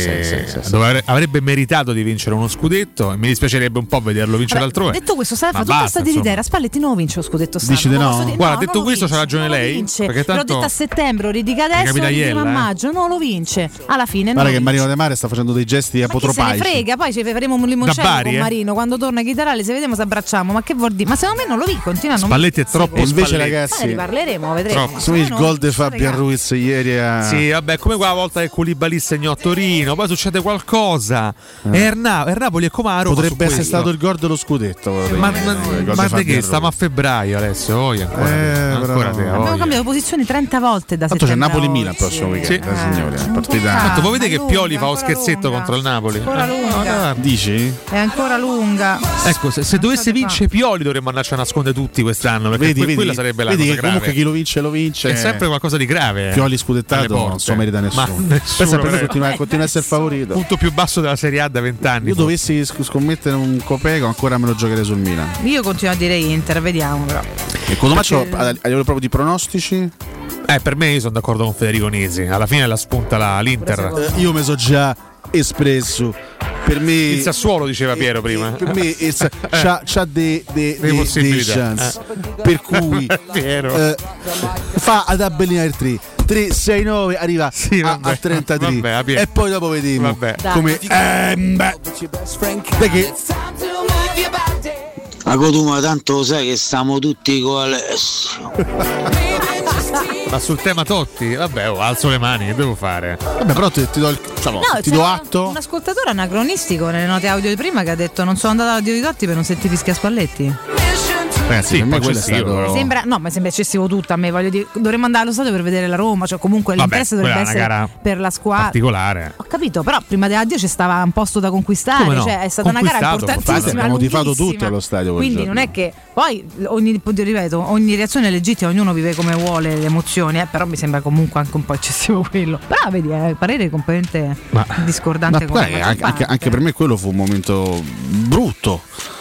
dove avrebbe meritato di vincere uno scudetto e mi dispiacerebbe un po' vederlo vincere altrove. Detto questo, fa tutta sta tiritera, Spalletti non vince lo scudetto. Dici di no? Guarda, detto questo c'ha ragione lei, perché tanto l'ho detto a settembre, ridica adesso, a maggio, non lo vince. Alla fine guarda che Marino De Mare sta facendo dei gesti apotropaici. Ma se ne frega, poi ci faremo un limoncello con Marino quando torna a Chitarale, se vediamo se abbracciamo, ma che vuol dire? Ma secondo me non lo vi continua a non Spalletti è troppo invece ragazzi, ne parleremo, vedremo. Il gol di Fabian Ruiz ieri Sì, vabbè, come quella volta che Koulibaly segnò a Torino, poi succede qualcosa. E il Napoli è come a Roma. Potrebbe essere stato il gol dello scudetto. Ma di che? Stiamo a febbraio adesso, abbiamo cambiato posizioni 30 volte da settembre. C'è Napoli-Milan il prossimo weekend, signore. Partita. Voi vedete che Pioli fa lo scherzetto contro il Napoli? Dici? È ancora lunga. Ecco, se dovesse vincere Pioli dovremmo andarci a nascondere tutti quest'anno, perché quella sarebbe la cosa grave. Comunque chi lo vince è sempre qualcosa di grave. Pioli scudettato non so merita nessuno. Continua a essere favorito. Punto più basso della Serie A da 20 anni. Io dovessi scommettere un copeco ancora me lo giocherei sul Milan. Io continuo a dire Inter, vediamo però. E Cotomaccio a livello proprio di pronostici? Per me io sono d'accordo con Federico Nisi. Alla fine la spunta l'Inter. Io mi so già espresso. Per me il Sassuolo diceva Piero prima. Per me c'ha dei chance. Per cui fa ad abbellire il 3, 6, 9 arriva a 33 e poi dopo vediamo come perché a Cotuma tanto lo sai che stiamo tutti con Alessio. Ma sul tema Totti, alzo le mani, che devo fare? Però ti do atto. Un ascoltatore anacronistico nelle note audio di prima che ha detto non sono andato all'addio di Totti per non sentire fischi a Spalletti. Ragazzi, per me quello è stato... mi sembra eccessivo tutto a me, voglio dire, dovremmo andare allo stadio per vedere la Roma, cioè comunque l'interesse dovrebbe essere per la squadra particolare. Ho capito, però prima della Dio ci stava un posto da conquistare, no? Cioè è stata una gara importantissima, abbiamo tifato tutti allo stadio, quindi non è che poi ogni reazione è legittima, ognuno vive come vuole le emozioni, però mi sembra comunque anche un po' eccessivo quello. Però vedi, parere completamente discordante con anche per me quello fu un momento brutto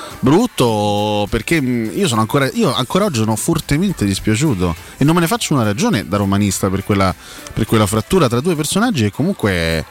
perché io ancora oggi sono fortemente dispiaciuto e non me ne faccio una ragione da romanista per quella frattura tra due personaggi che comunque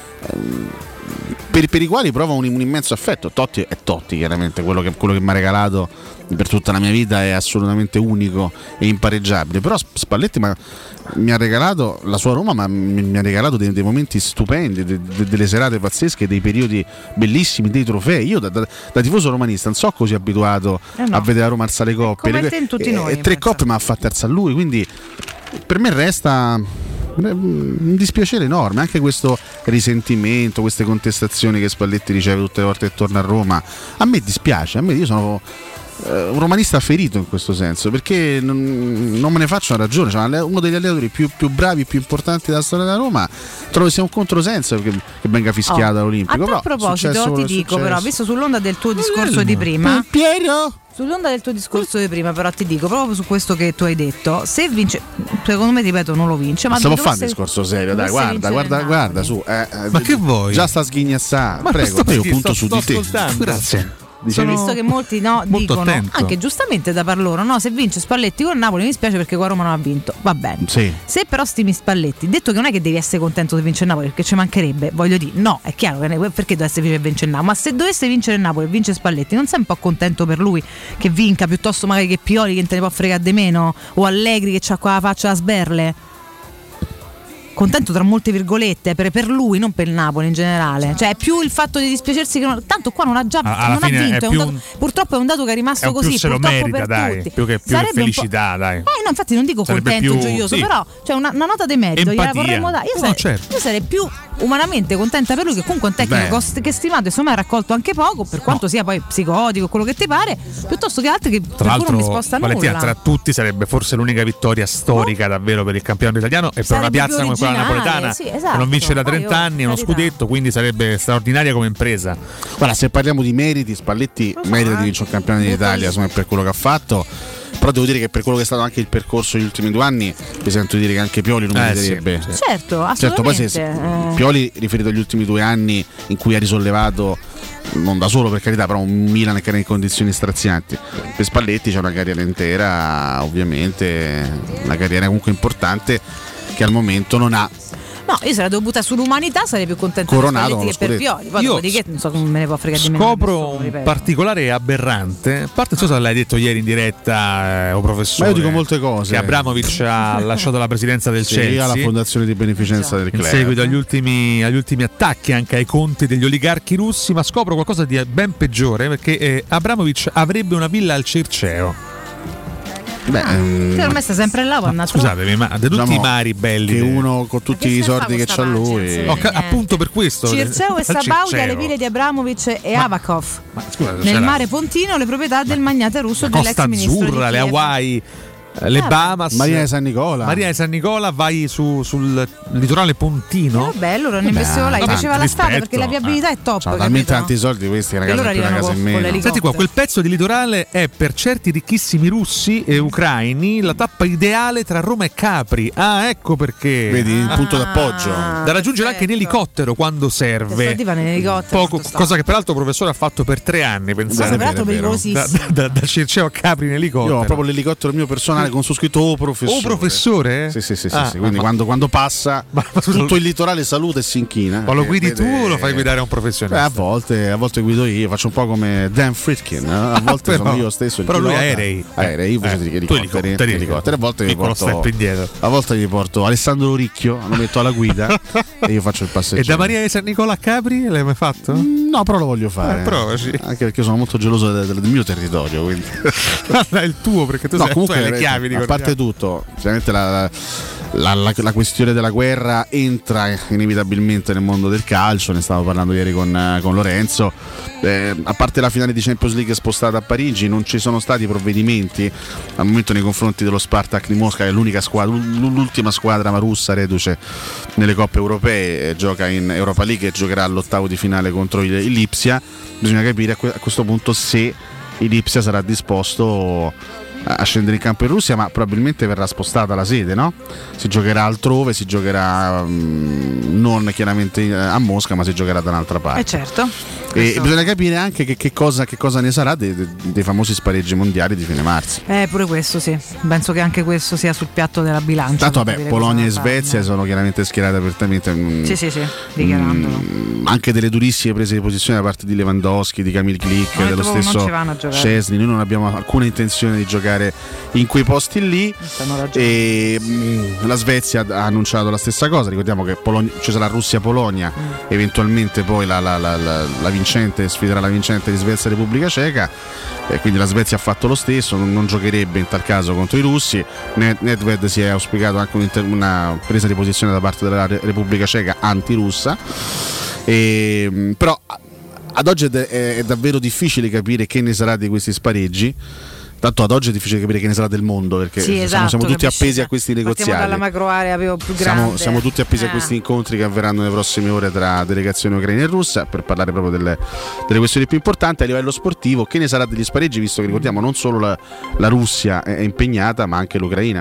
per i quali provo un immenso affetto. Totti è Totti, chiaramente quello che mi ha regalato per tutta la mia vita è assolutamente unico e impareggiabile, però Spalletti mi ha regalato la sua Roma, ma mi ha regalato dei momenti stupendi, delle serate pazzesche, dei periodi bellissimi, dei trofei. Io da tifoso romanista non so così abituato a vedere la Roma alzare le coppe, e 3 coppe ma ha fatto terza a lui, quindi per me resta un dispiacere enorme anche questo risentimento, queste contestazioni che Spalletti riceve tutte le volte che torna a Roma. A me dispiace, io sono un romanista ferito in questo senso, perché non me ne faccio una ragione, cioè, uno degli allenatori più bravi, più importanti della storia della Roma, trovo sia un controsenso che venga fischiato all'Olimpico. A proposito ti dico, però, visto sull'onda del tuo discorso di prima, sull'onda del tuo discorso di prima, però ti dico proprio su questo che tu hai detto, se vince, secondo me, ripeto, non lo vince, ma stiamo a fare un discorso serio, dai, guarda su, ma che vuoi? Già sta sghignazzando, prego, io punto su di te. Grazie. Visto che molti dicono attento. Anche giustamente da par loro, se vince Spalletti con Napoli mi spiace perché qua Roma non ha vinto, va bene, sì. Se però stimi Spalletti, detto che non è che devi essere contento se vince Napoli, perché ci mancherebbe, voglio dire, no, è chiaro che perché dovesse vincere e vincere Napoli, ma se dovesse vincere Napoli e vince Spalletti, non sei un po' contento per lui che vinca piuttosto magari che Pioli che te ne può fregare di meno, o Allegri che c'ha qua la faccia a sberle? Contento tra molte virgolette per lui, non per il Napoli in generale, cioè è più il fatto di dispiacersi che tanto qua non ha già non ha vinto, purtroppo è un dato che è rimasto così, se lo purtroppo merita, per dai, tutti. più che felicità, dai. No, infatti non dico sarebbe contento, gioioso, sì. Però cioè una nota di merito gliela vorremmo dare. Io sarei più umanamente contenta per lui, che comunque è un tecnico che stimato e insomma ha raccolto anche poco, per quanto sia poi psicotico, quello che ti pare, piuttosto che altri che tra per cui non mi sposta Valentina, nulla. tra tutti sarebbe forse l'unica vittoria storica davvero per il campionato italiano e per una piazza come quella napoletana, sì, esatto. che non vince da 30 anni, uno scudetto, quindi sarebbe straordinaria come impresa. Guarda, se parliamo di meriti, Spalletti merita di vincere un campionato d'Italia, insomma, per quello che ha fatto. Però devo dire che per quello che è stato anche il percorso degli ultimi 2 anni, mi sento dire che anche Pioli non meriterebbe. Sì. Certo, assolutamente. Certo, poi Pioli, riferito agli ultimi 2 anni in cui ha risollevato, non da solo per carità, però un Milan che era in condizioni strazianti. Per Spalletti c'è una carriera intera, ovviamente, una carriera comunque importante che al momento non ha. No, io sarei dovuta sull'umanità, sarei più contento Coronato per Spalletti che per Pioli. Poi dopodiché non so come me ne può fregare di meno. Scopro un particolare aberrante. A parte, non so se l'hai detto ieri in diretta, o professore. Ma io dico molte cose. Che Abramovic ha lasciato la presidenza del Chelsea alla fondazione di beneficenza del club. In seguito agli ultimi attacchi anche ai conti degli oligarchi russi, ma scopro qualcosa di ben peggiore, perché Abramovic avrebbe una villa al Circeo. Che ormai sta sempre là, scusatemi, ma di tutti i mari belli che uno con tutti i soldi che c'ha lui, appunto per questo Circeo e Sabaudia, le ville di Abramovic e Avakov nel mare Pontino, le proprietà del magnate russo dell'ex ministro Azzurra, le Hawaii, le Bahamas, Maria di San Nicola, vai sul litorale pontino. Vabbè, loro ne investono là, gli piaceva la strada perché la viabilità è top. Sono talmente tanti soldi questi, ragazzi, allora una casa in meno. Senti qua, quel pezzo di litorale è per certi ricchissimi russi e ucraini la tappa ideale tra Roma e Capri. Ah, ecco perché. Vedi il punto d'appoggio. Da raggiungere anche in elicottero quando serve. Cosa che peraltro il professore ha fatto per 3 anni, pensate. Peraltro pericolosissimo. Da Circeo a Capri in elicottero. Io ho proprio l'elicottero mio personale con su scritto "O professore". O professore? Sì. Quindi quando passa tutto il litorale saluta e si inchina. Ma lo guidi tu o lo fai guidare a un professionista? A volte guido io, faccio un po' come Dan Fritkin, a volte sono io stesso il però pilota. Lui aerei, elicotteri, a volte gli porto indietro. A volte gli porto Alessandro Ricchio, lo metto alla guida e io faccio il passeggio. E da Maria di San Nicola a Capri l'hai mai fatto? No, però lo voglio fare. Provaci. Anche perché sono molto geloso del mio territorio, quindi. È il tuo, perché tu sei comunque chiavi. A parte tutto, sicuramente la questione della guerra entra inevitabilmente nel mondo del calcio, ne stavo parlando ieri con Lorenzo. A parte la finale di Champions League spostata a Parigi, non ci sono stati provvedimenti al momento nei confronti dello Spartak di Mosca, che è l'unica squadra, l'ultima squadra russa reduce nelle coppe europee, gioca in Europa League e giocherà all'ottavo di finale contro il Lipsia. Bisogna capire a questo punto se il Lipsia sarà disposto a scendere in campo in Russia, ma probabilmente verrà spostata la sede, no? Si giocherà altrove, si giocherà non chiaramente a Mosca, ma si giocherà da un'altra parte. Certo. E bisogna capire anche che cosa ne sarà dei famosi spareggi mondiali di fine marzo. Pure questo sì, penso che anche questo sia sul piatto della bilancia. Tanto Polonia e Svezia sono chiaramente schierate apertamente. Sì, dichiarandolo. Anche delle durissime prese di posizione da parte di Lewandowski, di Kamil Glik, dello stesso Szczesny. Noi non abbiamo alcuna intenzione di giocare in quei posti lì. E la Svezia ha annunciato la stessa cosa. Ricordiamo che ci sarà Russia-Polonia, eventualmente poi la vincente sfiderà la vincente di Svezia-Repubblica Ceca, quindi la Svezia ha fatto lo stesso, non giocherebbe in tal caso contro i russi. Nedved si è auspicato anche una presa di posizione da parte della Repubblica Ceca antirussa, però ad oggi è davvero difficile capire che ne sarà di questi spareggi. Tanto ad oggi è difficile capire che ne sarà del mondo, perché siamo tutti appesi a questi negoziati. Partiamo dalla macroarea più grande. Siamo tutti appesi a questi incontri che avverranno nelle prossime ore tra delegazioni ucraine e russa, per parlare proprio delle questioni più importanti a livello sportivo. Che ne sarà degli spareggi, visto che ricordiamo non solo la Russia è impegnata, ma anche l'Ucraina.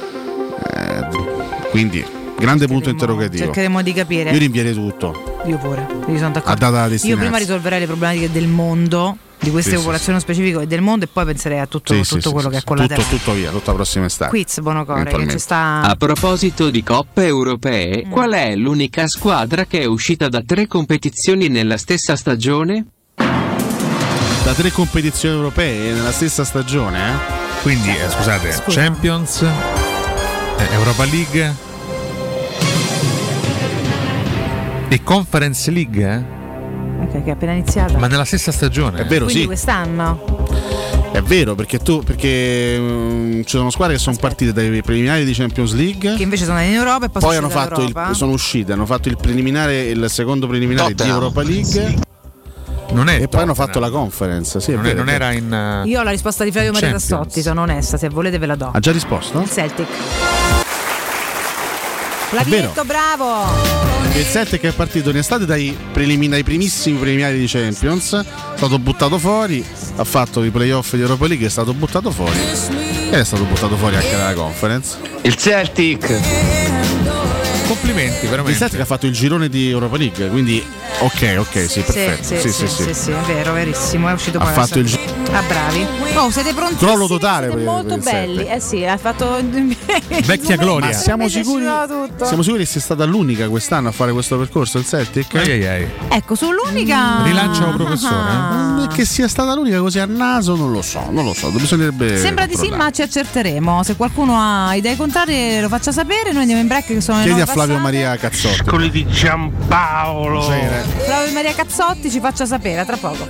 Quindi grande punto interrogativo. Cercheremo di capire. Io rinvierei tutto. Io pure, io sono d'accordo. Io prima risolverei le problematiche del mondo, di queste popolazioni specifiche e del mondo, e poi penserei a tutto quello che è collaterale. Tutto via, tutta la prossima estate. Quiz Bonocore che ci sta. A proposito di coppe europee, qual è l'unica squadra che è uscita da 3 competizioni nella stessa stagione? Da 3 competizioni europee nella stessa stagione? Quindi scusate, Champions, Europa League e Conference League? Che è appena iniziata. Ma nella stessa stagione? È vero, quindi sì. Quest'anno? È vero, perché ci sono squadre che sono partite dai preliminari di Champions League, che invece sono in Europa e poi hanno fatto sono uscite, hanno fatto il preliminare, il secondo preliminare di Europa League. E poi hanno fatto la Conference. Sì, non era in. Io ho la risposta di Flavio Maria Tassotti, sono onesta, se volete ve la do. Ha già risposto? Il Celtic. Flavietto, bravo! Il Celtic è partito in estate dai primissimi preliminari di Champions, è stato buttato fuori, ha fatto i playoff di Europa League, è stato buttato fuori e è stato buttato fuori anche dalla Conference. Il Celtic! Complimenti, veramente. Il Celtic ha fatto il girone di Europa League, quindi ok, sì, perfetto. Sì, è vero, verissimo, è uscito poi. Ha fatto il bravi. Siete pronti? Crollo totale, siete molto belli. Sì, ha fatto vecchia gloria. Ma siamo sicuri che sia stata l'unica quest'anno a fare questo percorso il Celtic? Ecco, sull'unica rilancia un professore. Che sia stata l'unica così a naso, non lo so. Bisognerebbe. Sembra di sì, ma ci accerteremo. Se qualcuno ha idee contrarie lo faccia sapere. Noi andiamo in break, che sono chiedi a Flavio Maria Cazzotti. Quelli di Giampaolo. Flavio Maria Cazzotti ci faccia sapere tra poco.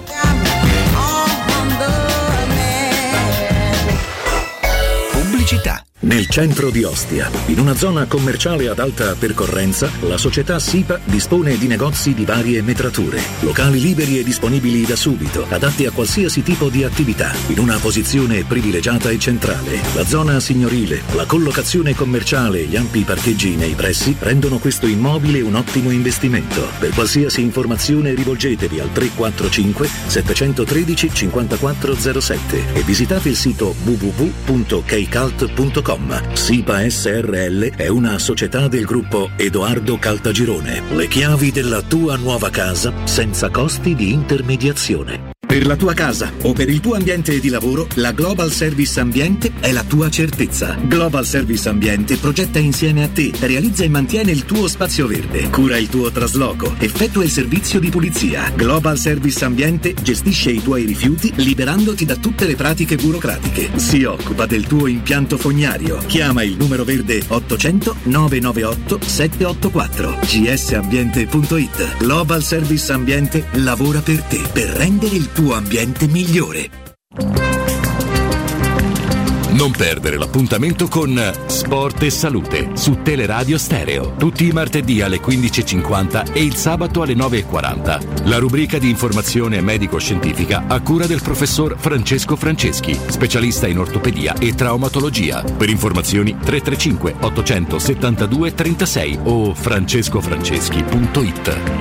Pubblicità. Nel centro di Ostia, in una zona commerciale ad alta percorrenza, la società SIPA dispone di negozi di varie metrature, locali liberi e disponibili da subito, adatti a qualsiasi tipo di attività, in una posizione privilegiata e centrale. La zona signorile, la collocazione commerciale e gli ampi parcheggi nei pressi rendono questo immobile un ottimo investimento. Per qualsiasi informazione rivolgetevi al 345 713 5407 e visitate il sito www.keicalt.com. SIPA SRL è una società del gruppo Edoardo Caltagirone. Le chiavi della tua nuova casa senza costi di intermediazione. Per la tua casa o per il tuo ambiente di lavoro, la Global Service Ambiente è la tua certezza. Global Service Ambiente progetta insieme a te, realizza e mantiene il tuo spazio verde, cura il tuo trasloco, effettua il servizio di pulizia. Global Service Ambiente gestisce i tuoi rifiuti liberandoti da tutte le pratiche burocratiche. Si occupa del tuo impianto fognario. Chiama il numero verde 800 998 784 gsambiente.it. Global Service Ambiente lavora per te, per rendere il tuo ambiente migliore. Non perdere l'appuntamento con Sport e Salute su Teleradio Stereo, tutti i martedì alle 15.50 e il sabato alle 9.40. La rubrica di informazione medico-scientifica a cura del professor Francesco Franceschi, specialista in ortopedia e traumatologia. Per informazioni 335 872 36 o francescofranceschi.it.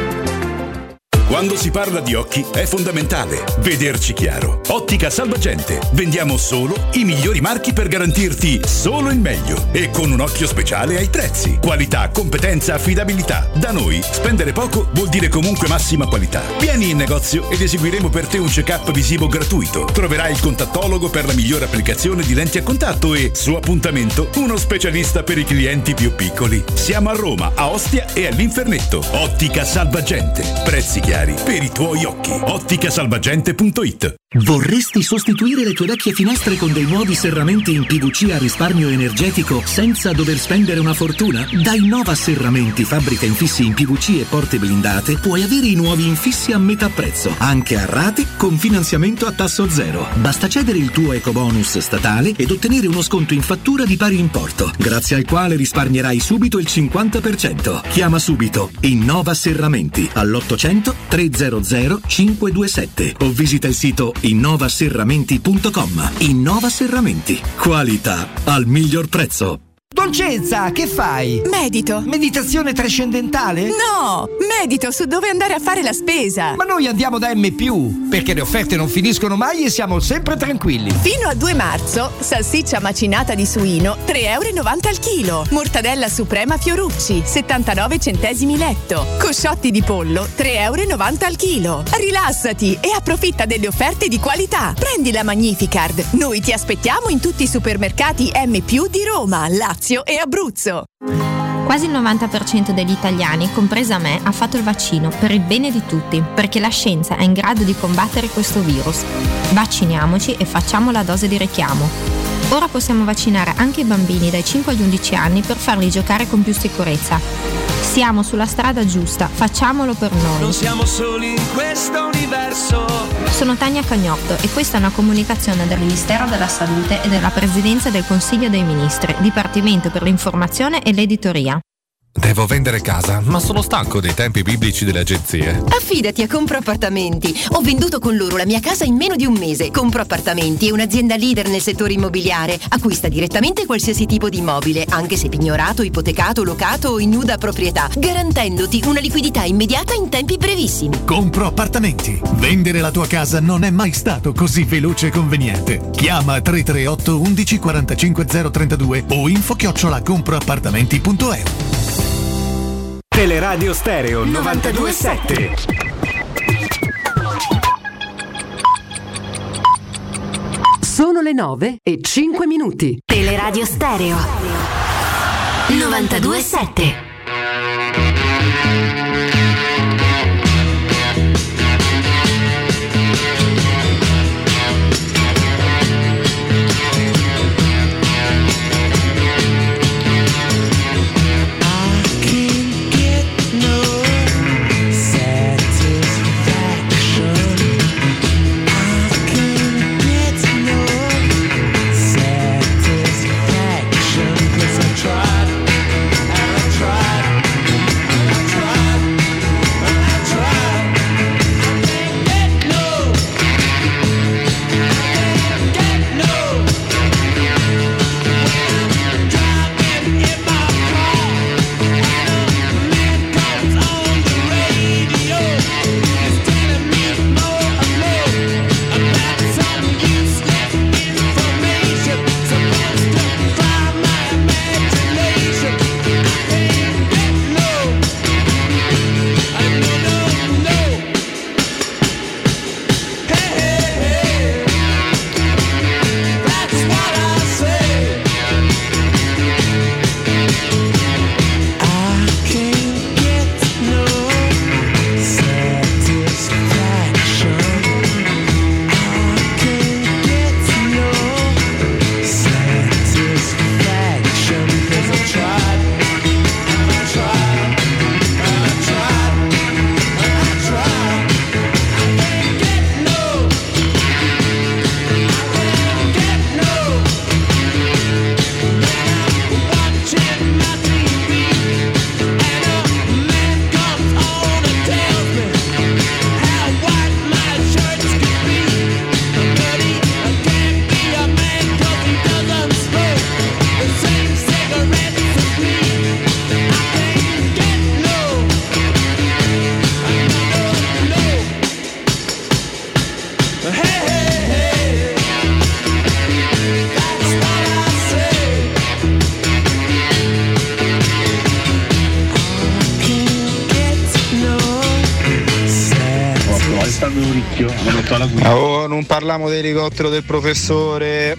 Quando si parla di occhi è fondamentale vederci chiaro. Ottica Salvagente. Vendiamo solo i migliori marchi per garantirti solo il meglio e con un occhio speciale ai prezzi. Qualità, competenza, affidabilità. Da noi spendere poco vuol dire comunque massima qualità. Vieni in negozio ed eseguiremo per te un check-up visivo gratuito. Troverai il contattologo per la migliore applicazione di lenti a contatto e, su appuntamento, uno specialista per i clienti più piccoli. Siamo a Roma, a Ostia e all'Infernetto. Ottica Salvagente. Prezzi chiari per i tuoi occhi. Otticasalvagente.it. Vorresti sostituire le tue vecchie finestre con dei nuovi serramenti in PVC a risparmio energetico senza dover spendere una fortuna? Da Innova Serramenti, fabbrica infissi in PVC e porte blindate, puoi avere i nuovi infissi a metà prezzo, anche a rate con finanziamento a tasso zero. Basta cedere il tuo ecobonus statale ed ottenere uno sconto in fattura di pari importo, grazie al quale risparmierai subito il 50%. Chiama subito Innova Serramenti all'800 300 527 o visita il sito innovaserramenti.com. Innova Serramenti. Qualità al miglior prezzo. Dolcezza, che fai? Medito. Meditazione trascendentale? No, medito su dove andare a fare la spesa. Ma noi andiamo da M+, perché le offerte non finiscono mai e siamo sempre tranquilli. Fino a 2 marzo, salsiccia macinata di suino, 3,90 euro al chilo. Mortadella suprema Fiorucci, 79 centesimi letto. Cosciotti di pollo, 3,90 euro al chilo. Rilassati e approfitta delle offerte di qualità. Prendi la Magnificard. Noi ti aspettiamo in tutti i supermercati M+ di Roma, Lazio e Abruzzo. Quasi il 90% degli italiani, compresa me, ha fatto il vaccino per il bene di tutti, perché la scienza è in grado di combattere questo virus. Vacciniamoci e facciamo la dose di richiamo. Ora possiamo vaccinare anche i bambini dai 5 agli 11 anni per farli giocare con più sicurezza. Siamo sulla strada giusta, facciamolo per noi. Non siamo soli in questo universo. Sono Tania Cagnotto e questa è una comunicazione del Ministero della Salute e della Presidenza del Consiglio dei Ministri, Dipartimento per l'informazione e l'editoria. Devo vendere casa, ma sono stanco dei tempi biblici delle agenzie. Affidati a Compro Appartamenti. Ho venduto con loro la mia casa in meno di un mese. Compro Appartamenti è un'azienda leader nel settore immobiliare. Acquista direttamente qualsiasi tipo di immobile, anche se pignorato, ipotecato, locato o in nuda proprietà, garantendoti una liquidità immediata in tempi brevissimi. Compro Appartamenti. Vendere la tua casa non è mai stato così veloce e conveniente. Chiama 338 11 45 032 o info@comproappartamenti.eu. Teleradio Stereo 92.7. Sono le 9:05. Teleradio Stereo 92.7. Tried, and I tried. ricchio, hanno detto alla guida. Oh, non parliamo dell'elicottero del professore.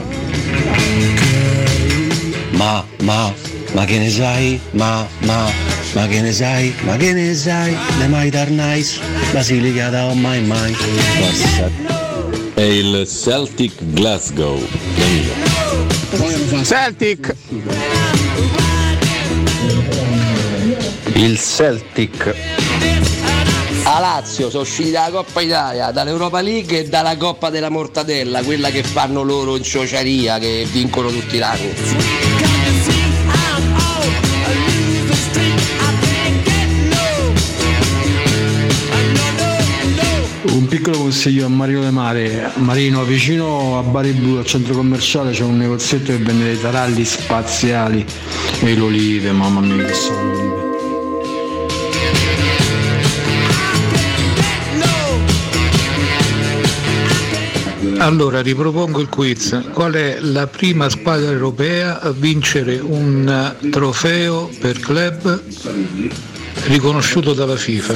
Ma che ne sai? Ma che ne sai? Ma che ne sai? Le mai dar nice, Basilica da mai. Forza. È il Celtic Glasgow. Celtic! Il Celtic. A Lazio sono usciti dalla Coppa Italia, dall'Europa League e dalla Coppa della Mortadella, quella che fanno loro in ciociaria, che vincono tutti l'anno. Un piccolo consiglio a Mario De Mare. Marino, vicino a Bari Blu, al centro commerciale, c'è un negozietto che vende dei taralli spaziali e le olive, mamma mia che sono le olive. Allora ripropongo il quiz. Qual è la prima squadra europea a vincere un trofeo per club riconosciuto dalla FIFA?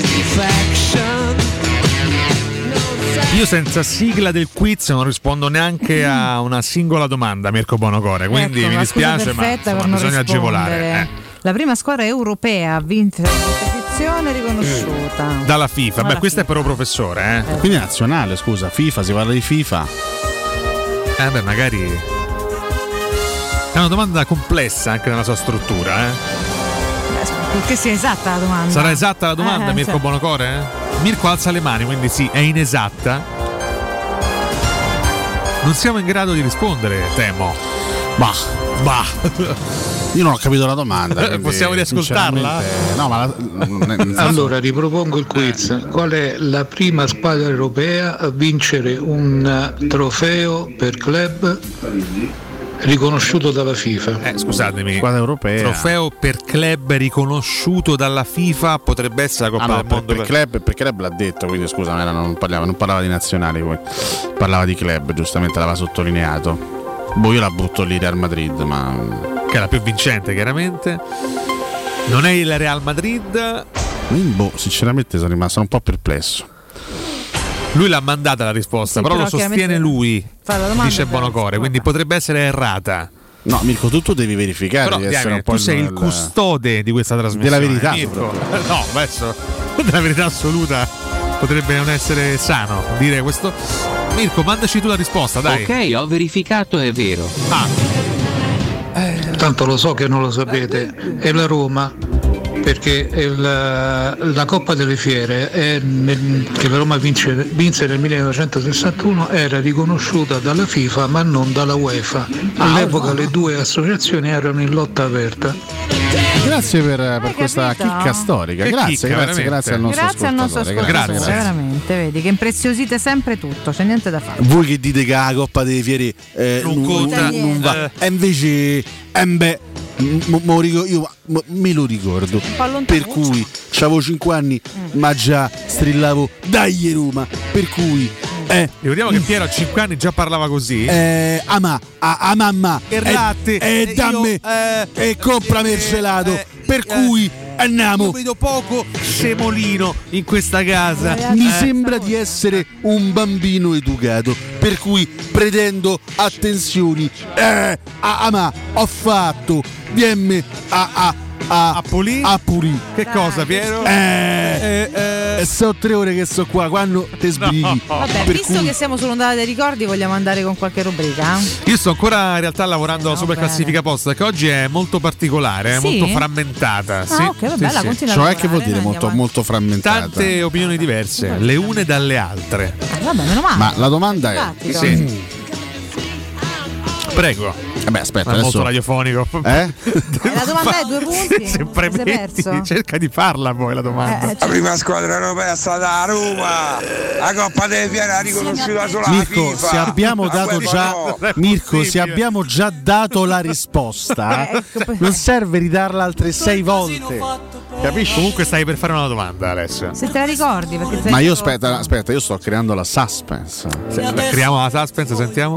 Io senza sigla del quiz non rispondo neanche a una singola domanda, Mirko Bonocore, quindi ecco, mi dispiace, ma insomma, bisogna agevolare. La prima squadra europea a vincere la competizione riconosciuta dalla FIFA. Beh, questo è però professore, Quindi è nazionale, scusa, FIFA, si parla di FIFA. Beh, magari è una domanda complessa anche nella sua struttura, Perché sia esatta la domanda. Sarà esatta la domanda, Mirko sì. Bonocore? Mirko alza le mani, quindi sì, è inesatta. Non siamo in grado di rispondere, temo. Bah. Io non ho capito la domanda. Possiamo riascoltarla? No, ma allora ripropongo il quiz. Qual è la prima squadra europea a vincere un trofeo per club riconosciuto dalla FIFA? Scusatemi, squadra europea. Trofeo per club riconosciuto dalla FIFA potrebbe essere la Coppa del Mondo. Per club l'ha detto, quindi scusa, non parlava di nazionali, poi parlava di club, giustamente l'aveva sottolineato. Io la butto lì Real Madrid, ma che è la più vincente chiaramente. Non è il Real Madrid. Sinceramente sono rimasto un po' perplesso. Lui l'ha mandata la risposta, però lo sostiene lui, dice Bonocore, quindi potrebbe essere errata. No, Mirko, tu devi verificare. Però, devi essere un po' tu sei il custode di questa trasmissione. Della verità, Mirko. No, adesso della verità assoluta potrebbe non essere sano dire questo. Mirko, mandaci tu la risposta, dai. Ok, ho verificato, è vero. Tanto lo so che non lo sapete, è la Roma, perché la Coppa delle Fiere che la Roma vinse nel 1961 era riconosciuta dalla FIFA ma non dalla UEFA. All'epoca le due associazioni erano in lotta aperta. Grazie per questa chicca storica. Grazie al nostro ascoltatore. Grazie, veramente, vedi che impreziosite sempre tutto, c'è niente da fare. Voi che dite che la Coppa delle Fiere non va, e invece io me lo ricordo, per cui avevo 5 anni ma già strillavo dai Roma, per cui ricordiamo che Piero a 5 anni già parlava così. A mamma errate e dammi e comprami il gelato, per cui andiamo. Io vedo poco semolino in questa casa. Mi sembra di essere un bambino educato, per cui pretendo attenzioni. Ma ho fatto DM a Pulì? Che cosa, Piero? Sono 3 ore che sto qua, quando te sbrighi. Vabbè, visto che siamo sull'ondata dei ricordi, vogliamo andare con qualche rubrica? Io sto ancora in realtà lavorando alla super classifica post, che oggi è molto particolare, sì? Molto frammentata. Sì, ok, vabbè, sì. continua. Cioè, che vuol dire molto frammentata? Tante opinioni diverse, le une dalle altre. Vabbè, meno male. Ma la domanda è: sì. Prego. Aspetta, è adesso molto radiofonico. La domanda è 2 punti. Se premetti, cerca di farla poi la domanda. La prima squadra europea è stata la Roma. La Coppa delle Fiere ha riconosciuta solo Mirko, la FIFA. se abbiamo dato già Mirko, se abbiamo già dato la risposta, non serve ridarla altre 6 volte. Capisci? Comunque stai per fare una domanda, Alessio. Se te la ricordi, perché ma io aspetta, io sto creando la suspense. Creiamo la suspense, sentiamo.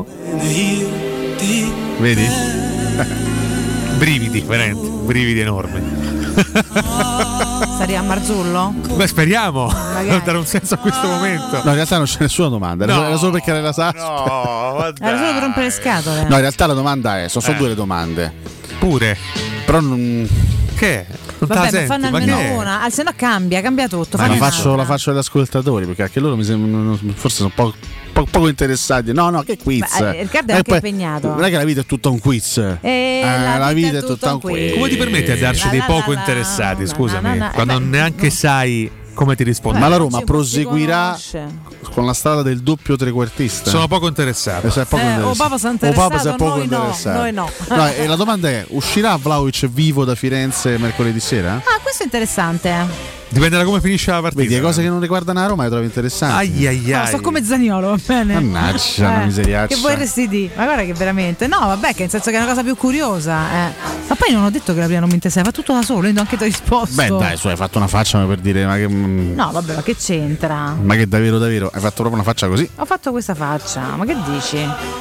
Vedi? Brividi, veramente, brividi enormi. Sta arrivando a Marzullo? Beh, speriamo. Per dare un senso a questo momento. No, in realtà non c'è nessuna domanda. Era solo perché la sa. No, era solo per rompere le scatole. No, in realtà la domanda è: sono due le domande. Pure. Però non. Che? Non vabbè, senti, fanno almeno una. Se no cambia tutto. La faccio agli ascoltatori, perché anche loro mi sembrano, forse sono poco interessati. No, che quiz. Beh, Riccardo è anche impegnato. Non è che la vita è tutta un quiz. La vita è tutta un quiz. Come ti permetti a darci dei poco interessati? Scusami, quando neanche sai come ti rispondo. Ma la Roma proseguirà con la strada del doppio trequartista. Sono poco interessato. O Papa si è interessato, noi no. E la domanda è: uscirà Vlahovic vivo da Firenze mercoledì sera? Ah, questo è interessante. Dipende da come finisce la partita. Vedi, le cose che non riguardano la Roma le trovi interessanti. No, so come Zaniolo, va bene. Mannaggia, una miseriaccia. Che vorresti dire? Ma guarda che veramente. No, vabbè, che nel senso che è una cosa più curiosa. Ma poi non ho detto che la prima non mi interessa, fa tutto da solo, io anche ti ho risposto. Beh, dai, hai fatto una faccia per dire, ma che. No, vabbè, ma che c'entra? Ma che davvero, hai fatto proprio una faccia così? Ho fatto questa faccia, ma che dici?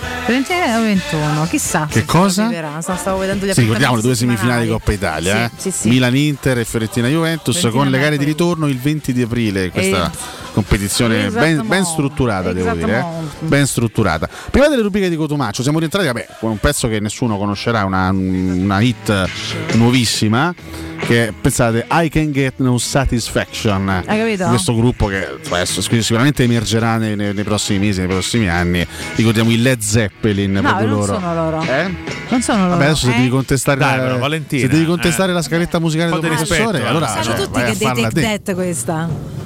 21, chissà. Che cosa? Stavo vedendo gli Sì, ricordiamo le due semifinali di Coppa Italia, sì. Milan-Inter e Fiorentina-Juventus, con le gare di ritorno il 20 di aprile. Questa competizione ben strutturata, devo dire. Ben strutturata. Prima delle rubriche di Cotumaccio siamo rientrati con un pezzo che nessuno conoscerà, una hit nuovissima, che pensate, I Can Get No Satisfaction. Hai capito? Questo gruppo che sicuramente emergerà nei prossimi mesi, nei prossimi anni. Ricordiamo i Led Zeppelin. No, proprio non loro. Sono loro. Non sono loro. Vabbè, adesso se devi contestare, Valentina, se devi contestare la scaletta musicale del professore, allora sanno tutti che dei Take That questa.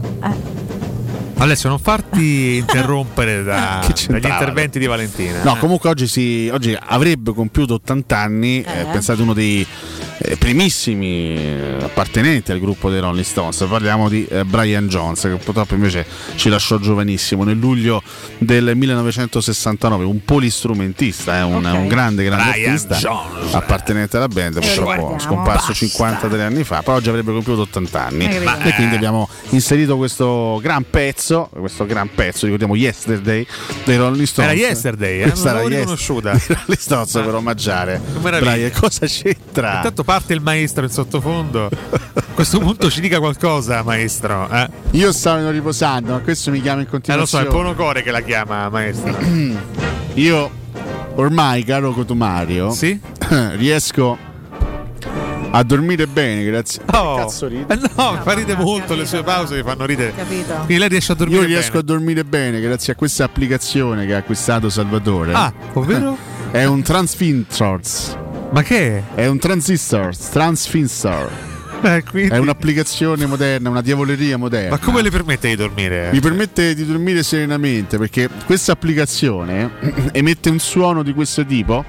Alessio, non farti interrompere dagli interventi di Valentina. No, comunque oggi avrebbe compiuto 80 anni, pensate, uno dei primissimi appartenenti al gruppo dei Rolling Stones. Parliamo di Brian Jones, che purtroppo invece ci lasciò giovanissimo nel luglio del 1969, un polistrumentista, un grande artista, Jones, appartenente alla band, purtroppo scomparso 53 anni fa, però oggi avrebbe compiuto 80 anni e quindi abbiamo inserito questo gran pezzo, ricordiamo Yesterday dei Rolling Stones. Era Yesterday, questa non era riconosciuta. dei Rolling Stones per omaggiare Brian. Cosa c'entra? Intanto parte il maestro in sottofondo. A questo punto ci dica qualcosa, maestro. Io stavo riposando, ma questo mi chiama in continuazione. Lo so, è Ponocore che la chiama, maestro. Io ormai, caro Cotumario, riesco a dormire bene, grazie. Cazzo ride? No, fa ridere molto, le sue pause mi fanno ridere. Capito? Quindi lei riesce a dormire bene. Io riesco a dormire bene grazie a questa applicazione che ha acquistato Salvatore. Ovvero? È un Transfintors. Ma che è? È un Transistor. È un'applicazione moderna, una diavoleria moderna. Ma come le permette di dormire? Mi permette di dormire serenamente, perché questa applicazione emette un suono di questo tipo.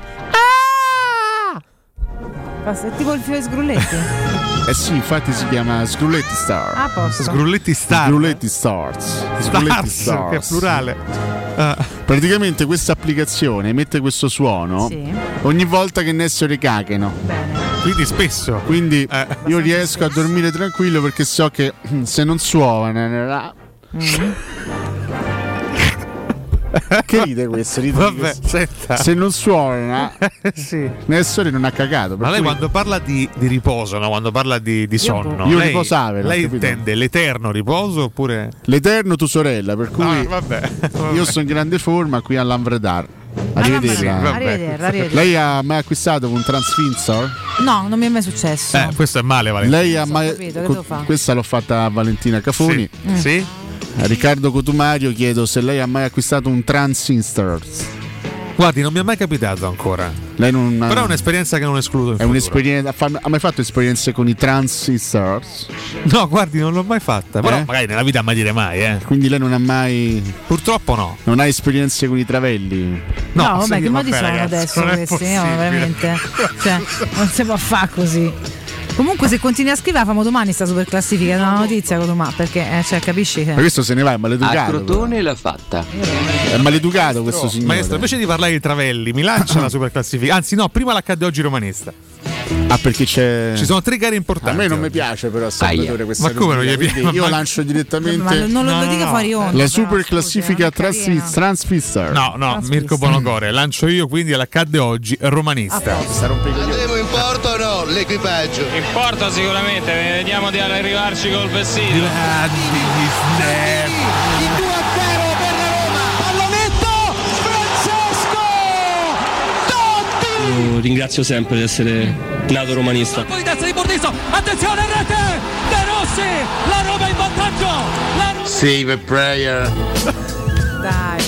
È tipo il filo di Sgrulletti. Sì, infatti si chiama Sgrulletti Star. Posso. Sgrulletti Star. Sgrulletti Stars. Che è plurale. Praticamente questa applicazione emette questo suono ogni volta che Nessere cacano. Bene. Quindi spesso. Quindi io riesco a dormire tranquillo, perché so che se non suona. Che ride questo? Vabbè, senta. Se non suona, Nessore non ha cagato. Ma lei quando parla di riposo, no? Quando parla di sonno, io lei riposavo. Lei intende l'eterno riposo oppure l'eterno tu sorella? Per cui vabbè. Io sono in grande forma qui all'Anvredar. Arrivederla. Lei ha mai acquistato un Transfintor? No, non mi è mai successo. Questo è male, Valentina. Lei ha mai questa l'ho fatta a Valentina Cafoni. Sì. A Riccardo Cotumario chiedo se lei ha mai acquistato un Transistor. Guardi, non mi è mai capitato ancora. Lei non Però è un'esperienza che non escludo. È un'esperienza. Ha mai fatto esperienze con i Transistors? No, guardi, non l'ho mai fatta. Però magari nella vita mai dire mai, Quindi lei non ha mai. Purtroppo no. Non ha esperienze con i travelli? No, vabbè, che modi sono adesso questi? No, veramente. Cioè, non si può fare così. Comunque se continui a scrivere famo domani sta super classifica, è una notizia capisci che. Ma questo se ne va, è maleducato. A Crotone l'ha fatta. È maleducato questo signore. Maestro, invece di parlare di Travelli, mi lancia la super classifica. Anzi no, prima l'accadde oggi romanista. perché c'è. Ci sono 3 gare importanti. A me non mi piace però Salvatore questa Ma come non gli rubrica, piace? io lancio direttamente Ma non lo dica fuori onda. la super classifica Transfister. No, Mirko Bonocore, lancio io, quindi all'accadde oggi romanista. Andremo in porto o no? L'equipaggio? In porto sicuramente, vediamo di arrivarci col vestito. Grandi gli snap. Il 2-0 per la Roma. Pallonetto Francesco Totti. Ringrazio sempre di essere nato romanista. Poi testa di Bordiso, attenzione rete, De Rossi, la Roma in vantaggio. Save a prayer. Dai.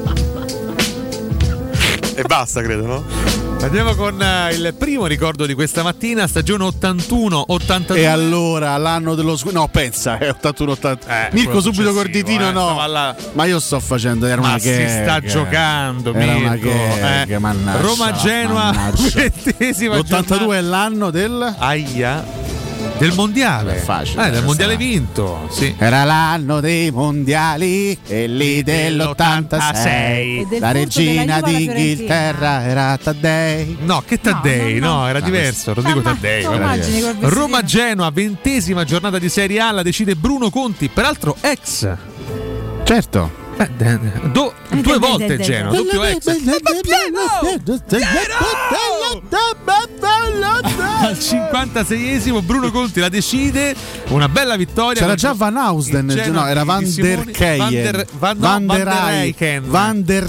E basta, credo, no? Andiamo con il primo ricordo di questa mattina, stagione 81-82. E allora l'anno dello no, pensa, è 81-80. Mirko subito corditino, no. Ma io sto facendo, era una si sta giocando, era Mirko. Una gag, mannaggia. Roma-Genoa, 20ª l'82 è l'anno del del mondiale. È facile. Del mondiale vinto, sì. Era l'anno dei mondiali e lì dell'86. La regina d'Inghilterra era Taddei. No, che Taddei? No, era diverso. Rodrigo Taddei. Roma-Genoa, 20ª giornata di Serie A, la decide Bruno Conti, peraltro ex. Certo. Due volte Genoa, doppio ex. Al 56esimo Bruno Conti la decide, una bella vittoria. C'era già Van Ausden, no, era Van der Keyen. Van der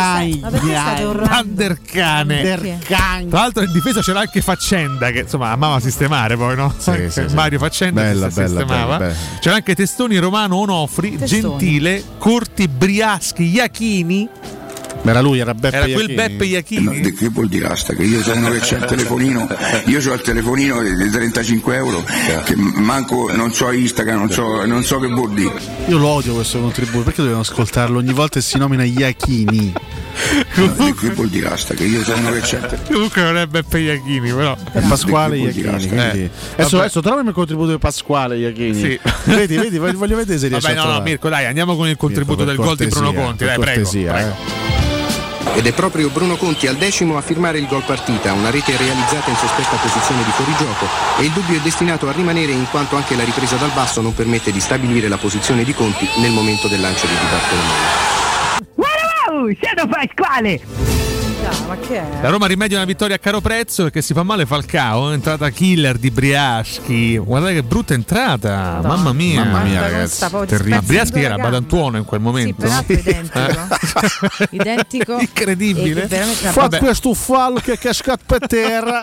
Cane. Tra l'altro in difesa c'era anche Faccenda che insomma amava sistemare poi, no? Sì. Mario Faccenda bella, sistemava. Bella. C'era anche Testoni, Romano, Onofri, Gentile, Corti, Briaschi, Iachini. Era lui, era Beppe Era quel Beppe Iachini. No, che vuol dire asta? Che io sono uno che c'ha il telefonino, io ho il telefonino di 35 euro, che manco non so Instagram, non so che vuol dire. Io lo odio questo contributo, perché dobbiamo ascoltarlo ogni volta e si nomina Iachini? Che vuol dire asta? Che io sono uno che c'ha il telefonino. Comunque non è Beppe Iachini, però è Pasquale Iachini. Adesso trovami il contributo di Pasquale Iachini. Sì. Vedi, voglio vedere se riesci a trovare. No, Mirko, dai, andiamo con il contributo del gol di Bruno Conti, dai, prego. Ed è proprio Bruno Conti al 10° a firmare il gol partita, una rete realizzata in sospetta posizione di fuorigioco, e il dubbio è destinato a rimanere in quanto anche la ripresa dal basso non permette di stabilire la posizione di Conti nel momento del lancio di Di Bartolomeo. Siamo Pasquale! Ma che è? La Roma rimedia una vittoria a caro prezzo perché si fa male Falcao, entrata killer di Briaschi. Guardate che brutta entrata, no. Mamma mia ragazzi, terribile. Briaschi era Badantuono in quel momento. Sì, identico. Incredibile. Fa questo fallo che è cascato per terra.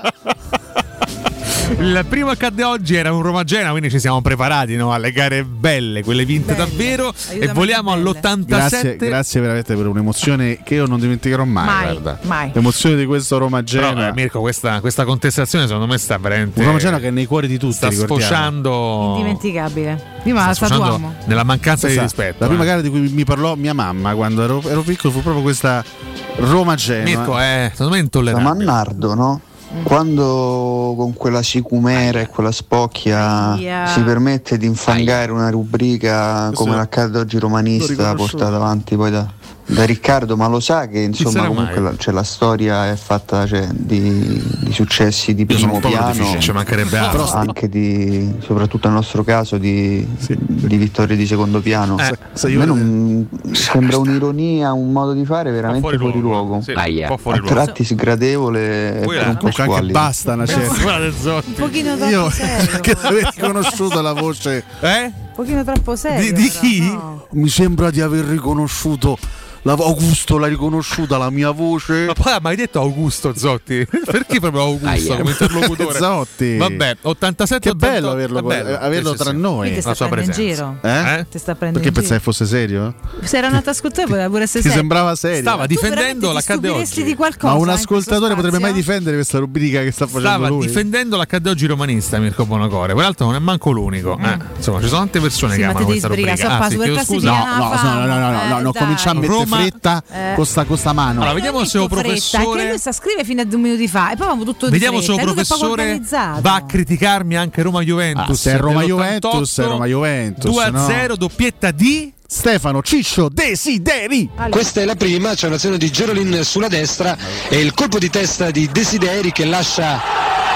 Il primo accadde oggi era un Roma-Genoa, quindi ci siamo preparati, no, alle gare belle, quelle vinte davvero. E voliamo all'87. Grazie veramente per un'emozione che io non dimenticherò mai. Mai. L'emozione di questo Roma-Genoa. Però, Mirko, questa contestazione secondo me sta veramente. Un Roma-Genoa che è nei cuori di tutti. Sta sfociando. Indimenticabile. Prima la statuiamo. Nella mancanza di rispetto. La prima gara di cui mi parlò mia mamma quando ero piccolo fu proprio questa Roma-Genoa. Mirko è secondo me intollerabile. Mannardo, no? Quando con quella sicumera e quella spocchia si permette di infangare una rubrica come l'accade oggi romanista portata avanti poi da Riccardo, ma lo sa che insomma comunque la storia è fatta di successi di primo piano, ci mancherebbe altro, anche soprattutto nel nostro caso di vittorie di secondo piano. A me non sembra un'ironia, un modo di fare veramente fuori luogo, a tratti sgradevole e per un po' anche basta una certa. Un pochino troppo serio. Che avete conosciuto la voce? Un pochino troppo serio. Di chi? No. Mi sembra di aver riconosciuto Augusto, l'ha riconosciuta la mia voce. Ma poi hai detto Augusto Zotti? Perché proprio Augusto come interlocutore? Zotti. Vabbè, 87. Che bello averlo tra noi. Ti sta prendendo in giro. Ti sta prendendo perché pensai fosse serio? Se era andato a ascoltare poteva pure essere serio. Ti sembrava serio. Stava difendendo l'accadde oggi. Di qualcosa, ma un ascoltatore potrebbe mai difendere questa rubrica che sta facendo lui? Stava difendendo l'accadde oggi romanista Mirko Bonocore. Peraltro non è manco l'unico. Insomma, ci sono tante persone che amano questa rubrica. No, comincia a mettere fretta con sta mano. Allora, vediamo se il professore. Che lui scrive fino a 2 minuti fa e poi avevamo tutto di vediamo se il professore va a criticarmi anche Roma-Juventus. Se è Roma-Juventus, è Roma-Juventus. 2-0, doppietta di Stefano Ciccio Desideri. Questa è la prima, c'è un'azione di Gerolin sulla destra e il colpo di testa di Desideri che lascia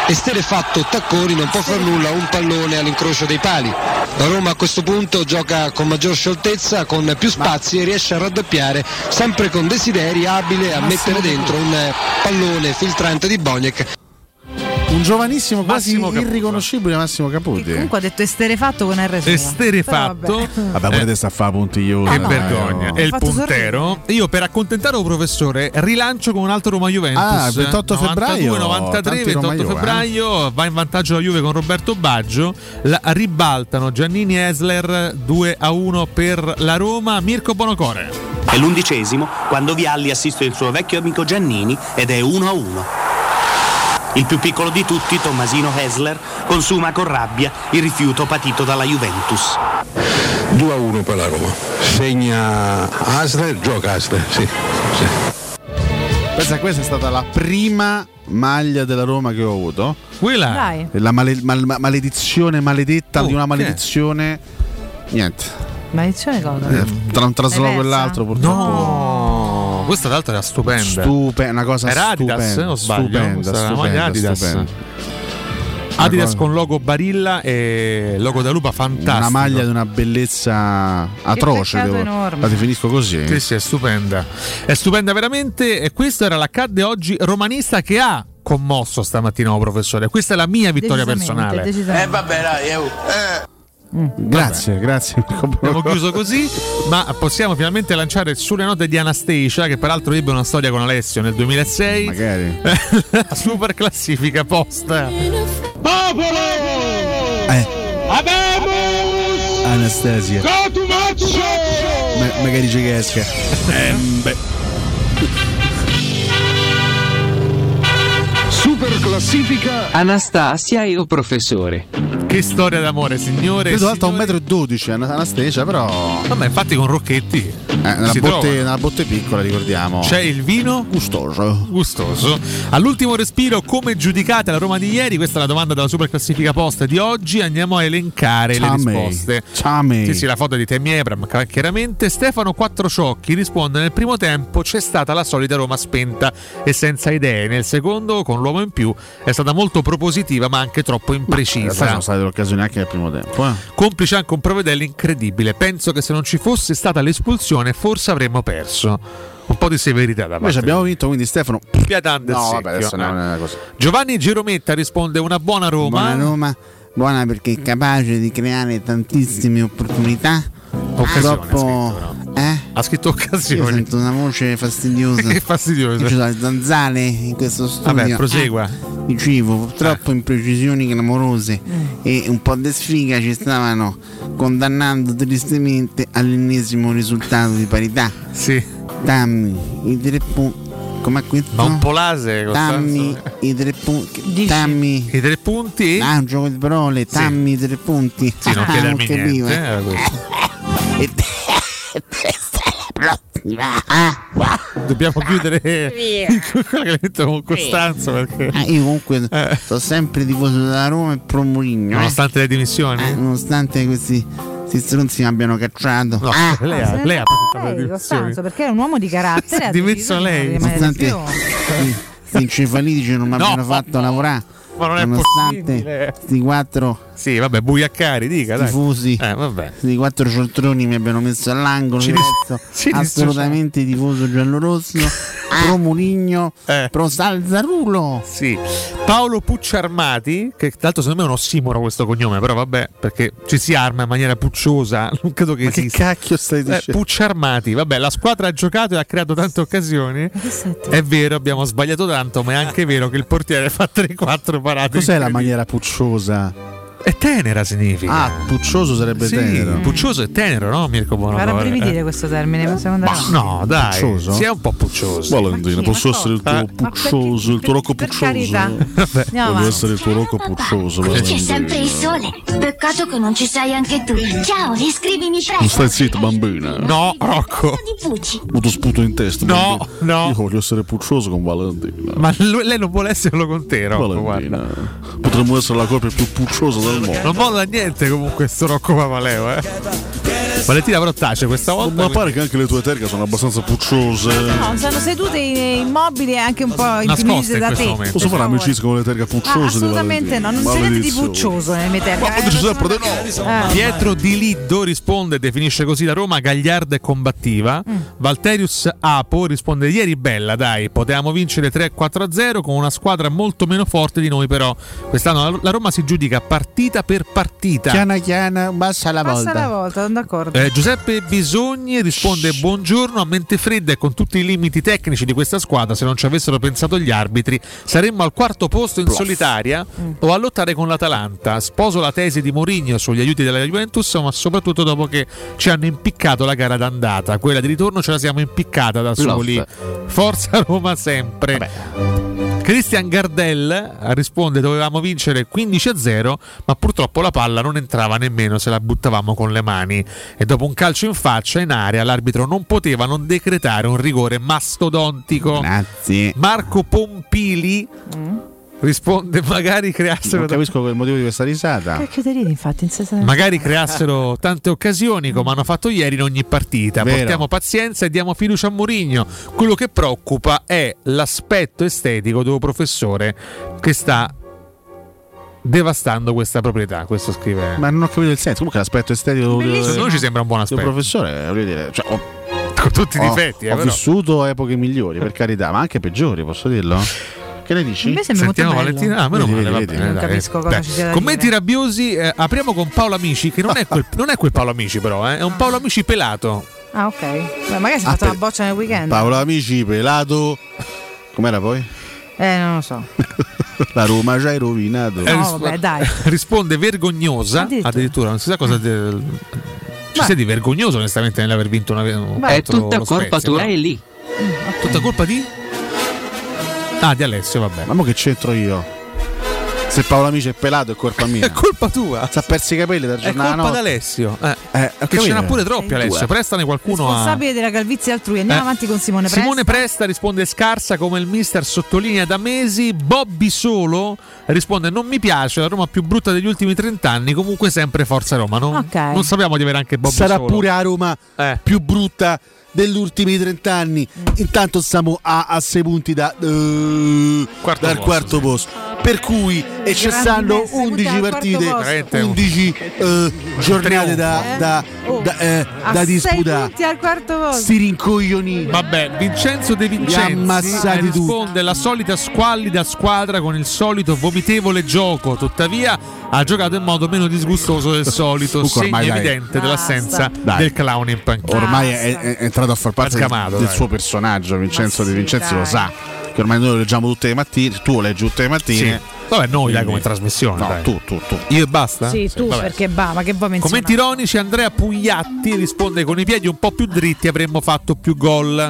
Esterefatto Tacconi non può far nulla a un pallone all'incrocio dei pali. La Roma a questo punto gioca con maggior scioltezza, con più spazi e riesce a raddoppiare sempre con Desideri, abile a mettere dentro un pallone filtrante di Boniek. Un giovanissimo, quasi irriconoscibile Massimo Caputi. Comunque ha detto esterefatto con R sola. Esterefatto. Vabbè, pure te sta a fare puntiglione. Che vergogna. È il puntero. Io per accontentare un professore rilancio con un altro Roma Juventus. 28 febbraio. 92-93, 28 febbraio. Va in vantaggio la Juve con Roberto Baggio. Ribaltano Giannini e Esler 2-1 per la Roma. Mirko Bonocore. È l'11° quando Vialli assiste il suo vecchio amico Giannini ed è 1-1. Il più piccolo di tutti, Tommasino Hessler, consuma con rabbia il rifiuto patito dalla Juventus. 2-1 per la Roma. Segna Hessler, gioca Hessler, sì. Pensa che questa è stata la prima maglia della Roma che ho avuto. Quella? Dai. La maledizione maledetta di una maledizione. Niente. Maledizione cosa? Tra un trasloco e l'altro purtroppo. No, questa tra l'altro era stupenda. Una cosa era Adidas, stupenda. o sbaglio? Stupenda. Adidas. Adidas con logo Barilla e logo da lupa fantastico. Una maglia di una bellezza atroce, la definisco così. Sì, è stupenda. È stupenda veramente. E questo era l'accadde oggi romanista che ha commosso stamattina, professore. Questa è la mia vittoria personale. Vabbè, dai, Grazie. Abbiamo chiuso così, ma possiamo finalmente lanciare sulle note di Anastasia, che peraltro ebbe una storia con Alessio nel 2006. Magari. La super classifica posta. Popolo! Abemus! Anastasia. Cotumaccio! Magari ci esca. Super classifica Anastasia e o professore. Che storia d'amore, signore. Credo alta 1,12 m Anastasia, però. Vabbè, infatti con Rocchetti. Nella botte piccola, ricordiamo. C'è il vino gustoso. All'ultimo respiro, come giudicate la Roma di ieri? Questa è la domanda della super classifica posta di oggi. Andiamo a elencare le risposte. Sì, la foto di Tammy Abraham, chiaramente. Stefano Quattrociocchi risponde: nel primo tempo c'è stata la solita Roma spenta e senza idee. Nel secondo, con l'uomo in più, è stata molto propositiva ma anche troppo imprecisa. Sono state le occasioni anche nel primo tempo. Complice anche un Provedelli incredibile. Penso che se non ci fosse stata l'espulsione forse avremmo perso. Un po' di severità da parte. Invece abbiamo vinto, quindi Stefano. Piatando il secchio. Vabbè, adesso non è una cosa. Giovanni Girometta risponde: una buona Roma. Buona Roma, buona perché è capace di creare tantissime opportunità. Ha scritto occasioni. Io sento una voce fastidiosa. Che fastidiosa. Ci sono le zanzare in questo studio. Vabbè, prosegua. Dicevo, purtroppo imprecisioni clamorose e un po' di sfiga ci stavano condannando tristemente all'ennesimo risultato di parità. Sì. Dammi i 3 punti. Com'è questo? Ma un polase, dammi i 3 punti. Dammi i 3 punti. Un gioco di parole. Dammi i 3 punti. Sì, non chiedermi niente. Dobbiamo chiudere quella che hai detto con Costanzo, perché io comunque sono sempre tifoso della Roma e pro Mourinho, nonostante le dimissioni, nonostante questi stronzi mi abbiano cacciato. No, lei ha presentato le dimissioni Costanzo, perché è un uomo di carattere. Ha dimesso lei, nonostante questi encefalitici non mi abbiano fatto lavorare. Ma non è nonostante questi 4 buiaccari, dica tifosi, vabbè. Questi 4 cialtroni mi abbiano messo all'angolo. Assolutamente tifoso giallorosso, pro Mourinho, pro Salzarulo. Sì. Paolo Pucciarmati, che tra l'altro secondo me è un ossimoro questo cognome, però vabbè, perché ci si arma in maniera pucciosa, non credo che esista. Che cacchio stai dicendo? Pucciarmati, vabbè, la squadra ha giocato e ha creato tante occasioni. È vero, abbiamo sbagliato tanto, ma è anche vero che il portiere fa 3-4 parate. Cos'è la maniera pucciosa? È tenera, significa. Puccioso sarebbe tenero. Puccioso è tenero, no, Mirko Bonocore? Farà brividire questo termine, ma secondo me. No, dai. Puccioso? Sia un po' puccioso. Valentina, posso essere il tuo puccioso, il tuo Rocco puccioso? Voglio essere il tuo Rocco puccioso. C'è sempre il sole. Peccato che non ci sei anche tu. Ciao, iscrivimi presto. Non stai zitto, bambina. No, Rocco. Ho tu sputo in testa. No. Io voglio essere puccioso con Valentina. Ma lei non vuole esserlo con te, Rocco. Valentina. Potremmo essere la coppia più pucciosa del mondo. Non molla niente comunque sto Rocco Papaleo, Valentina però tace questa volta. Ma pare che anche le tue terghe sono abbastanza pucciose. No, stanno sedute immobili e anche un po' intimidite da te. Posso fare amicizia con le terghe pucciose? Assolutamente no, non c'è niente di puccioso nelle mie terghe. Pietro Di Liddo risponde, definisce così la Roma gagliarda e combattiva. Valterius Apo risponde: ieri bella, dai, potevamo vincere 3-4-0 con una squadra molto meno forte di noi, però quest'anno la Roma si giudica partita per partita. Chiana, bassa la volta, sono d'accordo. Giuseppe Bisogni risponde: buongiorno, a mente fredda e con tutti i limiti tecnici di questa squadra, se non ci avessero pensato gli arbitri saremmo al quarto posto in solitaria o a lottare con l'Atalanta. Sposo la tesi di Mourinho sugli aiuti della Juventus, ma soprattutto dopo che ci hanno impiccato la gara d'andata, quella di ritorno ce la siamo impiccata da soli. Forza Roma sempre. Christian Gardel risponde: dovevamo vincere 15-0, ma purtroppo la palla non entrava nemmeno se la buttavamo con le mani, e dopo un calcio in faccia in area l'arbitro non poteva non decretare un rigore mastodontico. Grazie. Marco Pompili risponde: magari creassero. Non capisco il motivo di questa risata. Che te ridi, infatti? Magari creassero tante occasioni come hanno fatto ieri in ogni partita. Vero. Portiamo pazienza e diamo fiducia a Mourinho. Quello che preoccupa è l'aspetto estetico del professore che sta devastando questa proprietà. Questo scrive. Ma non ho capito il senso. Comunque l'aspetto estetico non ci sembra un buon aspetto. Il professore, voglio dire, cioè, con tutti i difetti. Ho vissuto epoche migliori, per carità, ma anche peggiori, posso dirlo? Che ne dici? Sentiamo Valentina. Non capisco cosa ci sia da commenti rabbiosi. Apriamo con Paolo Amici, che non è quel Paolo Amici, però è un Paolo Amici pelato. Ah, ok. Beh, magari si è fatto una boccia nel weekend. Paolo Amici pelato. Com'era poi? Non lo so. La Roma già è rovinato. Vabbè, dai. Risponde vergognosa. Addirittura non si sa cosa. Ci sei di vergognoso, onestamente, nell'aver vinto una. È tutta colpa tua, è lì. Tutta colpa di? Di Alessio, vabbè. Ma mo che c'entro io? Se Paolo Amici è pelato è colpa mia. È colpa tua. Si è persi i capelli da giornata. È colpa d'Alessio. Che ce n'ha pure troppi, Alessio. Prestane qualcuno responsabile della calvizie altrui. Andiamo avanti con Simone Presta. Simone Presta risponde scarsa come il mister sottolinea da mesi. Bobby Solo risponde: non mi piace, la Roma più brutta degli ultimi 30 anni. Comunque sempre Forza Roma. Non sappiamo di avere anche Bobby Sarà Solo. Pure a Roma più brutta degli ultimi 30 anni. Intanto stiamo a 6 punti dal quarto posto. Per cui ci stanno 11 partite, 11 giornate da disputare. Al quarto posto. Sti rincoglioni. Vabbè, Vincenzo De Vincenzi risponde: la solita squallida squadra con il solito vomitevole gioco, tuttavia ha giocato in modo meno disgustoso del solito, segno evidente dell'assenza del clown in panchina. Ormai è entrato a far parte del suo personaggio. Vincenzo De Vincenzi lo sa, che ormai noi lo leggiamo tutte le mattine, tu lo leggi tutte le mattine. Vabbè, noi dai come trasmissione. No, dai. tu. Io e basta? Sì, tu, perché ma che vuoi menzionare? Commenti ironici. Andrea Pugliatti risponde: con i piedi un po' più dritti avremmo fatto più gol.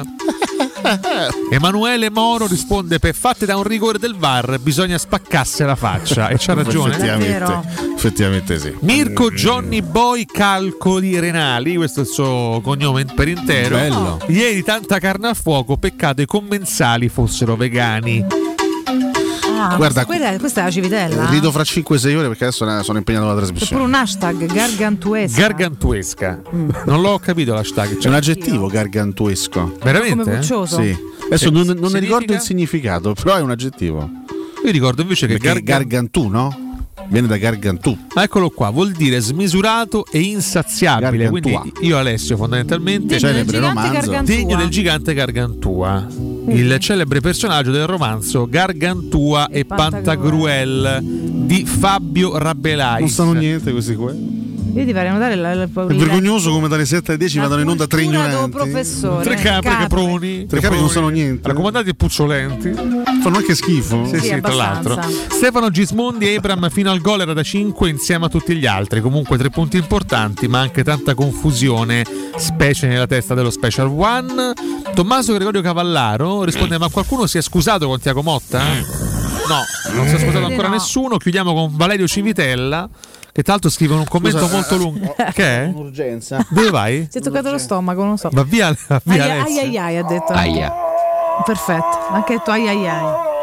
Emanuele Moro risponde: per fatte da un rigore del VAR bisogna spaccarsi la faccia. E c'ha ragione. Effettivamente sì. Mirko Johnny Boy Calcoli Renali, questo è il suo cognome per intero. Bello. Ieri tanta carne al fuoco, peccato i commensali fossero vegani. Guarda, questa è la Civitella. Rido fra 5-6 ore perché adesso sono impegnato alla C'è trasmissione. pure un hashtag gargantuesca. Non l'ho capito l'hashtag. C'è un aggettivo gargantuesco. Veramente? Come puccioso? Sì. Adesso non ne ricordo il significato, però è un aggettivo. Io ricordo invece che gargantù, no? Viene da gargantù. Ma eccolo qua, vuol dire smisurato e insaziabile. Gargantua. Quindi io Alessio fondamentalmente celebre romanzo degno del gigante Gargantua, il celebre personaggio del romanzo Gargantua e Pantagruel di Fabio Rabelais. Non sanno niente questi qua. Io ti farei notare è vergognoso come dalle 7 alle 10 vadano in onda 3 ignoranti. Professore. 3 capri caproni. 3 capri non sanno niente. Raccomandati e pucciolenti. Fanno anche schifo. Sì, tra l'altro. Stefano Gismondi Abram fino al gol era da 5 insieme a tutti gli altri. Comunque 3 punti importanti, ma anche tanta confusione, specie nella testa dello Special One. Tommaso Gregorio Cavallaro risponde: ma qualcuno si è scusato con Tiago Motta? No, non si è scusato ancora nessuno. Chiudiamo con Valerio Civitella, che tra l'altro scrive un commento molto lungo. Che è? Un'urgenza. Dove vai? Si è toccato lo stomaco, non so. Va via ai ha detto. Aia. Perfetto, anche detto ai.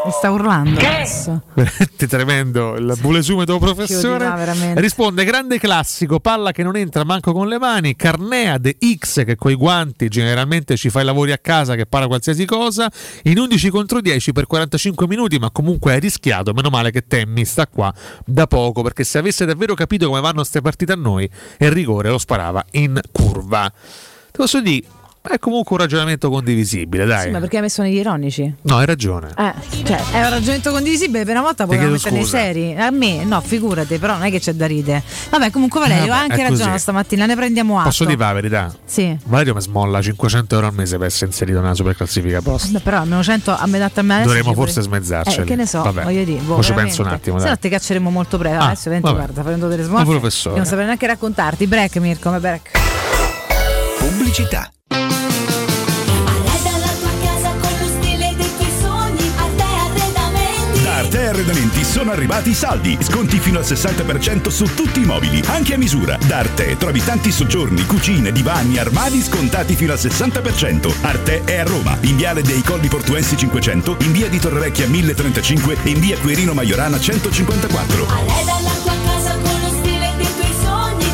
Mi sta urlando adesso. Veramente tremendo il bulesumeto professore. Risponde: grande classico, palla che non entra manco con le mani, Carnea de X che coi guanti generalmente ci fa i lavori a casa, che para qualsiasi cosa, in 11 contro 10 per 45 minuti, ma comunque è rischiato. Meno male che Temmi sta qua da poco, perché se avesse davvero capito come vanno ste partite a noi, il rigore lo sparava in curva. Te posso dire, è comunque un ragionamento condivisibile, dai. Sì, ma perché hai messo negli ironici? No, hai ragione. Cioè, è un ragionamento condivisibile, per una volta potevamo mettere nei seri. A me, no, figurati, però non è che c'è da ridere. Vabbè, comunque Valerio ha anche ragione stamattina, ne prendiamo atto. Posso dire la verità? Sì. Valerio mi smolla 500 euro al mese per essere inserito nella super classifica post. Beh, però almeno 100 a metà dovremmo forse smezzarceli. Che ne so, vabbè. Voglio dire. Ci penso un attimo. Se no ti cacceremo molto presto. Adesso venti, guarda, prendo delle smorfie. Professore. Non saprei neanche raccontarti. Break, Mirko, ma break. Pubblicità. Arte Arredamenti sono arrivati i saldi, sconti fino al 60% su tutti i mobili, anche a misura. Da Arte trovi tanti soggiorni, cucine, divani, armadi scontati fino al 60%. Arte è a Roma, in viale dei Colli Portuensi 500, in via di Torrevecchia 1035 e in via Quirino Maiorana 154. Arreda la tua casa con lo stile dei tuoi sogni,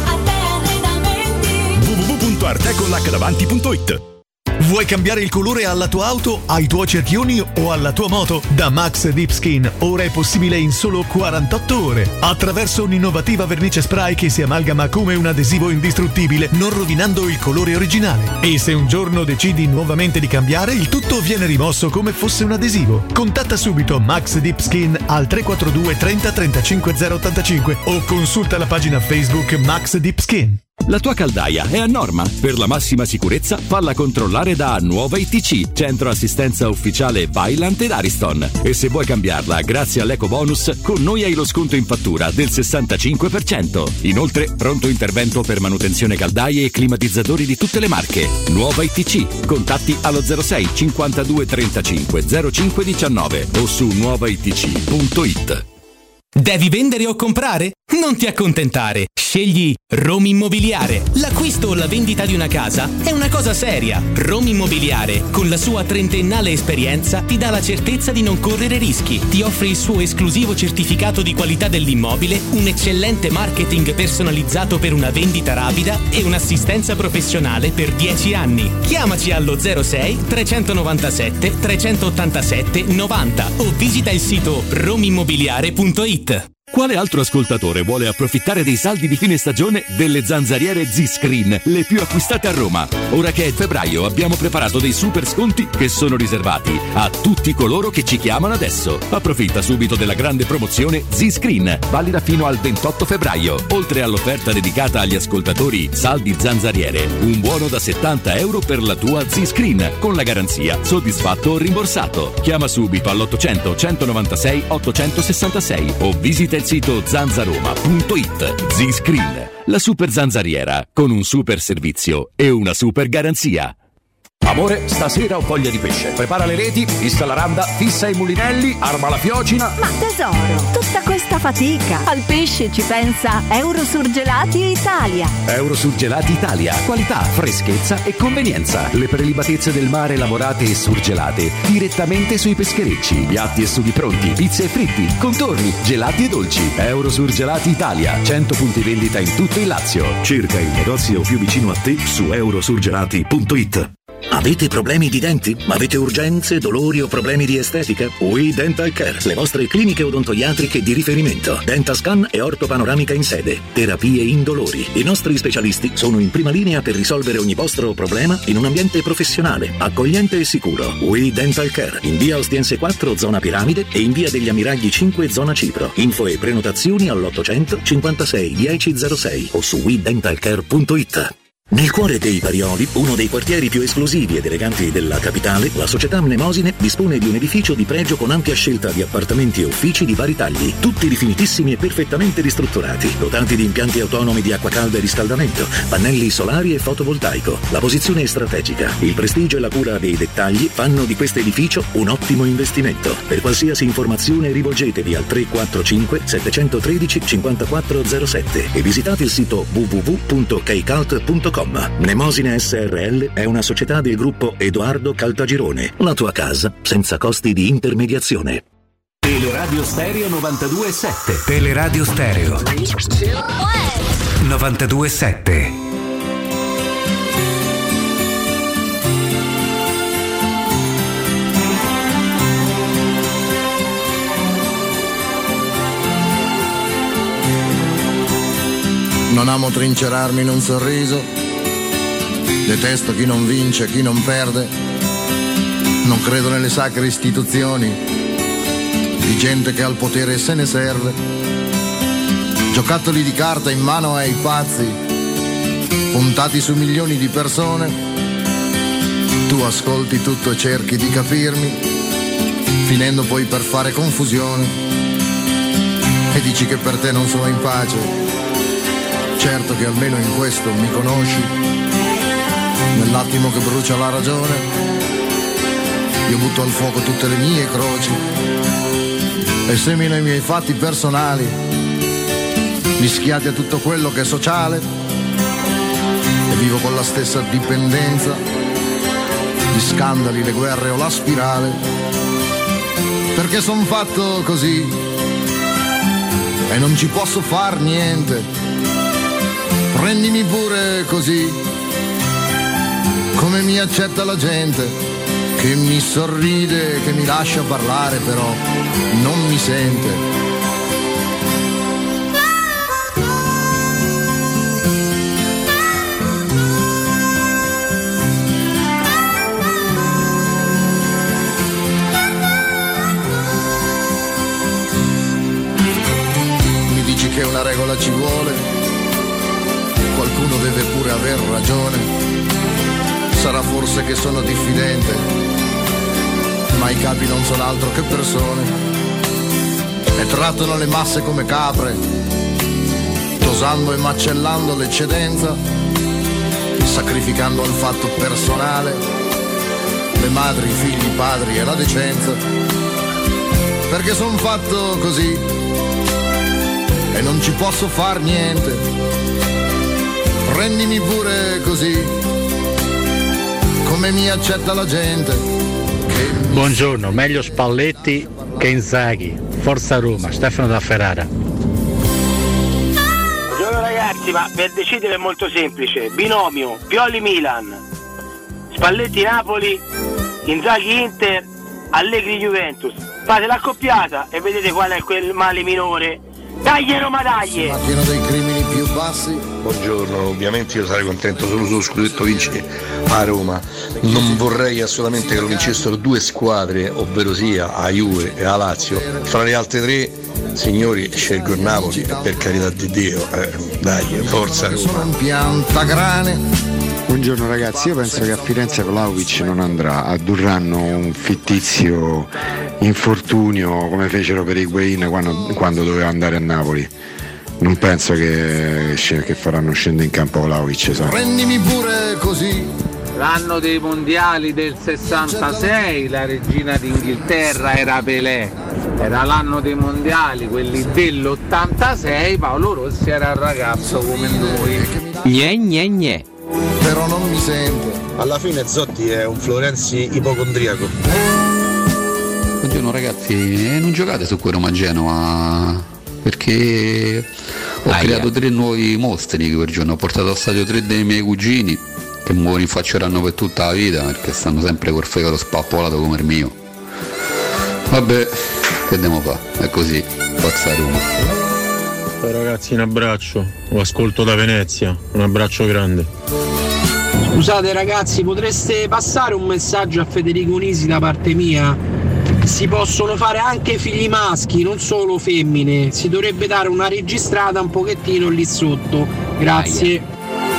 Arte Arredamenti. www.artecollacdavanti.it. Vuoi cambiare il colore alla tua auto, ai tuoi cerchioni o alla tua moto? Da Max Deep Skin ora è possibile in solo 48 ore attraverso un'innovativa vernice spray che si amalgama come un adesivo indistruttibile, non rovinando il colore originale. E se un giorno decidi nuovamente di cambiare, il tutto viene rimosso come fosse un adesivo. Contatta subito Max Deep Skin al 342 30 35 085 o consulta la pagina Facebook Max Deep Skin. La tua caldaia è a norma. Per la massima sicurezza, falla controllare da Nuova ITC, centro assistenza ufficiale Vaillant ed Ariston. E se vuoi cambiarla grazie all'eco bonus, con noi hai lo sconto in fattura del 65%. Inoltre, pronto intervento per manutenzione caldaie e climatizzatori di tutte le marche. Nuova ITC. Contatti allo 06 52 35 05 19 o su nuovaitc.it. Devi vendere o comprare? Non ti accontentare. Scegli Roma Immobiliare. L'acquisto o la vendita di una casa è una cosa seria. Roma Immobiliare, con la sua trentennale esperienza, ti dà la certezza di non correre rischi. Ti offre il suo esclusivo certificato di qualità dell'immobile, un eccellente marketing personalizzato per una vendita rapida e un'assistenza professionale per 10 anni. Chiamaci allo 06 397 387 90 o visita il sito romimmobiliare.it. Quale altro ascoltatore vuole approfittare dei saldi di fine stagione delle zanzariere Z-Screen, le più acquistate a Roma? Ora che è febbraio abbiamo preparato dei super sconti che sono riservati a tutti coloro che ci chiamano adesso. Approfitta subito della grande promozione Z-Screen, valida fino al 28 febbraio. Oltre all'offerta dedicata agli ascoltatori saldi zanzariere, un buono da 70 euro per la tua Z-Screen, con la garanzia soddisfatto o rimborsato. Chiama subito all'800 196 866 o visita il sito zanzaroma.it. Z-Screen, la super zanzariera con un super servizio e una super garanzia. Amore, stasera ho voglia di pesce. Prepara le reti, fissa la randa, fissa i mulinelli, arma la fiocina. Ma tesoro, tutta questa fatica. Al pesce ci pensa Eurosurgelati Italia. Eurosurgelati Italia. Qualità, freschezza e convenienza. Le prelibatezze del mare lavorate e surgelate direttamente sui pescherecci. Piatti e sughi pronti, pizze e fritti, contorni, gelati e dolci. Eurosurgelati Italia. 100 punti vendita in tutto il Lazio. Cerca il negozio più vicino a te su eurosurgelati.it. Avete problemi di denti? Avete urgenze, dolori o problemi di estetica? We Dental Care, le vostre cliniche odontoiatriche di riferimento. Dentascan e ortopanoramica in sede. Terapie indolori. I nostri specialisti sono in prima linea per risolvere ogni vostro problema in un ambiente professionale, accogliente e sicuro. We Dental Care, in via Ostiense 4, zona Piramide, e in via degli Ammiragli 5, zona Cipro. Info e prenotazioni all'800 56 1006 o su wedentalcare.it. Nel cuore dei Parioli, uno dei quartieri più esclusivi ed eleganti della capitale, la società Mnemosine dispone di un edificio di pregio con ampia scelta di appartamenti e uffici di vari tagli, tutti rifinitissimi e perfettamente ristrutturati, dotati di impianti autonomi di acqua calda e riscaldamento, pannelli solari e fotovoltaico. La posizione è strategica, il prestigio e la cura dei dettagli fanno di questo edificio un ottimo investimento. Per qualsiasi informazione rivolgetevi al 345 713 5407 e visitate il sito www.keicalt.com. Mnemosine SRL è una società del gruppo Edoardo Caltagirone. La tua casa senza costi di intermediazione. Teleradio Stereo 92.7. Teleradio Stereo 92.7. Non amo trincerarmi in un sorriso, detesto chi non vince, chi non perde, non credo nelle sacre istituzioni di gente che al potere se ne serve, giocattoli di carta in mano ai pazzi, puntati su milioni di persone, tu ascolti tutto e cerchi di capirmi, finendo poi per fare confusione, e dici che per te non sono in pace. Certo che almeno in questo mi conosci, nell'attimo che brucia la ragione, io butto al fuoco tutte le mie croci e semino i miei fatti personali, mischiati a tutto quello che è sociale, e vivo con la stessa dipendenza, gli scandali, le guerre o la spirale, perché son fatto così e non ci posso far niente. Prendimi pure così, come mi accetta la gente, che mi sorride, che mi lascia parlare, però non mi sente. Mi dici che una regola ci vuole, qualcuno deve pure aver ragione, sarà forse che sono diffidente, ma i capi non sono altro che persone e trattano le masse come capre, dosando e macellando l'eccedenza, sacrificando al fatto personale le madri, i figli, i padri e la decenza, perché son fatto così e non ci posso far niente. Prendimi pure così, come mi accetta la gente. Buongiorno, meglio Spalletti che Inzaghi. Forza Roma, Stefano da Ferrara. Buongiorno ragazzi, ma per decidere è molto semplice. Binomio, Pioli-Milan, Spalletti-Napoli, Inzaghi-Inter, Allegri-Juventus. Fate l'accoppiata e vedete qual è quel male minore. Dai Roma, dai! Macchina dei crimini più bassi. Buongiorno, ovviamente io sarei contento solo se lo scudetto vince a Roma. Non vorrei assolutamente che lo vincessero due squadre, ovvero sia la Juve e la Lazio. Fra le altre tre, signori, scelgo il Napoli, per carità di Dio. Dai, forza Roma. Sono un piantagrane. Buongiorno ragazzi, io penso che a Firenze Vlahovic non andrà, addurranno un fittizio infortunio come fecero per Higuain quando doveva andare a Napoli. Non penso che faranno scendere in campo Vlahovic. Prendimi pure così. L'anno dei mondiali del 66, la regina d'Inghilterra era Pelé. Era l'anno dei mondiali, quelli dell'86, Paolo Rossi era un ragazzo come noi. Gne gne gne. Però non mi sente. Alla fine Zotti è un Florenzi ipocondriaco. Buongiorno ragazzi, non giocate su quel Roma-Genoa perché ho creato 3 nuovi mostri quel giorno, ho portato allo stadio 3 dei miei cugini che mi rinfacceranno per tutta la vita perché stanno sempre col fegato spappolato come il mio. Vabbè, che devo fare? È così, forza Roma. Ragazzi, un abbraccio, lo ascolto da Venezia, un abbraccio grande. Scusate ragazzi, potreste passare un messaggio a Federico Nisi da parte mia? Si possono fare anche figli maschi, non solo femmine, si dovrebbe dare una registrata un pochettino lì sotto, grazie.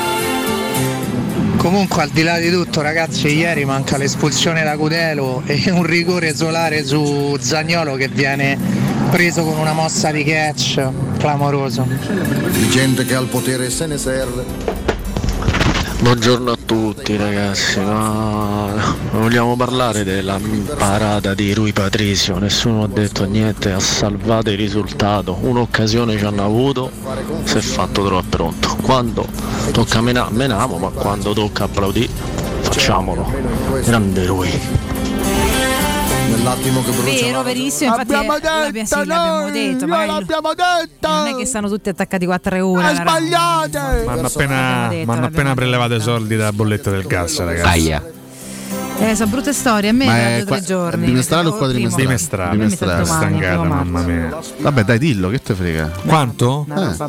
Comunque al di là di tutto ragazzi, ieri manca l'espulsione da Cudelo e un rigore solare su Zaniolo che viene preso con una mossa di catch, clamoroso. Di gente che al potere se ne serve. Buongiorno a tutti ragazzi, ma vogliamo parlare della parata di Rui Patricio, nessuno ha detto niente, ha salvato il risultato, un'occasione ci hanno avuto, si è fatto troppo pronto, quando tocca meniamo, ma quando tocca applaudire facciamolo, grande Rui. nell'attimo che brucia. Vero, verissimo, infatti l'abbiamo detto, l'abbiamo detto. non è che stanno tutti attaccati 4 ore. Sbagliate. Ma hanno appena prelevato i soldi dalla bolletta del gas, ragazzi. Sono brutte storie, a me da 2 o 3 giorni. Bimestrale o quadrimestrale? Bimestrale. Stangata, mamma mia. Vabbè, dai, dillo, che te frega. Quanto?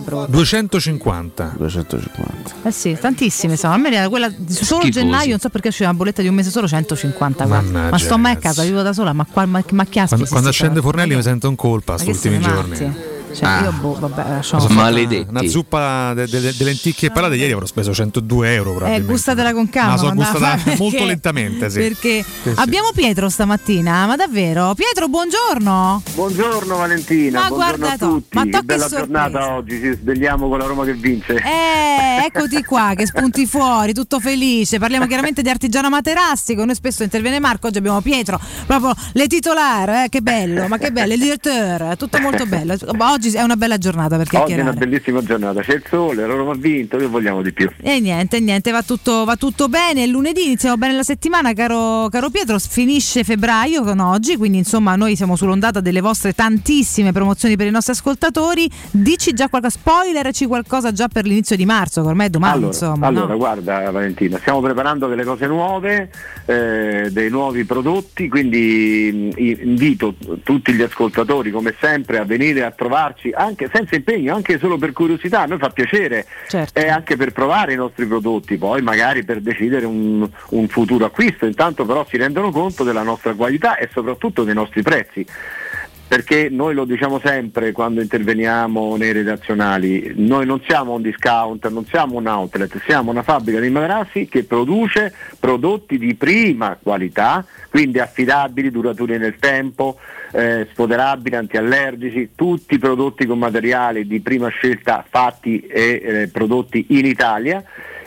250. Eh sì, tantissime sono. A me era quella di solo gennaio, non so perché c'è una bolletta di un mese solo 150. Ma sto mai a casa, vivo da sola, ma che aspetta. Quando scende Fornelli mi sento in colpa sti ultimi giorni. Cioè, io vabbè, maledetti. Una zuppa de lenticchie parate ieri avrò speso 102 euro probabilmente. Gustatela con calma. Ma sono gustata molto lentamente, sì. Perché abbiamo Pietro stamattina, ma davvero? Pietro, buongiorno. Buongiorno Valentina, ma buongiorno a tutti. Ma bella giornata oggi, ci svegliamo con la Roma che vince. Eccoti qua, che spunti fuori, tutto felice. Parliamo chiaramente di Artigiano Materassi, con noi spesso interviene Marco, oggi abbiamo Pietro, proprio le titolari, che bello, ma che bello, il direttore, tutto molto bello. Oggi è una bella giornata per chiacchierare. Oggi è una bellissima giornata, c'è il sole, la Roma ha vinto, che vogliamo di più? E niente, va tutto bene. Lunedì iniziamo bene la settimana, caro Pietro, finisce febbraio con oggi, quindi insomma noi siamo sull'ondata delle vostre tantissime promozioni per i nostri ascoltatori. Dici già qualcosa, spoilerci qualcosa già per l'inizio di marzo, che ormai è domani. Allora, guarda Valentina, stiamo preparando delle cose nuove, dei nuovi prodotti, quindi invito tutti gli ascoltatori come sempre a venire a trovarci anche senza impegno, anche solo per curiosità, a noi fa piacere, certo. Anche per provare i nostri prodotti, poi magari per decidere un futuro acquisto. Intanto però si rendono conto della nostra qualità e soprattutto dei nostri prezzi, perché noi lo diciamo sempre quando interveniamo nei redazionali, noi non siamo un discount, non siamo un outlet, siamo una fabbrica di materassi che produce prodotti di prima qualità, quindi affidabili, duraturi nel tempo, sfoderabili, antiallergici, tutti prodotti con materiali di prima scelta fatti e prodotti in Italia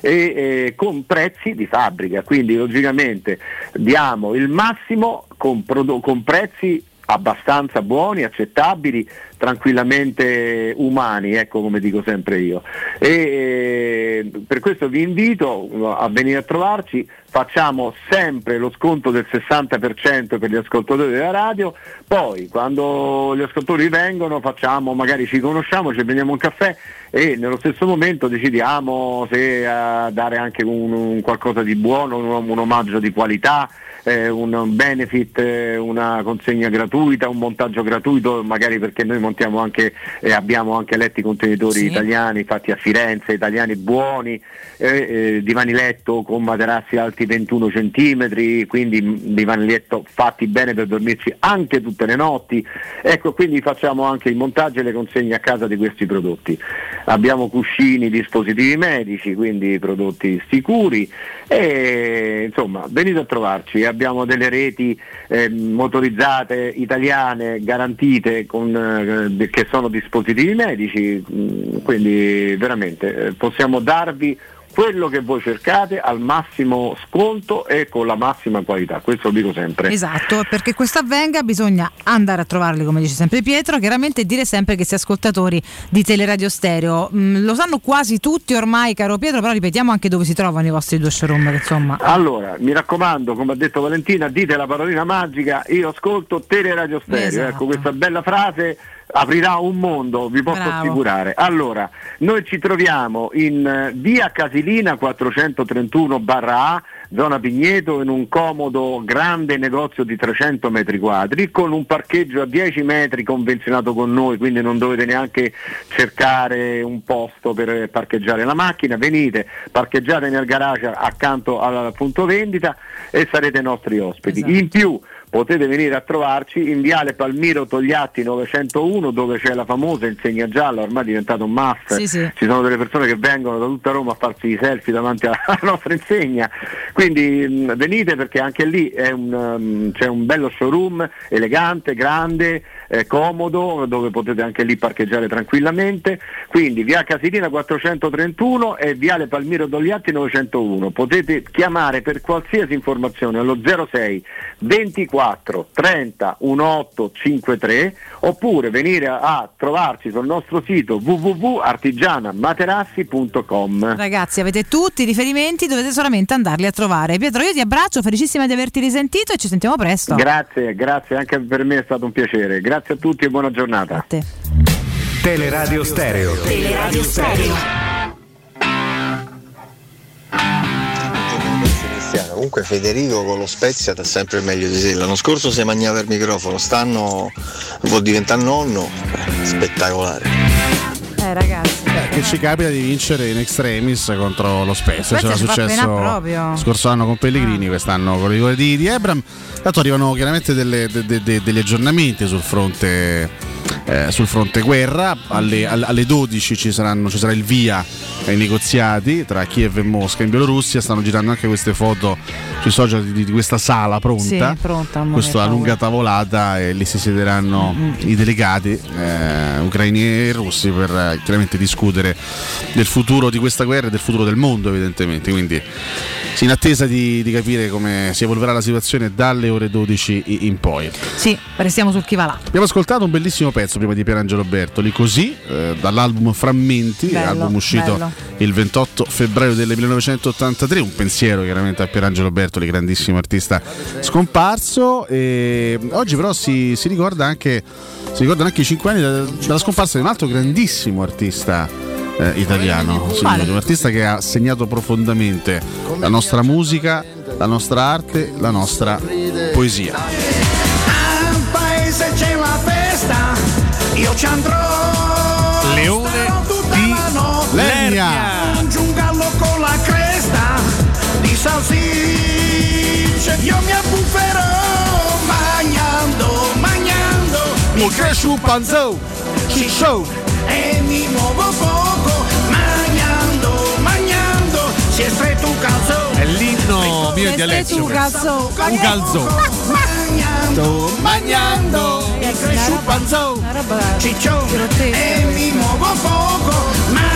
e con prezzi di fabbrica, quindi logicamente diamo il massimo con prezzi abbastanza buoni, accettabili, tranquillamente umani, ecco, come dico sempre io. E per questo vi invito a venire a trovarci. Facciamo sempre lo sconto del 60% per gli ascoltatori della radio, poi quando gli ascoltatori vengono magari ci conosciamo, ci prendiamo un caffè e nello stesso momento decidiamo se dare anche un qualcosa di buono, un omaggio di qualità, un benefit, una consegna gratuita, un montaggio gratuito, magari perché noi montiamo anche abbiamo anche letti contenitori italiani fatti a Firenze, italiani buoni, divani letto con materassi alti 21 centimetri, quindi divani letto fatti bene per dormirci anche tutte le notti, ecco, quindi facciamo anche i montaggi e le consegne a casa di questi prodotti. Abbiamo cuscini, dispositivi medici, quindi prodotti sicuri e insomma venite a trovarci. Abbiamo delle reti motorizzate italiane garantite che sono dispositivi medici, quindi veramente possiamo darvi quello che voi cercate al massimo sconto e con la massima qualità, questo lo dico sempre. Esatto, perché questo avvenga bisogna andare a trovarli, come dice sempre Pietro, chiaramente, e dire sempre che si è ascoltatori di Teleradio Stereo. Lo sanno quasi tutti ormai, caro Pietro, però ripetiamo anche dove si trovano i vostri 2 showroom, che insomma. Allora, mi raccomando, come ha detto Valentina, dite la parolina magica, io ascolto Teleradio Stereo, esatto. Ecco, questa bella frase aprirà un mondo, vi posso assicurare. Allora, noi ci troviamo in via Casilina 431/A, zona Pigneto, in un comodo grande negozio di 300 metri quadri, con un parcheggio a 10 metri convenzionato con noi, quindi non dovete neanche cercare un posto per parcheggiare la macchina, venite, parcheggiate nel garage accanto al punto vendita e sarete nostri ospiti. Esatto. In più potete venire a trovarci in viale Palmiro Togliatti 901, dove c'è la famosa insegna gialla, ormai è diventato un must. Sì. Ci sono delle persone che vengono da tutta Roma a farsi i selfie davanti alla nostra insegna, quindi venite, perché anche lì c'è un bello showroom elegante, grande, comodo, dove potete anche lì parcheggiare tranquillamente. Quindi via Casilina 431 e viale Palmiro Togliatti 901. Potete chiamare per qualsiasi informazione allo 06 24 30 1853 oppure venire a trovarci sul nostro sito www.artigianamaterassi.com. Ragazzi, avete tutti i riferimenti, dovete solamente andarli a trovare. trovare. Pietro, io ti abbraccio, felicissima di averti risentito e ci sentiamo presto. Grazie, anche per me è stato un piacere. Grazie a tutti e buona giornata. A te. Teleradio Stereo. Teleradio Stereo. Comunque Federico con lo Spezia dà sempre il meglio di sé. L'anno scorso si mangiava il microfono, stanno vuol diventare nonno, spettacolare. Ragazzi, che ci capita di vincere in extremis contro lo Spezia. C'era successo scorso anno con Pellegrini, quest'anno con i rigori di Ebram. Tanto arrivano chiaramente degli aggiornamenti sul fronte guerra. Alle 12 ci sarà il via ai negoziati tra Kiev e Mosca in Bielorussia. Stanno girando anche queste foto sui social di questa sala pronta, sì, pronta questa lunga tavolata, e lì si siederanno i delegati ucraini e russi per chiaramente discutere del futuro di questa guerra e del futuro del mondo, evidentemente. Quindi in attesa di capire come si evolverà la situazione dalle ore 12 in poi. Sì, restiamo sul chi va là. Abbiamo ascoltato un bellissimo pezzo prima di Pierangelo Bertoli, Così, dall'album Frammenti, album uscito il 28 febbraio del 1983, un pensiero chiaramente a Pierangelo Bertoli, grandissimo artista scomparso, e oggi però si ricorda anche i 5 anni dalla scomparsa di un altro grandissimo artista italiano, un artista che ha segnato profondamente la nostra musica, la nostra arte, la nostra poesia. Al paese c'è la festa, io ci andrò. Leone di Lernia. Mangio un gallo con la cresta di salsicce, io mi abbufferò mangiando mi cresce un panzo e mi muovo poco, mangiando, si è stretto un calzo. È l'inno mio di Alessio. Un calzo. Mangiando, mi cresce un panzo, ciccione, e mi muovo poco,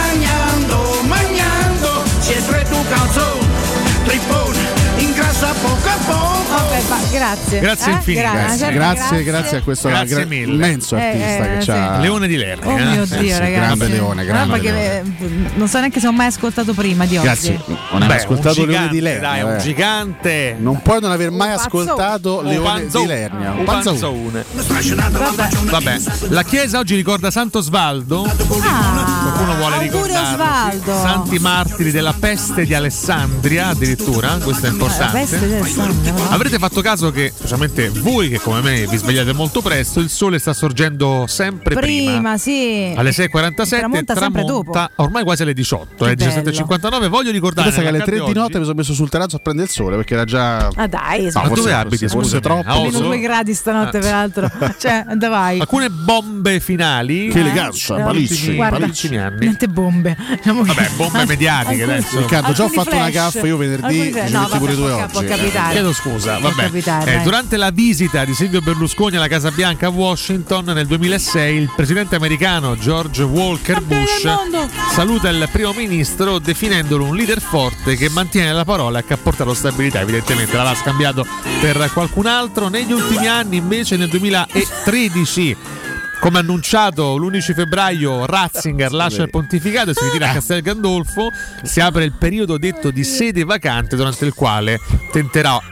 mangiando, si è stretto un calzo, trippone, ingrassa poco a poco. Vabbè, grazie. Grazie infinite. Grazie a questo immenso artista che c'ha. Leone di Lernia. Oh mio Dio, ragazzi. Grande Leone, Leone. Non so neanche se ho mai ascoltato prima di oggi. Ragazzi, non hai ascoltato Leone di Lernia. Dai, un gigante. Non puoi non aver mai ascoltato Leone di Lernia. Un panzone. Vabbè, la chiesa oggi ricorda Santo Svaldo. Qualcuno vuole ricordare santi martiri della peste di Alessandria, addirittura. Questo è importante. Avrete fatto caso che, specialmente voi che come me vi svegliate molto presto, il sole sta sorgendo sempre prima. Sì. Alle 6:47 tramonta ormai quasi alle 18, 17:59. Voglio ricordare che alle 3 di notte mi sono messo sul terrazzo a prendere il sole perché era già. Ah dai, ma dove abiti? Forse troppo. Meno 2 gradi stanotte, peraltro. Cioè, vai. Alcune bombe finali. Che eleganza, malissimi anni. Niente bombe. Vabbè, bombe mediatiche adesso. Riccardo, già ho fatto una gaffa io venerdì, ci metti pure 2 oggi. Può capitare. Chiedo scusa, vabbè. Durante la visita di Silvio Berlusconi alla Casa Bianca a Washington nel 2006, il presidente americano George Walker Bush saluta il primo ministro definendolo un leader forte che mantiene la parola e che ha portato stabilità. Evidentemente l'aveva scambiato per qualcun altro. Negli ultimi anni, invece, nel 2013, come annunciato l'11 febbraio, Ratzinger lascia il pontificato e si ritira a Castel Gandolfo. Si apre il periodo detto di sede vacante, durante il quale tenterà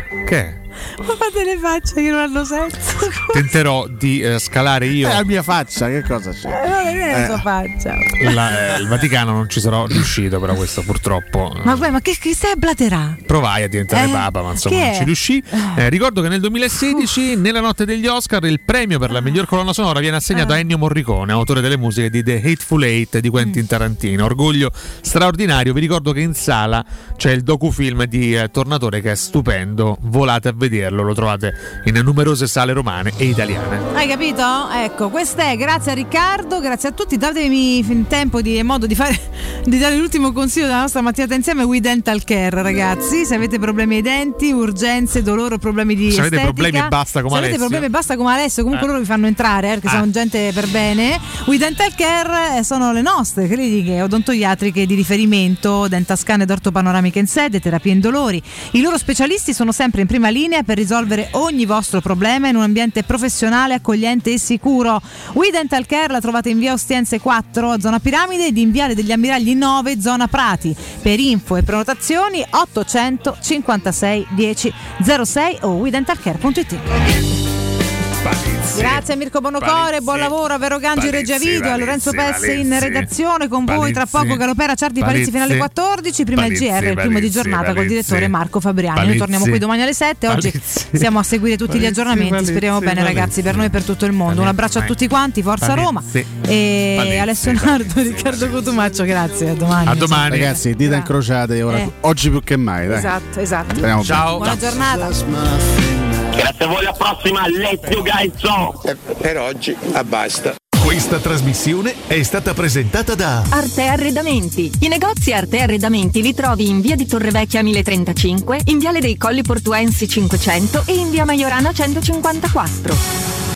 ma fate le facce che non hanno senso. Tenterò di scalare io. La mia faccia, che cosa c'è? Non è la sua faccia. Il Vaticano non ci sarò riuscito, però questo purtroppo. Ma che stai blaterà? Provai a diventare papa, ma insomma non ci riuscì. Ricordo che nel 2016, nella notte degli Oscar, il premio per la miglior colonna sonora viene assegnato a Ennio Morricone, autore delle musiche di The Hateful Eight di Quentin Tarantino. Orgoglio straordinario. Vi ricordo che in sala c'è il docufilm di Tornatore che è stupendo. Volate a vederlo, lo trovate in numerose sale romane e italiane. Hai capito? Ecco, questa è, grazie a Riccardo, grazie a tutti. Datemi tempo e modo di dare l'ultimo consiglio della nostra mattinata insieme. We Dental Care, ragazzi. Se avete problemi ai denti, urgenze, dolore, problemi di estetica, avete problemi e basta come Alessio. Se avete problemi e basta come Alessio, comunque loro vi fanno entrare, perché sono gente per bene. We Dental Care sono le nostre cliniche odontoiatriche di riferimento, dentascan ed ortopanoramica in sede, terapie indolori. I loro specialisti sono sempre in prima linea per risolvere ogni vostro problema in un ambiente professionale, accogliente e sicuro. We Dental Care la trovate in via Ostiense 4, zona Piramide, ed in viale degli Ammiragli 9, zona Prati. Per info e prenotazioni 856 10 06 o wedentalcare.it. Grazie a Mirko Bonocore, buon lavoro a Vero Gangi Regia Video, a Lorenzo Pesse in redazione, con voi tra poco Galopera, Ciardi Palizzi fino alle 14, prima il GR, il primo di giornata col direttore Marco Fabriani. Noi torniamo qui domani alle 7, oggi siamo a seguire tutti gli aggiornamenti, speriamo bene ragazzi, per noi e per tutto il mondo. Un abbraccio a tutti quanti, forza Roma, e Alessio Nardo, Riccardo Cotumaccio, grazie, a domani. A domani ragazzi, dita incrociate oggi più che mai, dai. Esatto. Ciao. Buona giornata. Grazie a voi, alla prossima, let's go guys. Per oggi basta. Questa trasmissione è stata presentata da Arte Arredamenti. I negozi Arte Arredamenti li trovi in via di Torrevecchia 1035, in viale dei Colli Portuensi 500 e in via Maiorana 154.